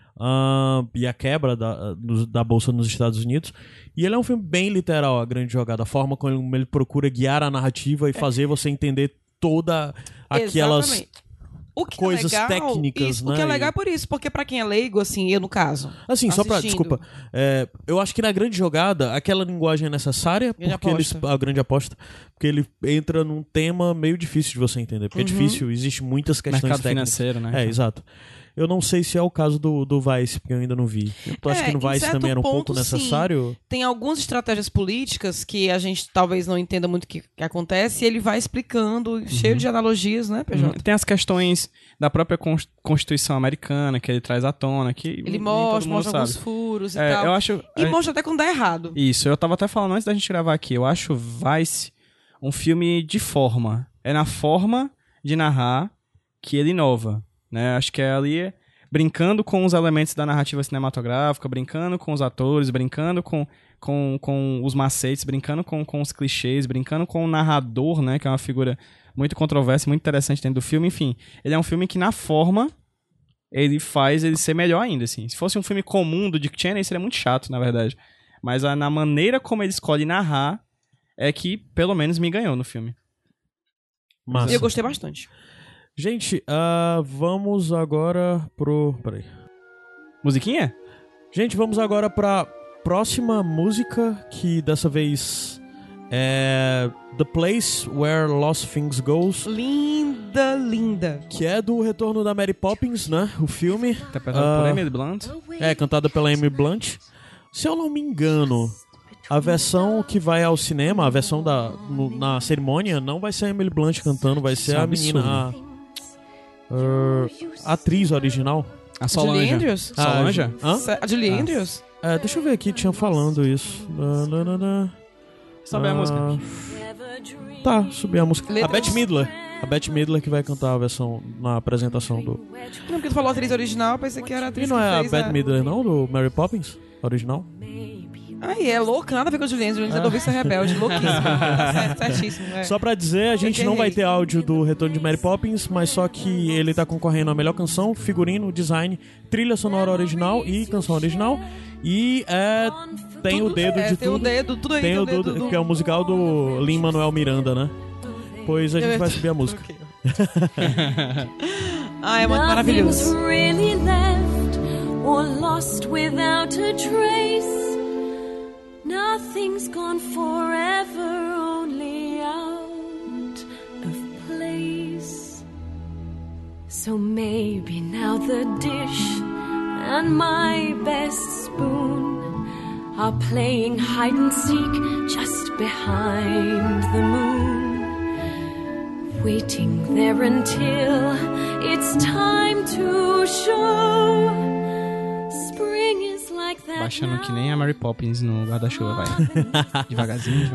E a quebra da Bolsa nos Estados Unidos. E ele é um filme bem literal, A Grande Jogada. A forma como ele procura guiar a narrativa e fazer você entender toda aquelas coisas técnicas, né? O que é legal é por isso, porque pra quem é leigo, assim, eu no caso... Assim, só pra... Desculpa. Eu acho que na Grande Jogada, aquela linguagem é necessária, a Grande Aposta, porque ele entra num tema meio difícil de você entender. Porque é difícil, existe muitas questões mercado técnicas. Financeiro, né? Exato. Eu não sei se é o caso do Vice, porque eu ainda não vi. Tu acha que no Vice também era um pouco necessário? Sim. Tem algumas estratégias políticas que a gente talvez não entenda muito o que acontece, e ele vai explicando, cheio de analogias, né, PJ? Tem as questões da própria Constituição americana, que ele traz à tona, que ele mostra alguns furos e tal. E mostra até quando dá errado. Isso, eu tava até falando antes da gente gravar aqui, eu acho Vice um filme de forma. É na forma de narrar que ele inova. Né? Acho que é ali brincando com os elementos da narrativa cinematográfica, brincando com os atores, brincando com os macetes, brincando com os clichês, brincando com o narrador, né? Que é uma figura muito controversa, muito interessante dentro do filme. Enfim, ele é um filme que na forma ele faz ele ser melhor ainda. Assim. Se fosse um filme comum do Dick Cheney, seria muito chato, na verdade. Mas na maneira como ele escolhe narrar é que pelo menos me ganhou no filme. E eu gostei bastante. Gente, vamos agora pro... Peraí. Musiquinha? Gente, vamos agora pra próxima música, que dessa vez é The Place Where Lost Things Goes. Linda, linda. Que é do retorno da Mary Poppins, né? O filme. Interpretado por Emily Blunt. Cantada pela Emily Blunt. Se eu não me engano, a versão que vai ao cinema, a versão na cerimônia, não vai ser a Emily Blunt cantando, vai ser a menina... a atriz original. A Solange. Julie Andrews? Solange? A Julie Andrews? Deixa eu ver aqui, tinha falando isso. Sobe a música. Tá, subi a música. A Bette Midler. A Bette Midler que vai cantar a versão na apresentação do... Não, porque tu falou atriz original, eu pensei que era a atriz. E não é a Bette Midler não, do Mary Poppins? Original? Ai, é louca, nada a ver com a Julie Andrews, do Vista Rebelde, louquíssimo. Certíssimo. Só pra dizer, a gente não vai ter áudio do Retorno de Mary Poppins, mas só que ele tá concorrendo a melhor canção, figurino, design, trilha sonora original e canção original. E tem tudo, o dedo de tem tudo. Tudo aí, tem o dedo, que é o musical do Lin-Manuel Miranda, né? Pois a gente vai subir a música. É muito maravilhoso. Really left or lost without a trace. Nothing's gone forever, only out of place. So maybe now the dish and my best spoon are playing hide and seek just behind the moon, waiting there until it's time to show. Spring is like that. Baixando que nem a Mary Poppins no guarda-chuva, vai. Devagarzinho.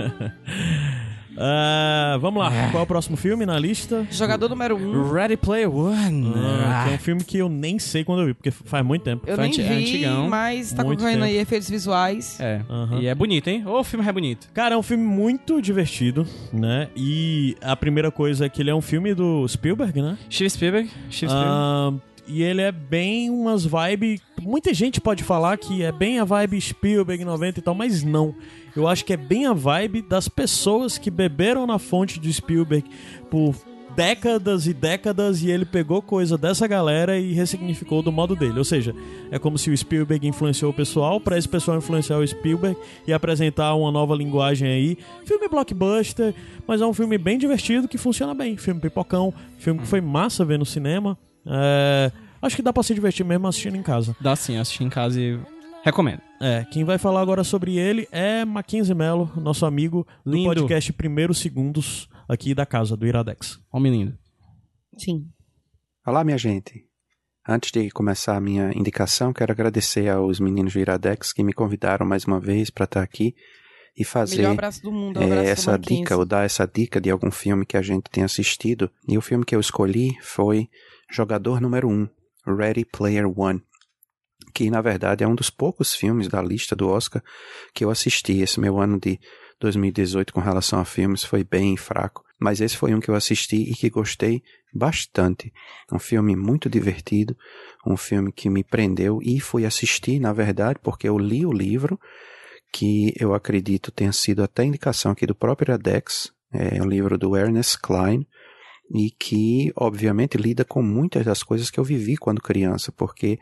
Vamos lá, qual é o próximo filme na lista? Jogador número 1. Ready Player One. Que é um filme que eu nem sei quando eu vi, porque faz muito tempo. Eu nem vi, antigão, mas tá concorrendo aí efeitos visuais. E é bonito, hein? O filme é bonito. Cara, é um filme muito divertido, né? E a primeira coisa é que ele é um filme do Spielberg, né? Steven Spielberg. E ele é bem umas vibes... Muita gente pode falar que é bem a vibe Spielberg 90 e tal, mas não. Eu acho que é bem a vibe das pessoas que beberam na fonte de Spielberg por décadas e décadas, e ele pegou coisa dessa galera e ressignificou do modo dele. Ou seja, é como se o Spielberg influenciou o pessoal para esse pessoal influenciar o Spielberg e apresentar uma nova linguagem aí. Filme blockbuster, mas é um filme bem divertido que funciona bem. Filme pipocão, filme que foi massa ver no cinema. Acho que dá pra se divertir mesmo assistindo em casa. Dá sim, assistir em casa e recomendo. Quem vai falar agora sobre ele é Mackenzie Mello, nosso amigo do podcast Primeiros Segundos aqui da casa, do Iradex. Homem lindo. Sim. Olá, minha gente. Antes de começar a minha indicação, quero agradecer aos meninos do Iradex que me convidaram mais uma vez para estar aqui e fazer melhor abraço do mundo, essa dica, ou dar essa dica de algum filme que a gente tem assistido. E o filme que eu escolhi foi Jogador Número 1, Ready Player One, que na verdade é um dos poucos filmes da lista do Oscar que eu assisti. Esse meu ano de 2018 com relação a filmes foi bem fraco, mas esse foi um que eu assisti e que gostei bastante. Um filme muito divertido, um filme que me prendeu e fui assistir, na verdade, porque eu li o livro, que eu acredito tenha sido até indicação aqui do próprio Iradex, é um livro do Ernest Cline, e que, obviamente, lida com muitas das coisas que eu vivi quando criança, porque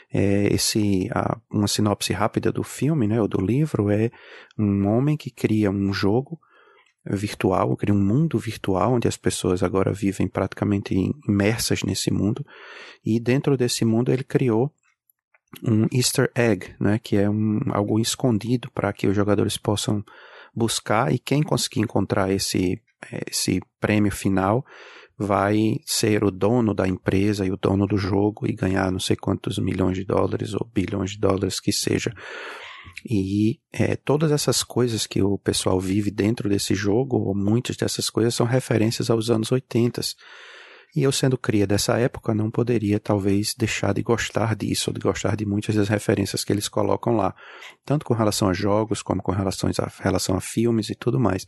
uma sinopse rápida do filme, né, ou do livro, é um homem que cria um jogo virtual, cria um mundo virtual, onde as pessoas agora vivem praticamente imersas nesse mundo, e dentro desse mundo ele criou um Easter egg, né, que é algo escondido para que os jogadores possam buscar, e quem conseguir encontrar esse prêmio final vai ser o dono da empresa e o dono do jogo e ganhar não sei quantos milhões de dólares ou bilhões de dólares que seja. E todas essas coisas que o pessoal vive dentro desse jogo, ou muitas dessas coisas, são referências aos anos 80. E eu, sendo cria dessa época, não poderia talvez deixar de gostar disso, ou de gostar de muitas das referências que eles colocam lá, tanto com relação a jogos, como com relação a filmes e tudo mais.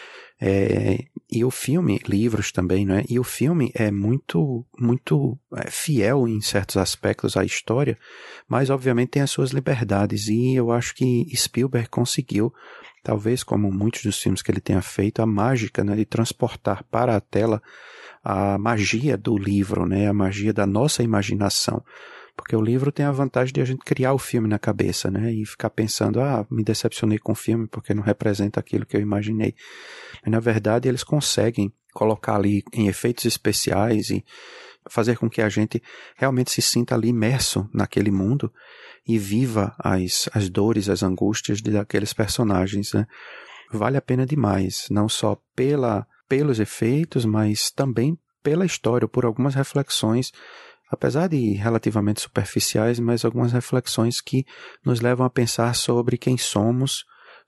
E o filme, livros também, né? E o filme é muito fiel em certos aspectos à história, mas obviamente tem as suas liberdades, e eu acho que Spielberg conseguiu, talvez como muitos dos filmes que ele tenha feito, a mágica, né, de transportar para a tela a magia do livro, né? A magia da nossa imaginação. Porque o livro tem a vantagem de a gente criar o filme na cabeça, né? E ficar pensando, me decepcionei com o filme porque não representa aquilo que eu imaginei. Mas, na verdade, eles conseguem colocar ali em efeitos especiais e fazer com que a gente realmente se sinta ali imerso naquele mundo e viva as dores, as angústias daqueles personagens, né? Vale a pena demais, não só pelos efeitos, mas também pela história, por algumas reflexões, apesar de relativamente superficiais, mas algumas reflexões que nos levam a pensar sobre quem somos,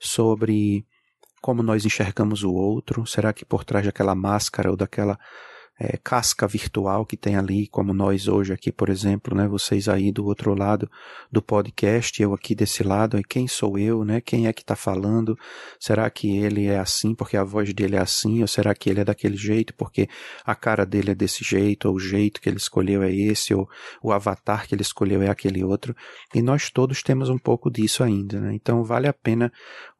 sobre como nós enxergamos o outro. Será que por trás daquela máscara ou daquela casca virtual que tem ali, como nós hoje aqui, por exemplo, né, vocês aí do outro lado do podcast, eu aqui desse lado, e quem sou eu, né, quem é que está falando? Será que ele é assim porque a voz dele é assim, ou será que ele é daquele jeito porque a cara dele é desse jeito, ou o jeito que ele escolheu é esse, ou o avatar que ele escolheu é aquele outro? E nós todos temos um pouco disso ainda, né? Então vale a pena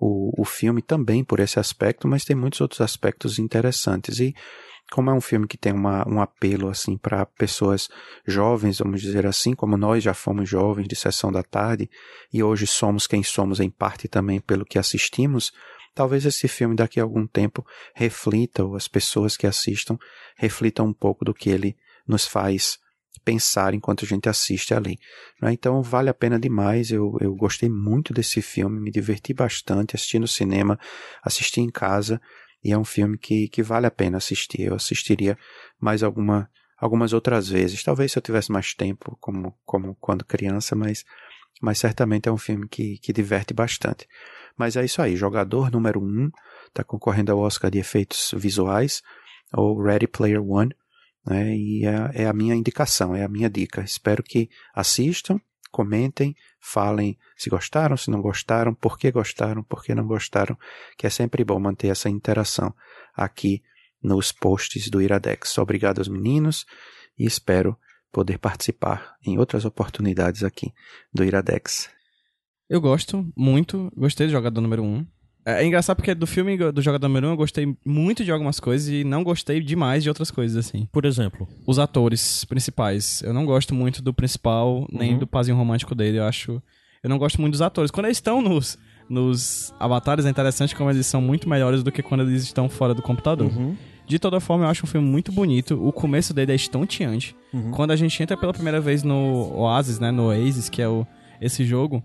o filme também por esse aspecto, mas tem muitos outros aspectos interessantes. E como é um filme que tem um apelo assim para pessoas jovens, vamos dizer assim, como nós já fomos jovens de sessão da tarde e hoje somos quem somos em parte também pelo que assistimos, talvez esse filme daqui a algum tempo reflita, ou as pessoas que assistam reflitam um pouco do que ele nos faz pensar enquanto a gente assiste ali, né? Então vale a pena demais. Eu gostei muito desse filme, me diverti bastante, assisti no cinema, assisti em casa. E é um filme que vale a pena assistir. Eu assistiria mais algumas outras vezes. Talvez se eu tivesse mais tempo, como quando criança, mas certamente é um filme que diverte bastante. Mas é isso aí. Jogador Número 1 está concorrendo ao Oscar de efeitos visuais, ou Ready Player One, né? E é a minha indicação, é a minha dica. Espero que assistam, comentem, falem se gostaram, se não gostaram, por que não gostaram, que é sempre bom manter essa interação aqui nos posts do Iradex. Obrigado aos meninos e espero poder participar em outras oportunidades aqui do Iradex. Eu gosto muito, gostei do Jogador Número 1. É engraçado porque do filme do Jogador Número 1 eu gostei muito de algumas coisas e não gostei demais de outras coisas, assim. Por exemplo? Os atores principais. Eu não gosto muito do principal, nem do pazinho romântico dele, eu não gosto muito dos atores. Quando eles estão nos avatares, é interessante como eles são muito melhores do que quando eles estão fora do computador. De toda forma, eu acho um filme muito bonito. O começo dele é estonteante. Quando a gente entra pela primeira vez no Oasis, né? No Oasis, que é esse jogo,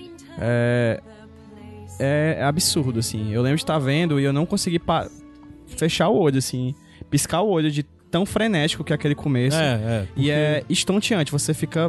é absurdo, assim. Eu lembro de estar vendo e eu não consegui fechar o olho, assim. Piscar o olho de tão frenético que é aquele começo. Porque... E é estonteante. Você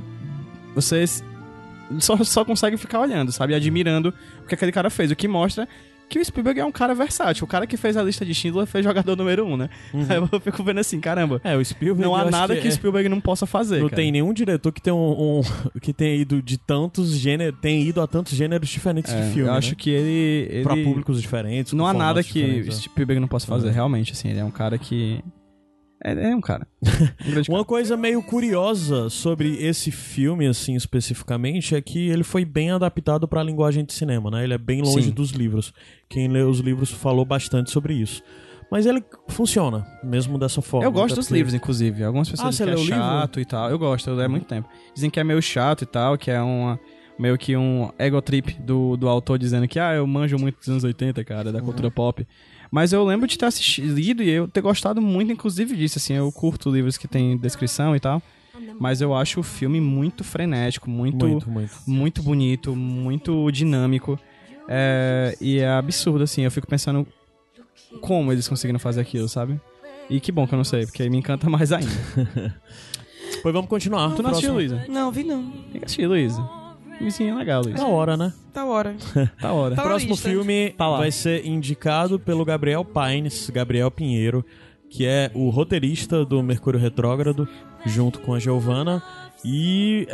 só consegue ficar olhando, sabe? Admirando o que aquele cara fez. O que mostra que o Spielberg é um cara versátil. O cara que fez a lista de Schindler fez Jogador Número 1, né? Aí eu fico vendo assim, caramba. O Spielberg... Não há nada que o Spielberg não possa fazer, Não cara. tem nenhum diretor que que tenha ido de tantos gêneros... Tem ido a tantos gêneros diferentes de filme, Eu acho que ele... Pra públicos diferentes. Não há nada que o Spielberg não possa fazer, realmente, assim. Ele é um cara que... É um cara. Uma coisa meio curiosa sobre esse filme, assim, especificamente, é que ele foi bem adaptado para a linguagem de cinema, né? Ele é bem longe dos livros. Quem lê os livros falou bastante sobre isso. Mas ele funciona, mesmo dessa forma. Eu gosto dos livros, inclusive. Algumas pessoas dizem que é chato livro? E tal. Eu gosto, eu leio há muito tempo. Dizem que é meio chato e tal, que é meio que um ego trip do autor dizendo que eu manjo muito dos anos 80, cara, da cultura pop. Mas eu lembro de ter lido e eu ter gostado muito, inclusive, disso, assim. Eu curto livros que tem descrição e tal. Mas eu acho o filme muito frenético, muito bonito, muito dinâmico. E é absurdo, assim. Eu fico pensando como eles conseguiram fazer aquilo, sabe? E que bom que eu não sei, porque aí me encanta mais ainda. Pois vamos continuar. Tu não assistiu, Luísa? Não, vi não. Tem que assistir, Luísa. Filmezinho é legal, Luísa. Tá hora, né? Tá hora. Tá hora. O próximo filme vai ser indicado pelo Gabriel Pinheiro, que é o roteirista do Mercúrio Retrógrado, junto com a Giovanna. E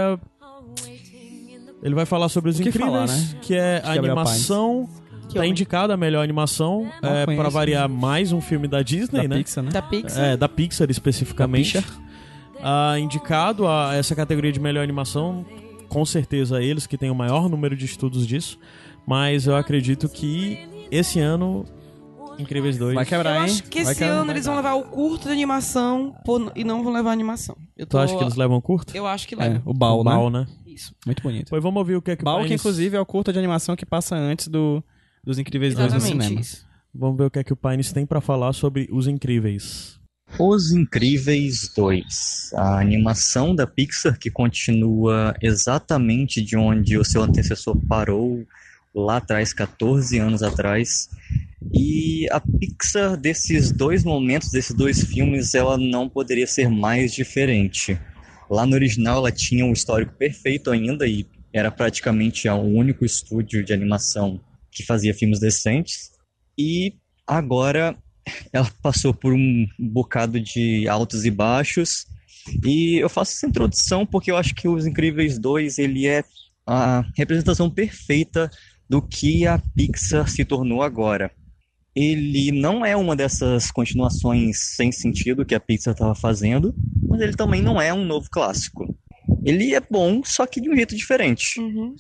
ele vai falar sobre Os Incríveis, que é a animação... Tá indicada a melhor animação, pra variar mais um filme da Disney, né? Pixar, né? Da Pixar. Da Pixar especificamente. Indicado a essa categoria de melhor animação, com certeza eles que têm o maior número de estudos disso, mas eu acredito que esse ano Incríveis 2 vai quebrar, hein? Eu acho que esse ano eles vão levar o curto de animação e não vão levar a animação. Tu acha que eles levam o curto? Eu acho que levam. O Baal, né? Isso. Muito bonito. Pois vamos ouvir o que é que Baal, que inclusive é o curta de animação que passa antes dos Incríveis 2 no cinema. Isso. Vamos ver o que é que o Pines tem pra falar sobre Os Incríveis. Os Incríveis 2, a animação da Pixar que continua exatamente de onde o seu antecessor parou lá atrás, 14 anos atrás. E a Pixar desses dois momentos, desses dois filmes, ela não poderia ser mais diferente. Lá no original ela tinha um histórico perfeito ainda e era praticamente o único estúdio de animação que fazia filmes decentes. E agora ela passou por um bocado de altos e baixos. E eu faço essa introdução porque eu acho que Os Incríveis 2 ele é a representação perfeita do que a Pixar se tornou agora. Ele não é uma dessas continuações sem sentido que a Pixar estava fazendo, mas ele também não é um novo clássico. Ele é bom, só que de um jeito diferente.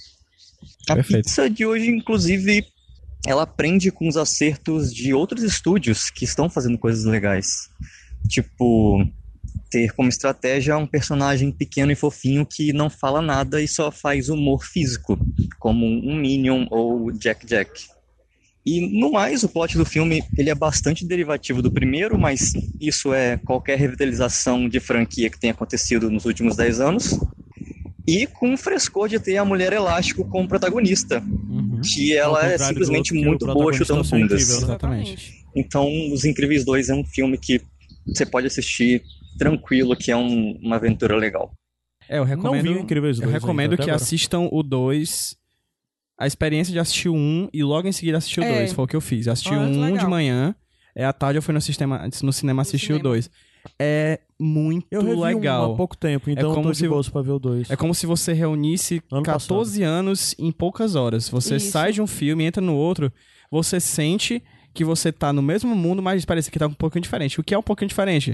A Pixar de hoje, inclusive, ela aprende com os acertos de outros estúdios que estão fazendo coisas legais. Tipo, ter como estratégia um personagem pequeno e fofinho que não fala nada e só faz humor físico, como um Minion ou Jack Jack. E no mais, o plot do filme ele é bastante derivativo do primeiro, mas isso é qualquer revitalização de franquia que tenha acontecido nos últimos 10 anos. E com o frescor de ter a Mulher Elástico como protagonista, que ela é simplesmente muito boa chutando bundas. Exatamente. Então, Os Incríveis 2 é um filme que você pode assistir tranquilo, que é uma aventura legal. Eu recomendo, não vi o Incríveis 2 eu recomendo que agora. assistam o 2, a experiência de assistir o 1 e logo em seguida assistir o 2. Foi o que eu fiz. Eu assisti o 1 de manhã, à tarde eu fui no cinema assistir o 2. É muito legal. Há pouco tempo, então eu tô de bolso pra ver o 2. É como se você reunisse 14 anos em poucas horas. Você sai de um filme, entra no outro, você sente que você tá no mesmo mundo, mas parece que tá um pouquinho diferente. O que é um pouquinho diferente?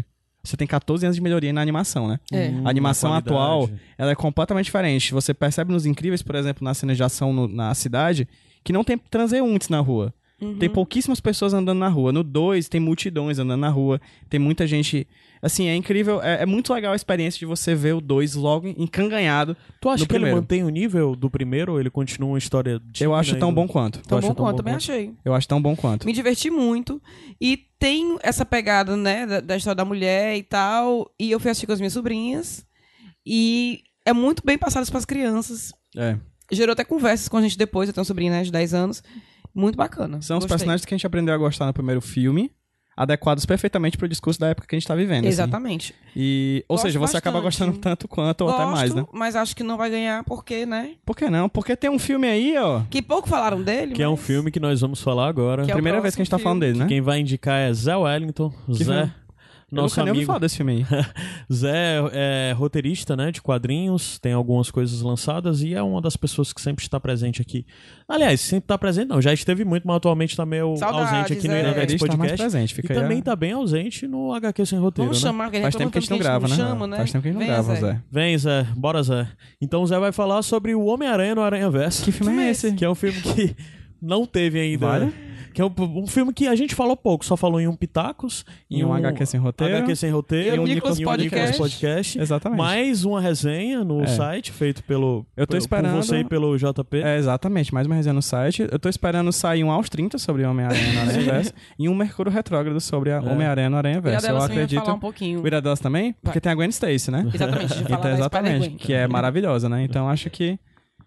você tem 14 anos de melhoria na animação, né? A animação atual, ela é completamente diferente. Você percebe nos Incríveis, por exemplo, nas cenas de ação na cidade, que não tem transeuntes na rua. Tem pouquíssimas pessoas andando na rua. No 2, tem multidões andando na rua. Tem muita gente... Assim, é incrível. É muito legal a experiência de você ver o 2 logo encanganhado. Tu acha que primeiro. Ele mantém o nível do primeiro ou ele continua uma história... Eu acho tão bom quanto. Tão bom quanto, também achei. Eu acho tão bom quanto. Me diverti muito. E tem essa pegada, né, da história da mulher e tal. E eu fui assistir com as minhas sobrinhas. E é muito bem passado para as crianças. Gerou até conversas com a gente depois. Eu tenho uma sobrinha, né, de 10 anos. Muito bacana. São os personagens que a gente aprendeu a gostar no primeiro filme, adequados perfeitamente pro discurso da época que a gente tá vivendo. Exatamente. Assim. Ou seja, você acaba gostando tanto quanto ou até mais, né? Mas acho que não vai ganhar porque, né? Por que não? Porque tem um filme aí, ó. Que pouco falaram dele, Que é um filme que nós vamos falar agora. Que é a primeira vez que a gente tá falando dele, né? Quem vai indicar é Zé Wellington. Zé... Nosso amigo. Eu nunca nem ouvi falar desse filme aí. Zé é roteirista, né, de quadrinhos, tem algumas coisas lançadas e é uma das pessoas que sempre está presente aqui. Aliás, sempre está presente, não, já esteve muito, mas atualmente está meio ausente aqui no Iradex Podcast. Tá mais presente, fica e também está bem ausente no HQ Sem Roteiro. Vamos chamar, Faz tempo que a gente não grava, né? Faz tempo que a gente não grava, Zé. Vem, Zé, bora, Zé. Então o Zé vai falar sobre o Homem-Aranha no Aranhaverso. Que filme é esse? Que é um filme que não teve ainda. Vale? Que é um filme que a gente falou pouco, só falou em um Pitacos, em um HQ Sem Roteiro, e um Nicolas Podcast. Exatamente. Mais uma resenha no site, feito por você e pelo JP. Exatamente, mais uma resenha no site. Eu tô esperando sair um aos 30 sobre Homem-Aranha no Aranhaverso e um Mercúrio Retrógrado sobre Homem-Aranha no Aranhaverso. Eu acredito. Falar um pouquinho. O Iradelas também? Porque tem a Gwen Stacy, né? Exatamente, então, exatamente, que é maravilhosa, né? Então acho que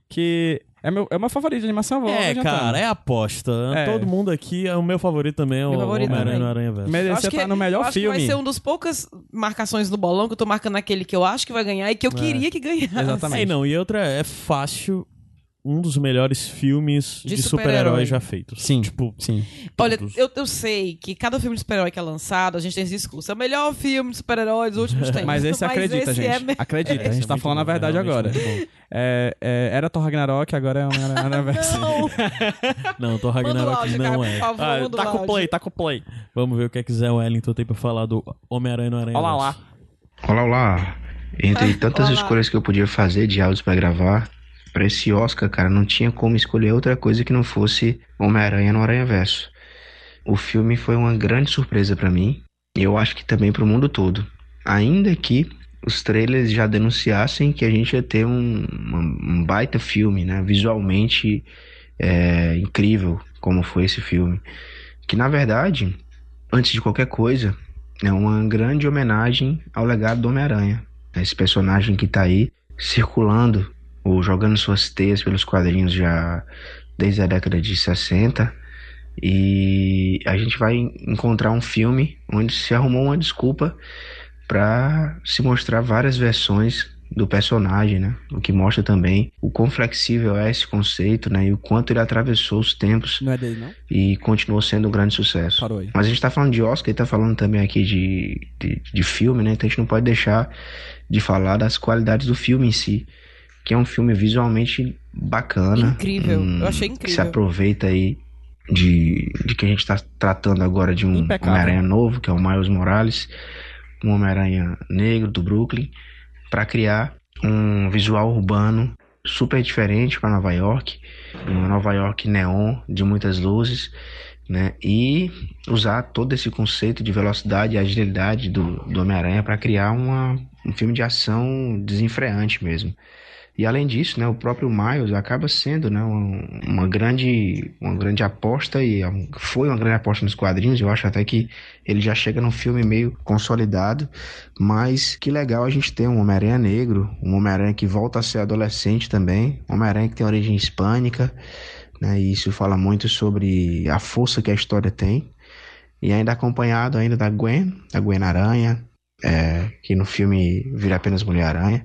é uma favorita de animação. Cara, é aposta. Todo mundo aqui, o meu favorito também é o Homem-Aranha no Aranhaverso. Merecia estar no melhor filme. Acho que vai ser uma das poucas marcações do bolão que eu tô marcando aquele que eu acho que vai ganhar e que eu queria que ganhasse. Exatamente. E outra, é fácil um dos melhores filmes de super-herói já feitos. Sim, sim. Olha, eu sei que cada filme de super-herói que é lançado, a gente tem esse discurso. É o melhor filme de super-herói dos últimos tempos. Mas esse acredita, gente. Acredita, a gente tá falando a verdade agora. Era Thor Ragnarok, agora é Homem-Aranha no Aranhaverso. Não, Thor Ragnarok não é. Por favor, tá com o play. Vamos ver o que é que Zé Wellington tem pra falar do Homem-Aranha no Aranhaverso. Olá. Entre tantas escolhas que eu podia fazer de áudios pra gravar, pra esse Oscar, cara, não tinha como escolher outra coisa que não fosse Homem-Aranha no Aranhaverso. O filme foi uma grande surpresa pra mim, e eu acho que também pro mundo todo. Ainda que os trailers já denunciassem que a gente ia ter um baita filme, né? Visualmente incrível, como foi esse filme. Que, na verdade, antes de qualquer coisa, é uma grande homenagem ao legado do Homem-Aranha. Esse personagem que tá aí circulando ou jogando suas teias pelos quadrinhos já desde a década de 60, e a gente vai encontrar um filme onde se arrumou uma desculpa para se mostrar várias versões do personagem, né? O que mostra também o quão flexível é esse conceito, né? E o quanto ele atravessou os tempos. Não é dele, não? E continuou sendo um grande sucesso. Parou aí. Mas a gente tá falando de Oscar e tá falando também aqui de filme, né? Então a gente não pode deixar de falar das qualidades do filme em si, que é um filme visualmente bacana. Incrível, eu achei incrível. Que se aproveita aí de que a gente tá tratando agora de um Homem-Aranha novo, que é o Miles Morales, um Homem-Aranha negro do Brooklyn, para criar um visual urbano super diferente para Nova York, uma Nova York neon de muitas luzes, né? E usar todo esse conceito de velocidade e agilidade do Homem-Aranha para criar um filme de ação desenfreante mesmo. E além disso, né, o próprio Miles acaba sendo, né, uma grande aposta, e foi uma grande aposta nos quadrinhos. Eu acho até que ele já chega num filme meio consolidado, mas que legal a gente ter um Homem-Aranha negro, um Homem-Aranha que volta a ser adolescente também, um Homem-Aranha que tem origem hispânica, né, e isso fala muito sobre a força que a história tem, e ainda acompanhado ainda da Gwen Aranha, que no filme vira apenas Mulher-Aranha,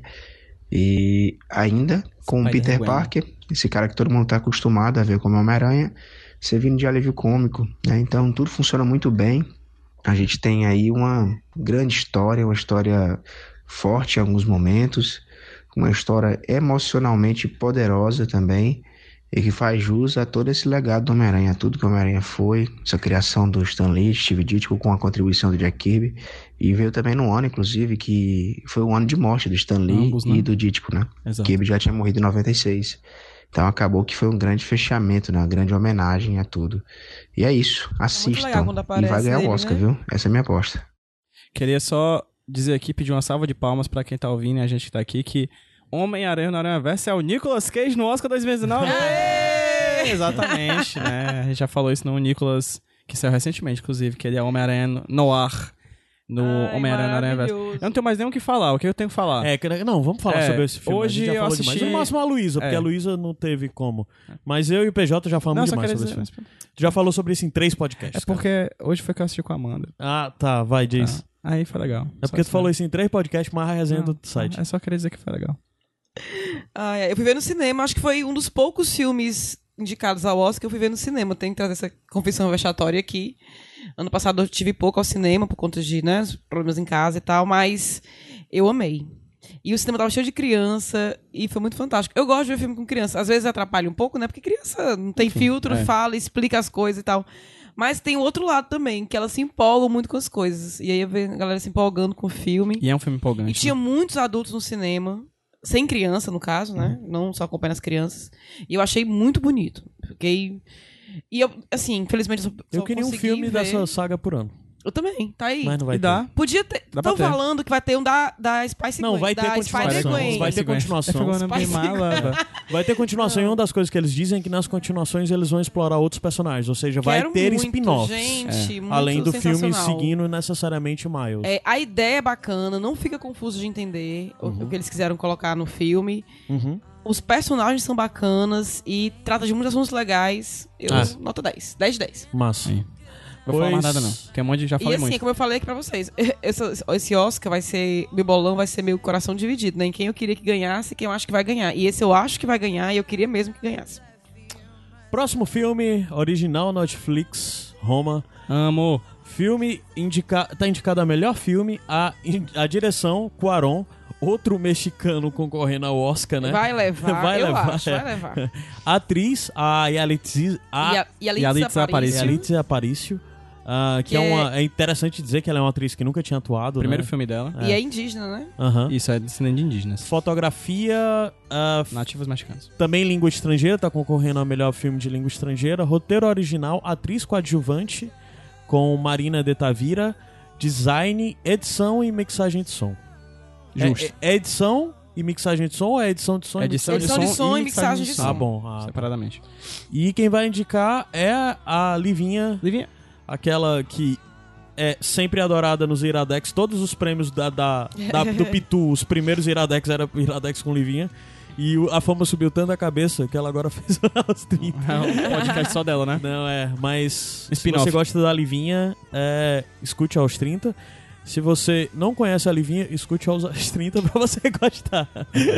e ainda com o Peter Parker, esse cara que todo mundo está acostumado a ver como Homem-Aranha, servindo de alívio cômico, né? Então tudo funciona muito bem. A gente tem aí uma grande história, uma história forte em alguns momentos, uma história emocionalmente poderosa também. e que faz jus a todo esse legado do Homem-Aranha, tudo que o Homem-Aranha foi, essa criação do Stan Lee, Steve Ditko com a contribuição do Jack Kirby, e veio também no ano, inclusive, que foi o ano de morte do Stan Lee e do Ditko, né? Exato. Kirby já tinha morrido em 96. Então acabou que foi um grande fechamento, né? Uma grande homenagem a tudo. E é isso, assistam. E vai ganhar o Oscar, né? Viu? Essa é a minha aposta. Queria só dizer aqui, pedir uma salva de palmas pra quem tá ouvindo e a gente que tá aqui, que Homem-Aranha no Aranhaverso é o Nicolas Cage no Oscar 2019. Exatamente, né? A gente já falou isso no Nicolas, que saiu recentemente, inclusive, que ele é Homem-Aranha no ar. No Homem-Aranha no Aranhaverso. Eu não tenho mais nem o que falar. O que eu tenho que falar? Não, vamos falar sobre esse filme. Hoje a gente já eu falou assisti... demais. No máximo a Luísa, porque a Luísa não teve como. Mas eu e o PJ já falamos demais sobre esse filme. Tu já falou sobre isso em 3 podcasts. É porque hoje foi que eu assisti com a Amanda. Ah, tá. Vai, diz. Aí foi legal. É porque tu falou isso em 3 podcasts, mas a resenha do site. É só querer dizer que foi legal. Eu fui ver no cinema. Acho que foi um dos poucos filmes indicados ao Oscar que eu fui ver no cinema. Tenho que trazer essa confissão vexatória aqui. Ano passado eu tive pouco ao cinema por conta de problemas em casa e tal, mas eu amei. E o cinema tava cheio de criança e foi muito fantástico. Eu gosto de ver filme com criança. Às vezes atrapalha um pouco, né? Porque criança não tem filtro, fala, explica as coisas e tal. Mas tem o outro lado também, que elas se empolgam muito com as coisas. E aí eu vejo a galera se empolgando com o filme. E é um filme empolgante. E tinha muitos adultos no cinema, sem criança, no caso, né? Não só acompanhando as crianças. E eu achei muito bonito. Fiquei... E eu, assim, infelizmente eu queria um filme dessa saga por ano. Eu também, tá aí. Mas não vai ter. Dá. Podia ter. Estão falando que vai ter um da Spice Gwen. Não, vai ter continuação. Vai ter continuação. Vai ter continuação. E uma das coisas que eles dizem é que nas continuações eles vão explorar outros personagens. Ou seja, vai ter spin-offs. Além do filme seguindo necessariamente Miles. A ideia é bacana, não fica confuso de entender o que eles quiseram colocar no filme. Os personagens são bacanas e trata de muitos assuntos legais. Nota 10. 10 de 10. Massa. Não vou falar mais nada, não. Tem um monte de... Já falei muito. E assim, como eu falei aqui pra vocês, esse Oscar vai ser... Meu bolão vai ser meio coração dividido, né? Em quem eu queria que ganhasse e quem eu acho que vai ganhar. E esse eu acho que vai ganhar e eu queria mesmo que ganhasse. Próximo filme, original Netflix, Roma. Amo. Filme tá indicado a melhor filme, a direção, Cuarón. Outro mexicano concorrendo ao Oscar, né? Vai levar, vai levar. A atriz, a Yalitza Aparicio, que é interessante dizer que ela é uma atriz que nunca tinha atuado. Primeiro filme dela. E é indígena, né? Isso, é descendente de indígenas. Fotografia... nativos mexicanos. Também língua estrangeira, tá concorrendo ao melhor filme de língua estrangeira. Roteiro original, atriz coadjuvante, com Marina de Tavira. Design, edição e mixagem de som. Justo. É edição e mixagem de som ou é edição de som? Edição de som e mixagem de som. Bom. Separadamente. E quem vai indicar é a Livinha. Aquela que é sempre adorada nos Iradex. Todos os prêmios do Pitu, os primeiros Iradex era Iradex com Livinha. E a fama subiu tanto a cabeça que ela agora fez aos 30. É um podcast só dela, né? Não, mas se você gosta da Livinha, escute aos 30. Se você não conhece a Livinha, escute aos 30 pra você gostar.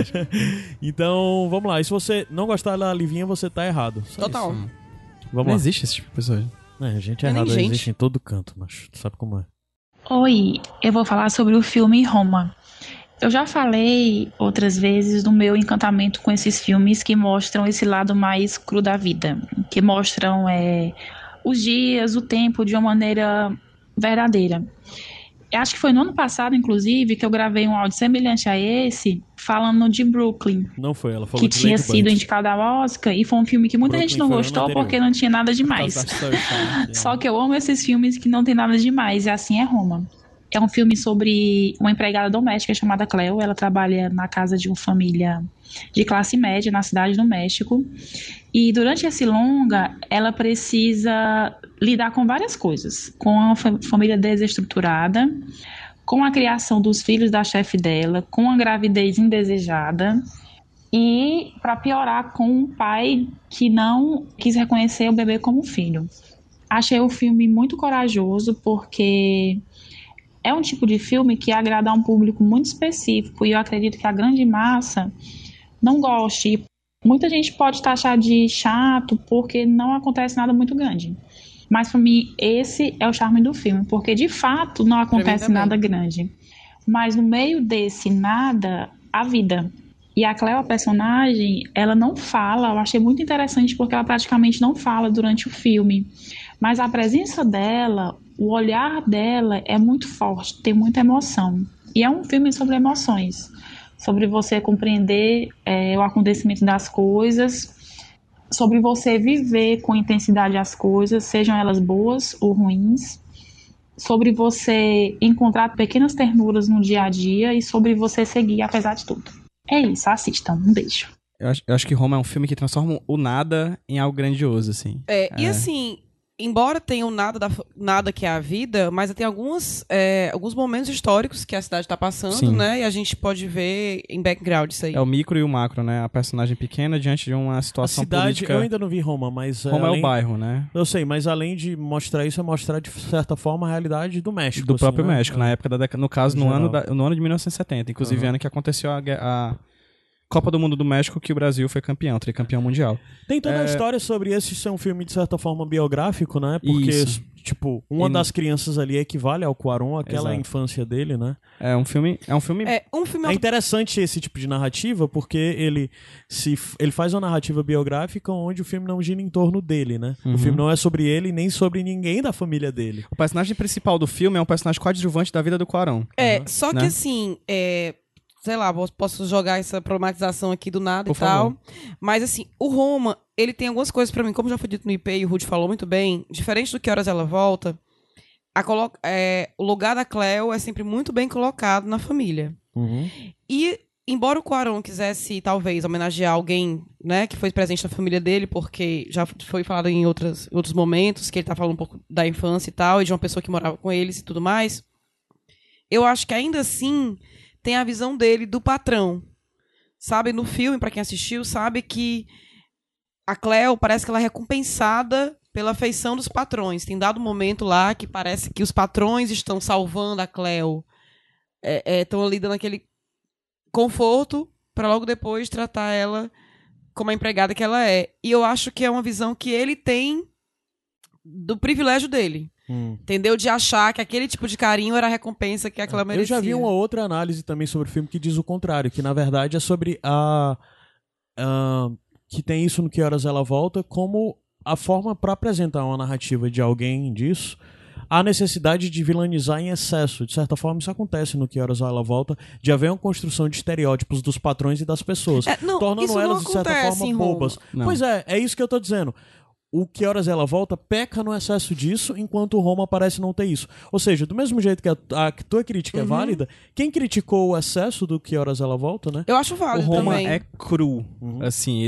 Então, vamos lá. E se você não gostar da Livinha, você tá errado. Total. Vamos não lá. Existe esse tipo de pessoa. A gente é errado, existe em todo canto, mas tu sabe como é. Oi, eu vou falar sobre o filme Roma. Eu já falei outras vezes do meu encantamento com esses filmes que mostram esse lado mais cru da vida. Que mostram os dias, o tempo de uma maneira verdadeira. Eu acho que foi no ano passado, inclusive, que eu gravei um áudio semelhante a esse, falando de Brooklyn. Não foi, ela falou que tinha sido indicado ao Oscar, e foi um filme que muita gente não gostou porque não tinha nada demais. Só que eu amo esses filmes que não tem nada demais, e assim é Roma. É um filme sobre uma empregada doméstica chamada Cleo. Ela trabalha na casa de uma família de classe média na cidade do México. E durante esse longa, ela precisa lidar com várias coisas. Com a família desestruturada, com a criação dos filhos da chefe dela, com a gravidez indesejada e, para piorar, com um pai que não quis reconhecer o bebê como filho. Achei o filme muito corajoso porque... é um tipo de filme que agrada a um público muito específico e eu acredito que a grande massa não goste. Muita gente pode taxar de chato porque não acontece nada muito grande. Mas para mim esse é o charme do filme, porque de fato não acontece nada grande. Mas no meio desse nada, a vida. E a Cleo, a personagem, ela não fala, eu achei muito interessante porque ela praticamente não fala durante o filme. Mas a presença dela, o olhar dela é muito forte, tem muita emoção. E é um filme sobre emoções, sobre você compreender o acontecimento das coisas, sobre você viver com intensidade as coisas, sejam elas boas ou ruins, sobre você encontrar pequenas ternuras no dia a dia e sobre você seguir apesar de tudo. É isso, assistam. Um beijo. Eu acho que Roma é um filme que transforma o nada em algo grandioso, assim. E assim, embora tenha o nada que é a vida, mas tem alguns momentos históricos que a cidade está passando, Sim. né? E a gente pode ver em background isso aí. É o micro e o macro, né? A personagem pequena diante de uma situação política. Eu ainda não vi Roma, mas... Roma é o bairro, né? Eu sei, mas além de mostrar isso, é mostrar, de certa forma, a realidade do México. Do próprio né? México, na época da década... No caso, no ano de 1970. Inclusive, ano que aconteceu a Copa do Mundo do México, que o Brasil foi campeão, tricampeão mundial. Tem toda a história sobre esse ser um filme, de certa forma, biográfico, né? Porque, tipo, uma das crianças ali equivale ao Cuarón, aquela infância dele, né? É um filme... É interessante esse tipo de narrativa, porque ele faz uma narrativa biográfica onde o filme não gira em torno dele, né? O filme não é sobre ele, nem sobre ninguém da família dele. O personagem principal do filme é um personagem coadjuvante da vida do Cuarón. Só que assim... sei lá, posso jogar essa problematização aqui do nada Por e tal. favor. Mas assim, o Roma, ele tem algumas coisas pra mim, como já foi dito no IP e o Rudy falou muito bem, diferente do Que Horas Ela Volta, o lugar da Cleo é sempre muito bem colocado na família. E, embora o Cuarón quisesse, talvez, homenagear alguém, né, que foi presente na família dele, porque já foi falado em outros momentos, que ele tá falando um pouco da infância e tal, e de uma pessoa que morava com eles e tudo mais, eu acho que ainda assim tem a visão dele do patrão. Sabe, no filme, pra quem assistiu, sabe que a Cleo parece que ela é recompensada pela afeição dos patrões. Tem dado um momento lá que parece que os patrões estão salvando a Cleo. Estão ali dando aquele conforto pra logo depois tratar ela como a empregada que ela é. E eu acho que é uma visão que ele tem do privilégio dele. Entendeu? De achar que aquele tipo de carinho era a recompensa que aquela merecia. Eu já vi uma outra análise também sobre o filme que diz o contrário, que na verdade é sobre que tem isso no Que Horas Ela Volta como a forma para apresentar uma narrativa de alguém disso, a necessidade de vilanizar em excesso. De certa forma, isso acontece no Que Horas Ela Volta, de haver uma construção de estereótipos dos patrões e das pessoas, tornando elas, de certa forma, bobas. Pois é isso que eu tô dizendo. O Que Horas Ela Volta peca no excesso disso, enquanto o Roma parece não ter isso. Ou seja, do mesmo jeito que a tua crítica é válida, quem criticou o excesso do Que Horas Ela Volta, né? Eu acho válido também. O Roma também. é cru. Assim,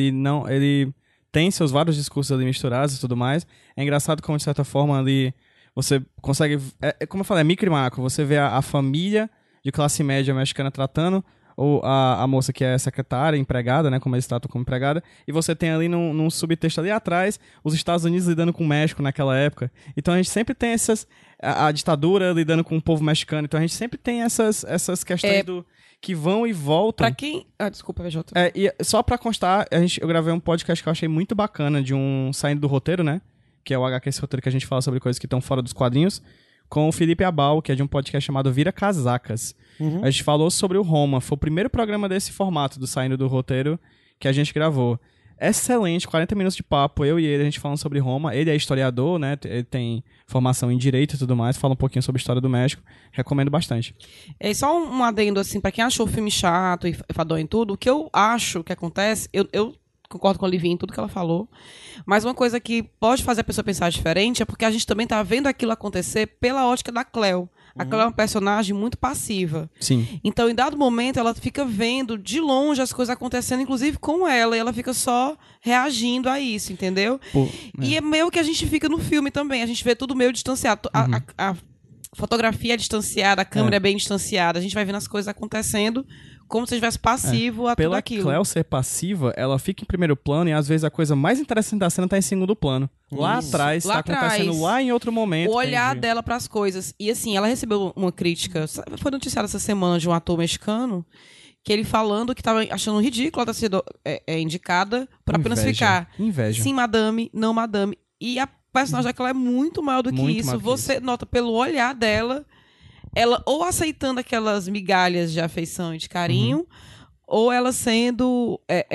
ele tem seus vários discursos ali misturados e tudo mais. É engraçado como, de certa forma, ali você consegue... como eu falei, é micro e macro. Você vê a família de classe média mexicana tratando... ou a moça que é secretária, empregada, né, como eles tratam como empregada, e você tem ali num subtexto ali atrás os Estados Unidos lidando com o México naquela época. Então a gente sempre tem a ditadura lidando com o povo mexicano, então a gente sempre tem essas questões que vão e voltam. Pra quem... desculpa, VJ. E só pra constar, eu gravei um podcast que eu achei muito bacana, de um Saindo do Roteiro, né, que é o HQ, esse roteiro que a gente fala sobre coisas que estão fora dos quadrinhos, com o Felipe Abal, que é de um podcast chamado Vira Casacas. A gente falou sobre o Roma. Foi o primeiro programa desse formato, do Saindo do Roteiro, que a gente gravou. Excelente, 40 minutos de papo, eu e ele, a gente falando sobre Roma. Ele é historiador, né? Ele tem formação em Direito e tudo mais, fala um pouquinho sobre a história do México. Recomendo bastante. Só um adendo, assim, pra quem achou o filme chato e fadonho em tudo, o que eu acho que acontece, eu concordo com a Olivia em tudo que ela falou, mas uma coisa que pode fazer a pessoa pensar diferente é porque a gente também tá vendo aquilo acontecer pela ótica da Cleo. A Cleo é uma personagem muito passiva. Sim. Então, em dado momento, ela fica vendo de longe as coisas acontecendo, inclusive com ela, e ela fica só reagindo a isso, entendeu? E é meio que a gente fica no filme também, a gente vê tudo meio distanciado. A fotografia é distanciada, a câmera é bem distanciada, a gente vai vendo as coisas acontecendo como se estivesse passivo a tudo aquilo. Pela Cleo ser passiva, ela fica em primeiro plano e às vezes a coisa mais interessante da cena tá em segundo plano. Lá atrás, tá acontecendo lá em outro momento. O olhar dela pras coisas. E assim, ela recebeu uma crítica, foi noticiada essa semana de um ator mexicano, que ele falando que tava achando ridículo ela ter sido indicada por apenas ficar sim, madame, não madame. E a personagem daquela é muito maior do que isso. Você nota pelo olhar dela, ela ou aceitando aquelas migalhas de afeição e de carinho, ou ela sendo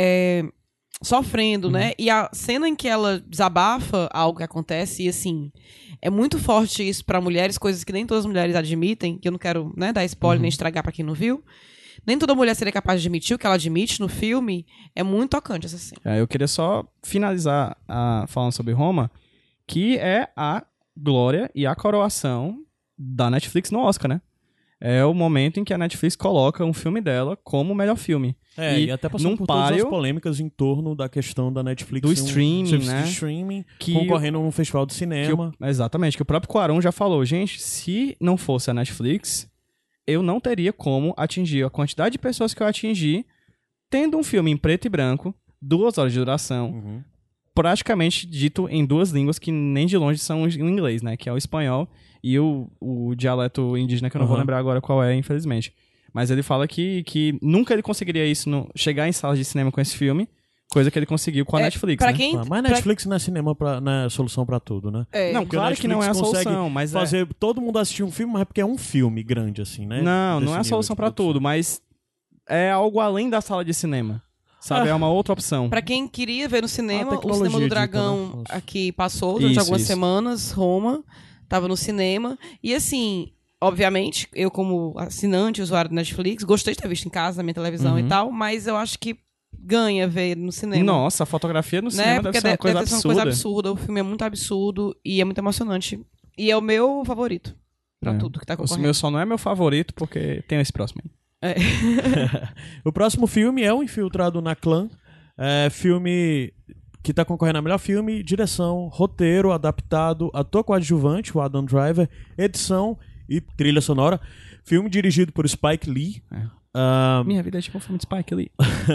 sofrendo, né? E a cena em que ela desabafa algo que acontece, e assim, é muito forte isso pra mulheres, coisas que nem todas as mulheres admitem, que eu não quero, né, dar spoiler nem estragar pra quem não viu. Nem toda mulher seria capaz de admitir o que ela admite no filme. É muito tocante essa cena. Eu queria só finalizar falando sobre Roma, que é a glória e a coroação da Netflix no Oscar, né? É o momento em que a Netflix coloca um filme dela como o melhor filme. E até passou por todas as polêmicas em torno da questão da Netflix. Do streaming, né? Do streaming, concorrendo num festival de cinema. Exatamente, que o próprio Cuarón já falou. Gente, se não fosse a Netflix, eu não teria como atingir a quantidade de pessoas que eu atingi tendo um filme em preto e branco, 2 horas de duração, praticamente dito em 2 línguas que nem de longe são em inglês, né? Que é o espanhol e o dialeto indígena, que eu não vou lembrar agora qual é, infelizmente. Mas ele fala que nunca ele conseguiria isso, chegar em salas de cinema com esse filme, coisa que ele conseguiu com a Netflix, né? Mas Netflix não é cinema, não é solução pra tudo, né? Não, claro que não é a solução, mas fazer todo mundo assistir um filme, mas é porque é um filme grande, assim, né? Não é a solução pra tudo, mas é algo além da sala de cinema. Sabe, é uma outra opção. Pra quem queria ver no cinema, o Cinema do Dragão aqui passou durante algumas semanas, Roma, tava no cinema, e assim, obviamente, eu como assinante, usuário do Netflix, gostei de ter visto em casa, na minha televisão e tal, mas eu acho que ganha ver no cinema. Nossa, a fotografia no cinema deve ser uma coisa absurda. Uma coisa absurda. O filme é muito absurdo e é muito emocionante. E é o meu favorito pra tudo que tá concorrendo. O meu só não é meu favorito porque tem esse próximo aí. O próximo filme é O Infiltrado na Clã. Filme que tá concorrendo a melhor filme, direção, roteiro adaptado, ator coadjuvante, o Adam Driver, edição e trilha sonora. Filme dirigido por Spike Lee. Minha vida é tipo um filme de Spike Lee.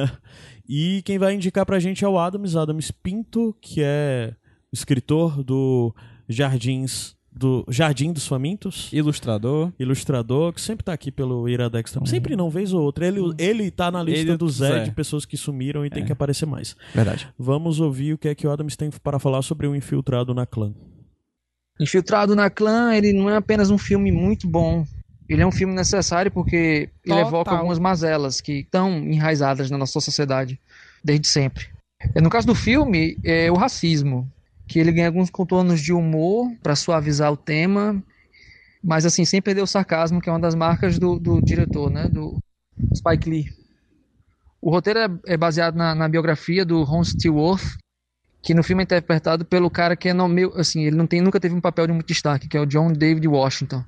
E quem vai indicar pra gente é o Adams Pinto, que é escritor do Jardim dos Famintos. Ilustrador, que sempre tá aqui pelo Iradex também. Sempre não, vez ou outra. Ele tá na lista do Zé de pessoas que sumiram e tem que aparecer mais. Verdade. Vamos ouvir o que é que o Adams tem para falar sobre o Infiltrado na Clã. Infiltrado na Clã, ele não é apenas um filme muito bom. Ele é um filme necessário porque ele evoca algumas mazelas que estão enraizadas na nossa sociedade desde sempre. No caso do filme, é o racismo, que ele ganha alguns contornos de humor para suavizar o tema, mas assim, sem perder o sarcasmo, que é uma das marcas do diretor, né, do Spike Lee. O roteiro é baseado na biografia do Ron Stillworth, que no filme é interpretado pelo cara que ele nunca teve um papel de muito destaque, que é o John David Washington.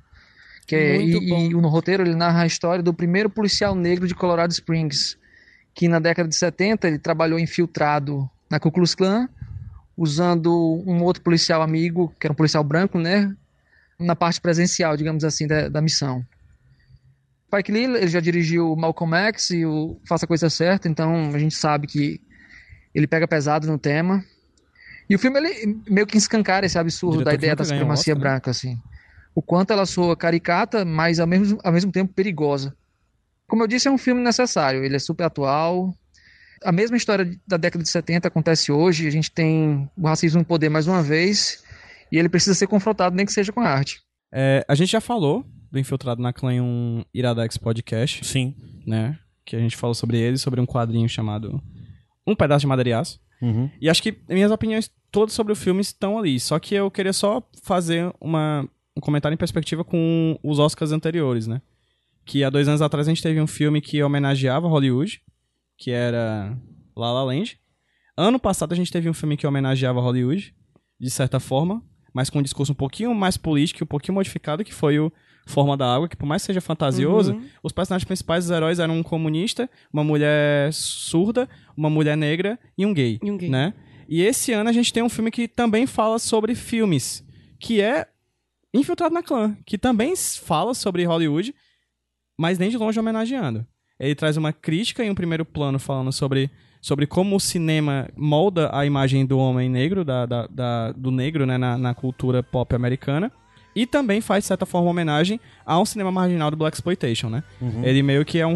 E no roteiro ele narra a história do primeiro policial negro de Colorado Springs, que na década de 70 ele trabalhou infiltrado na Ku Klux Klan, usando um outro policial amigo, que era um policial branco, né, na parte presencial, digamos assim, da missão. Spike Lee, ele já dirigiu Malcolm X e o Faça a Coisa Certa, então a gente sabe que ele pega pesado no tema. E o filme, ele meio que escancara esse absurdo da ideia da supremacia branca, assim. O quanto ela soa caricata, mas ao mesmo tempo perigosa. Como eu disse, é um filme necessário, ele é super atual. A mesma história da década de 70 acontece hoje, a gente tem o racismo no poder mais uma vez, e ele precisa ser confrontado, nem que seja com a arte. A gente já falou do Infiltrado na Clã em um Iradex Podcast. Sim. Né? Que a gente falou sobre ele, sobre um quadrinho chamado Um Pedaço de Madeira e Aço. E acho que minhas opiniões todas sobre o filme estão ali, só que eu queria só fazer um comentário em perspectiva com os Oscars anteriores, né? Que há 2 anos atrás a gente teve um filme que homenageava Hollywood, que era La La Land. Ano passado a gente teve um filme que homenageava Hollywood, de certa forma, mas com um discurso um pouquinho mais político e um pouquinho modificado, que foi o Forma da Água, que por mais que seja fantasioso, os personagens principais, os heróis, eram um comunista, uma mulher surda, uma mulher negra e um gay. Né? E esse ano a gente tem um filme que também fala sobre filmes, que é Infiltrado na Clã, que também fala sobre Hollywood, mas nem de longe homenageando. Ele traz uma crítica em um primeiro plano falando sobre como o cinema molda a imagem do homem negro, do negro, né, na cultura pop americana. E também faz, de certa forma, homenagem a um cinema marginal do Blaxploitation, né? Ele meio que é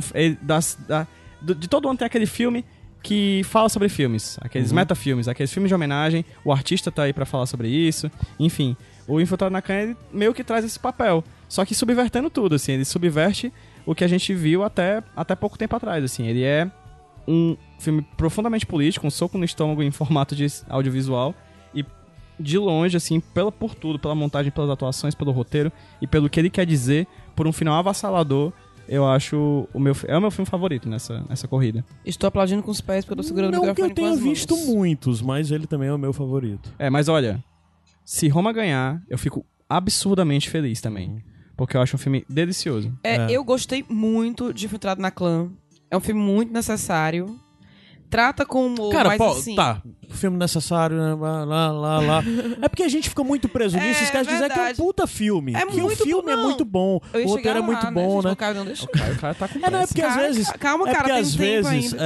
de todo ano tem aquele filme que fala sobre filmes. Aqueles metafilmes, aqueles filmes de homenagem. O artista tá aí pra falar sobre isso. Enfim, o Infiltrado na Clã, ele meio que traz esse papel. Só que subvertendo tudo, assim. Ele subverte o que a gente viu até pouco tempo atrás, assim. Ele é um filme profundamente político, um soco no estômago em formato de audiovisual. E de longe, assim, por tudo, pela montagem, pelas atuações, pelo roteiro e pelo que ele quer dizer, por um final avassalador, eu acho o meu filme favorito nessa corrida. Estou aplaudindo com os pés porque eu tô segurando o microfone com as mãos. Não que eu tenha visto muitos, mas ele também é o meu favorito. Mas olha, se Roma ganhar, eu fico absurdamente feliz também. Porque eu acho um filme delicioso. Eu gostei muito de Infiltrado na Clã. É um filme muito necessário. Trata com humor, mas assim... Tá, filme necessário, né? Lá. É porque a gente fica muito preso nisso, esquece de dizer que é um puta filme. Que o filme é muito bom, o roteiro é muito bom, né? O cara tá com pressa. Não, é porque às vezes... Calma, cara, tem tempo ainda.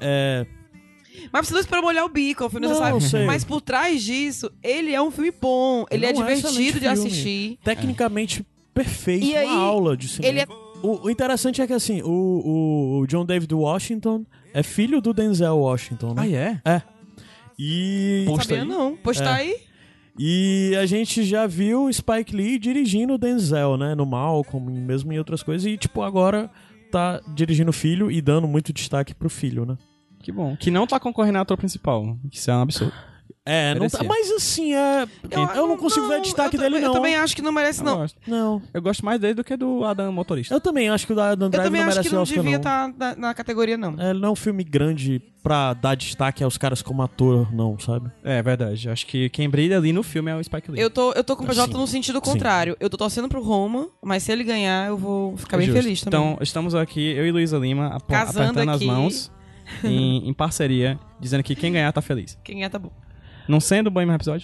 Mas precisa esperar molhar o bico, é um filme necessário. Mas por trás disso, ele é um filme bom. Ele é divertido de assistir. Tecnicamente perfeito, uma aula de cinema. O interessante é que, assim, o John David Washington é filho do Denzel Washington, né? Ah, é? É. E... Sabia não. Tá aí. E a gente já viu o Spike Lee dirigindo o Denzel, né? No Malcolm, mesmo em outras coisas. E, tipo, agora tá dirigindo o filho e dando muito destaque pro filho, né? Que bom. Que não tá concorrendo ao ator principal. Isso é um absurdo. Não tá, mas assim, eu não consigo ver destaque dele, não. Eu também acho que não merece, não. Eu gosto mais dele do que do Adam Motorista. Eu também acho que o da Adam Driver não merece Oscar, não. Eu também acho que não devia estar na categoria, não. Ele não é um filme grande pra dar destaque aos caras como ator, não, sabe? É verdade. Acho que quem brilha ali no filme é o Spike Lee. Eu tô com o PJ no sentido contrário. Eu tô torcendo pro Roma, mas se ele ganhar, eu vou ficar bem feliz também. Então, estamos aqui, eu e Luísa Lima, apertando as mãos, em parceria, dizendo que quem ganhar tá feliz. Quem ganhar tá bom. Não sendo o Bohemian Rhapsody?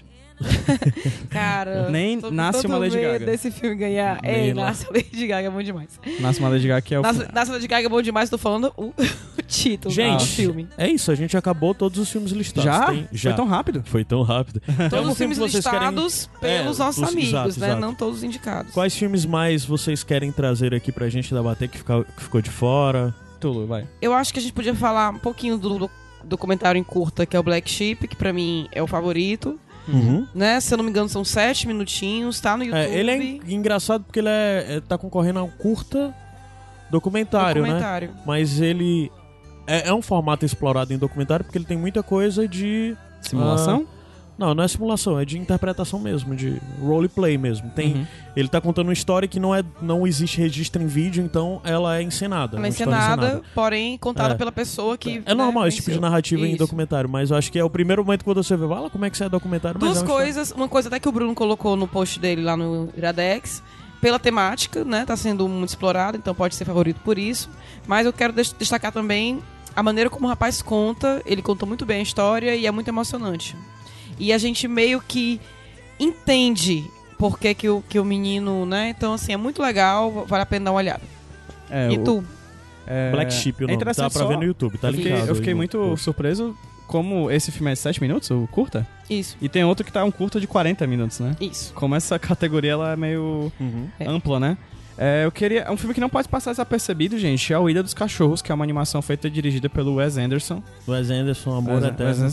Cara, nem nasce uma Lady Gaga. Desse filme ganhar. Nasce uma Lady Gaga é bom demais. Nasce uma Lady Gaga que é o... Nasce uma Lady Gaga é bom demais, tô falando o título do filme. É isso, a gente acabou todos os filmes listados. Já? Foi tão rápido? Foi tão rápido. Todos os filmes listados pelos nossos amigos, né? Exato. Não todos indicados. Quais filmes mais vocês querem trazer aqui pra gente debater que ficou de fora? Tudo, vai. Eu acho que a gente podia falar um pouquinho do documentário em curta, que é o Black Sheep, que pra mim é o favorito. Né? Se eu não me engano, são 7 minutinhos, tá no YouTube. Ele é engraçado porque ele tá concorrendo a um curta documentário, né? Mas ele é um formato explorado em documentário porque ele tem muita coisa de... Simulação? Não é simulação, é de interpretação mesmo, de roleplay mesmo. Ele tá contando uma história que não existe registro em vídeo, então ela é encenada. Ela é encenada, porém contada pela pessoa que... É normal esse tipo de narrativa em documentário, mas eu acho que é o primeiro momento que você vê, fala como é que isso é documentário. Duas coisas, uma coisa até que o Bruno colocou no post dele lá no Iradex, pela temática, né, tá sendo muito explorado, então pode ser favorito por isso, mas eu quero destacar também a maneira como o rapaz conta, ele contou muito bem a história e é muito emocionante. E a gente meio que entende por que o menino, né? Então, assim, é muito legal, vale a pena dar uma olhada. E tu? Black Sheep, o nome. Dá pra ver no YouTube, tá ligado? Eu fiquei muito surpreso como esse filme é 7 minutos, o curta. Isso. E tem outro que tá um curta de 40 minutos, né? Isso. Como essa categoria ela é meio ampla, né? Eu queria... um filme que não pode passar desapercebido, gente, é o Ilha dos Cachorros, que é uma animação feita e dirigida pelo Wes Anderson. Wes Anderson, amor eterno.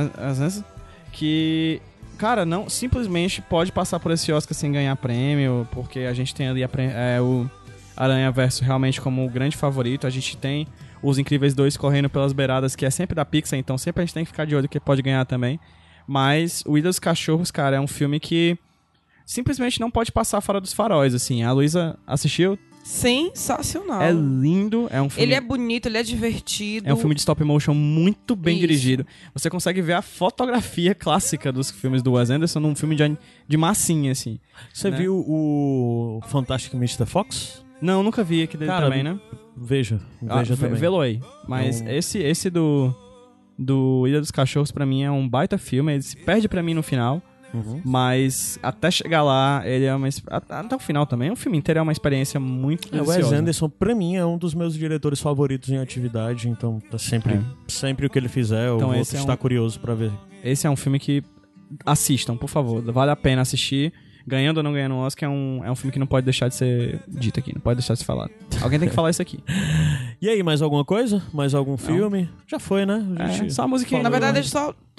Que, cara, não simplesmente pode passar por esse Oscar sem ganhar prêmio, porque a gente tem ali o Aranhaverso realmente como o grande favorito, a gente tem Os Incríveis 2 correndo pelas beiradas, que é sempre da Pixar, então sempre a gente tem que ficar de olho que pode ganhar também. Mas o Ilha dos Cachorros, cara, é um filme que simplesmente não pode passar fora dos faróis, assim. A Luísa assistiu? Sensacional. É lindo, é um filme... Ele é bonito, ele é divertido. É um filme de stop motion muito bem dirigido. Você consegue ver a fotografia clássica dos filmes do Wes Anderson num filme de massinha, assim. Você viu o Fantastic Mr. Fox? Não, nunca vi aquele dele também, né? Veja também. Vê-lo aí. Mas esse do Ilha dos Cachorros, pra mim, é um baita filme. Ele se perde pra mim no final. Mas até chegar lá, ele é até o final também, o filme inteiro é uma experiência muito deliciosa. O Wes Anderson, pra mim, é um dos meus diretores favoritos em atividade, então tá sempre o que ele fizer, eu vou estar curioso pra ver. Esse é um filme que assistam, por favor, vale a pena assistir. Ganhando ou não ganhando o Oscar, é um filme que não pode deixar de ser dito aqui, não pode deixar de ser falado. Alguém tem que falar isso aqui. E aí, mais alguma coisa? Mais algum filme? Já foi, né? Só a musiquinha. Na verdade, deixa eu só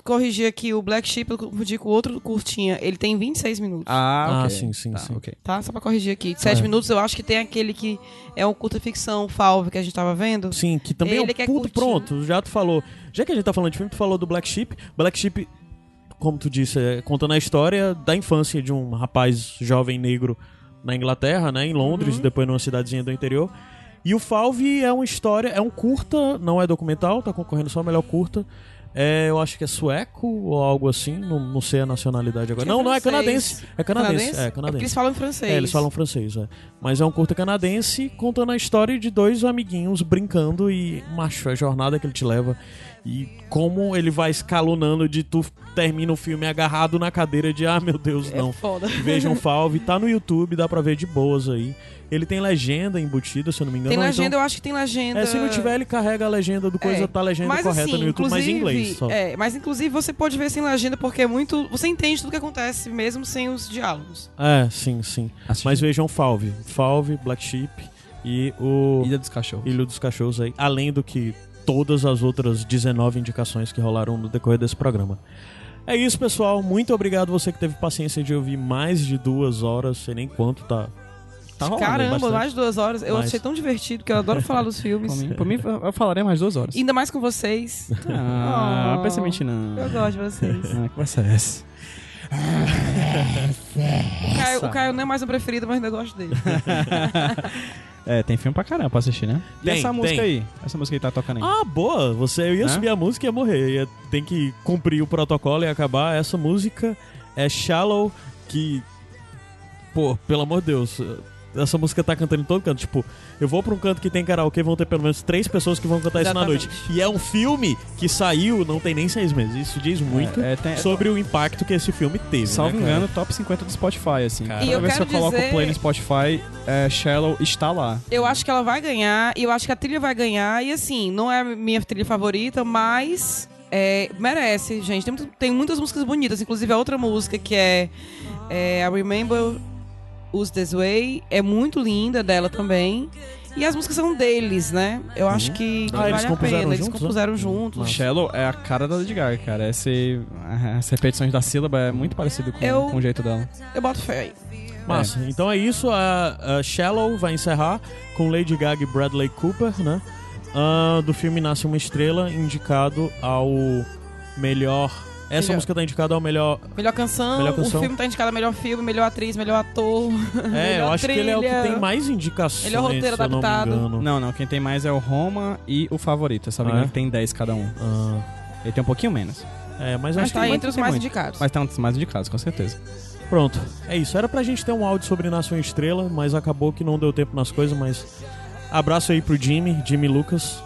corrigir aqui, o Black Sheep, eu confundi com outro curtinha. Ele tem 26 minutos. Ok. Sim. Ok. Tá, só pra corrigir aqui. 7 minutos, eu acho que tem aquele que é um curta-ficção, Falve, que a gente tava vendo. Sim, que também ele é um puto pronto. Já tu falou. Já que a gente tá falando de filme, tu falou do Black Sheep. Black Sheep, como tu disse, contando a história da infância de um rapaz jovem negro na Inglaterra, né? Em Londres, e depois numa cidadezinha do interior. E o Falve é uma história, é um curta, não é documental, tá concorrendo só a melhor curta. Eu acho que é sueco ou algo assim, não sei a nacionalidade agora. Não é canadense. É canadense. É porque eles falam francês. Eles falam francês, Mas é um curta canadense contando a história de dois amiguinhos brincando e, macho, a jornada que ele te leva. E como ele vai escalonando de tu termina o filme agarrado na cadeira de, meu Deus, não. Foda. Vejam Falve, tá no YouTube, dá pra ver de boas aí. Ele tem legenda embutida, se eu não me engano. Tem legenda, então, eu acho que tem legenda. Se não tiver, ele carrega a legenda do coisa, tá a legenda correta assim, no YouTube, mas em inglês só. Mas inclusive você pode ver sem legenda, porque é muito... Você entende tudo que acontece, mesmo sem os diálogos. Sim. Mas vejam Falve, Black Sheep e o... Ilha dos Cachorros. Ilha dos Cachorros aí, além do que todas as outras 19 indicações que rolaram no decorrer desse programa. É isso, pessoal. Muito obrigado você que teve paciência de ouvir mais de 2 horas, sei nem quanto tá rolando. Caramba, mais de 2 horas. Eu achei tão divertido, que eu adoro falar dos filmes. Por mim, eu falarei mais 2 horas. Ainda mais com vocês. Pensamento não. Eu gosto de vocês. Que conversa é essa? O Caio não é mais um preferido, mas ainda gosto dele. Tem filme pra caramba pra assistir, né? E essa música aí? Essa música aí tá tocando aí. Boa! Eu ia subir a música e ia morrer. Tem que cumprir o protocolo e acabar. Essa música é Shallow, que... Pô, pelo amor de Deus... Essa música tá cantando em todo canto. Tipo, eu vou pra um canto que tem karaokê, vão ter pelo menos 3 pessoas que vão cantar isso na noite. E é um filme que saiu não tem nem 6 meses. Isso diz muito sobre o impacto que esse filme teve. Salvo engano, top 50 do Spotify, assim. E eu ver se eu coloco o play no Spotify, Shallow está lá. Eu acho que ela vai ganhar, e eu acho que a trilha vai ganhar. E assim, não é a minha trilha favorita, mas... merece, gente. Tem muitas músicas bonitas. Inclusive a outra música que é I Remember Us This Way, é muito linda dela também. E as músicas são deles, né? Eu acho que vale a pena. Eles compuseram juntos. Shallow é a cara da Lady Gaga, cara. As repetições da sílaba é muito parecido com o jeito dela. Eu boto fé aí. Massa. Então é isso. A Shallow vai encerrar com Lady Gaga e Bradley Cooper, né? Do filme Nasce Uma Estrela, indicado ao melhor... Essa música tá indicada ao melhor canção. O filme tá indicado ao melhor filme, melhor atriz, melhor ator. Eu acho que ele é o que tem mais indicações. Melhor roteiro adaptado. Não, quem tem mais é o Roma e o Favorito. Sabe que tem 10 cada um. Ele tem um pouquinho menos. Mas acho que tá entre os mais indicados. Mas tá entre os mais indicados, com certeza. Pronto, é isso. Era pra gente ter um áudio sobre Nasce Uma Estrela, mas acabou que não deu tempo nas coisas, mas... Abraço aí pro Jimmy Lucas.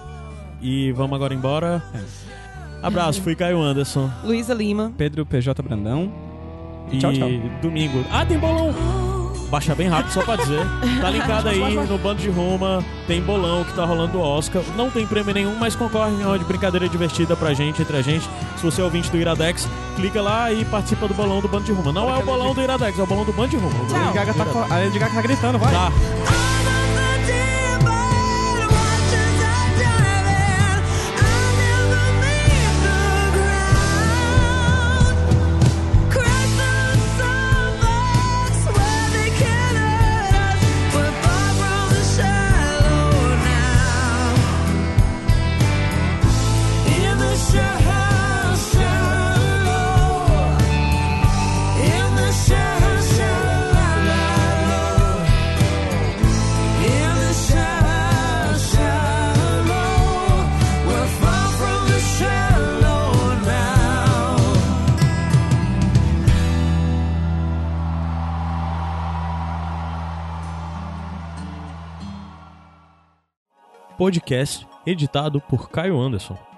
E vamos agora embora. Abraço, fui Caio Anderson. Luísa Lima. Pedro PJ Brandão. E tchau. Domingo. Tem bolão! Baixa bem rápido, só pra dizer. Tá linkado aí no Bando de Roma. Tem bolão que tá rolando o Oscar. Não tem prêmio nenhum, mas concorre em uma de brincadeira divertida pra gente, entre a gente. Se você é ouvinte do Iradex, clica lá e participa do bolão do Bando de Roma. Não é o bolão do Iradex, é o bolão do Bando de Roma. A Lady Gaga tá gritando, vai. Tá. Podcast editado por Caio Anderson.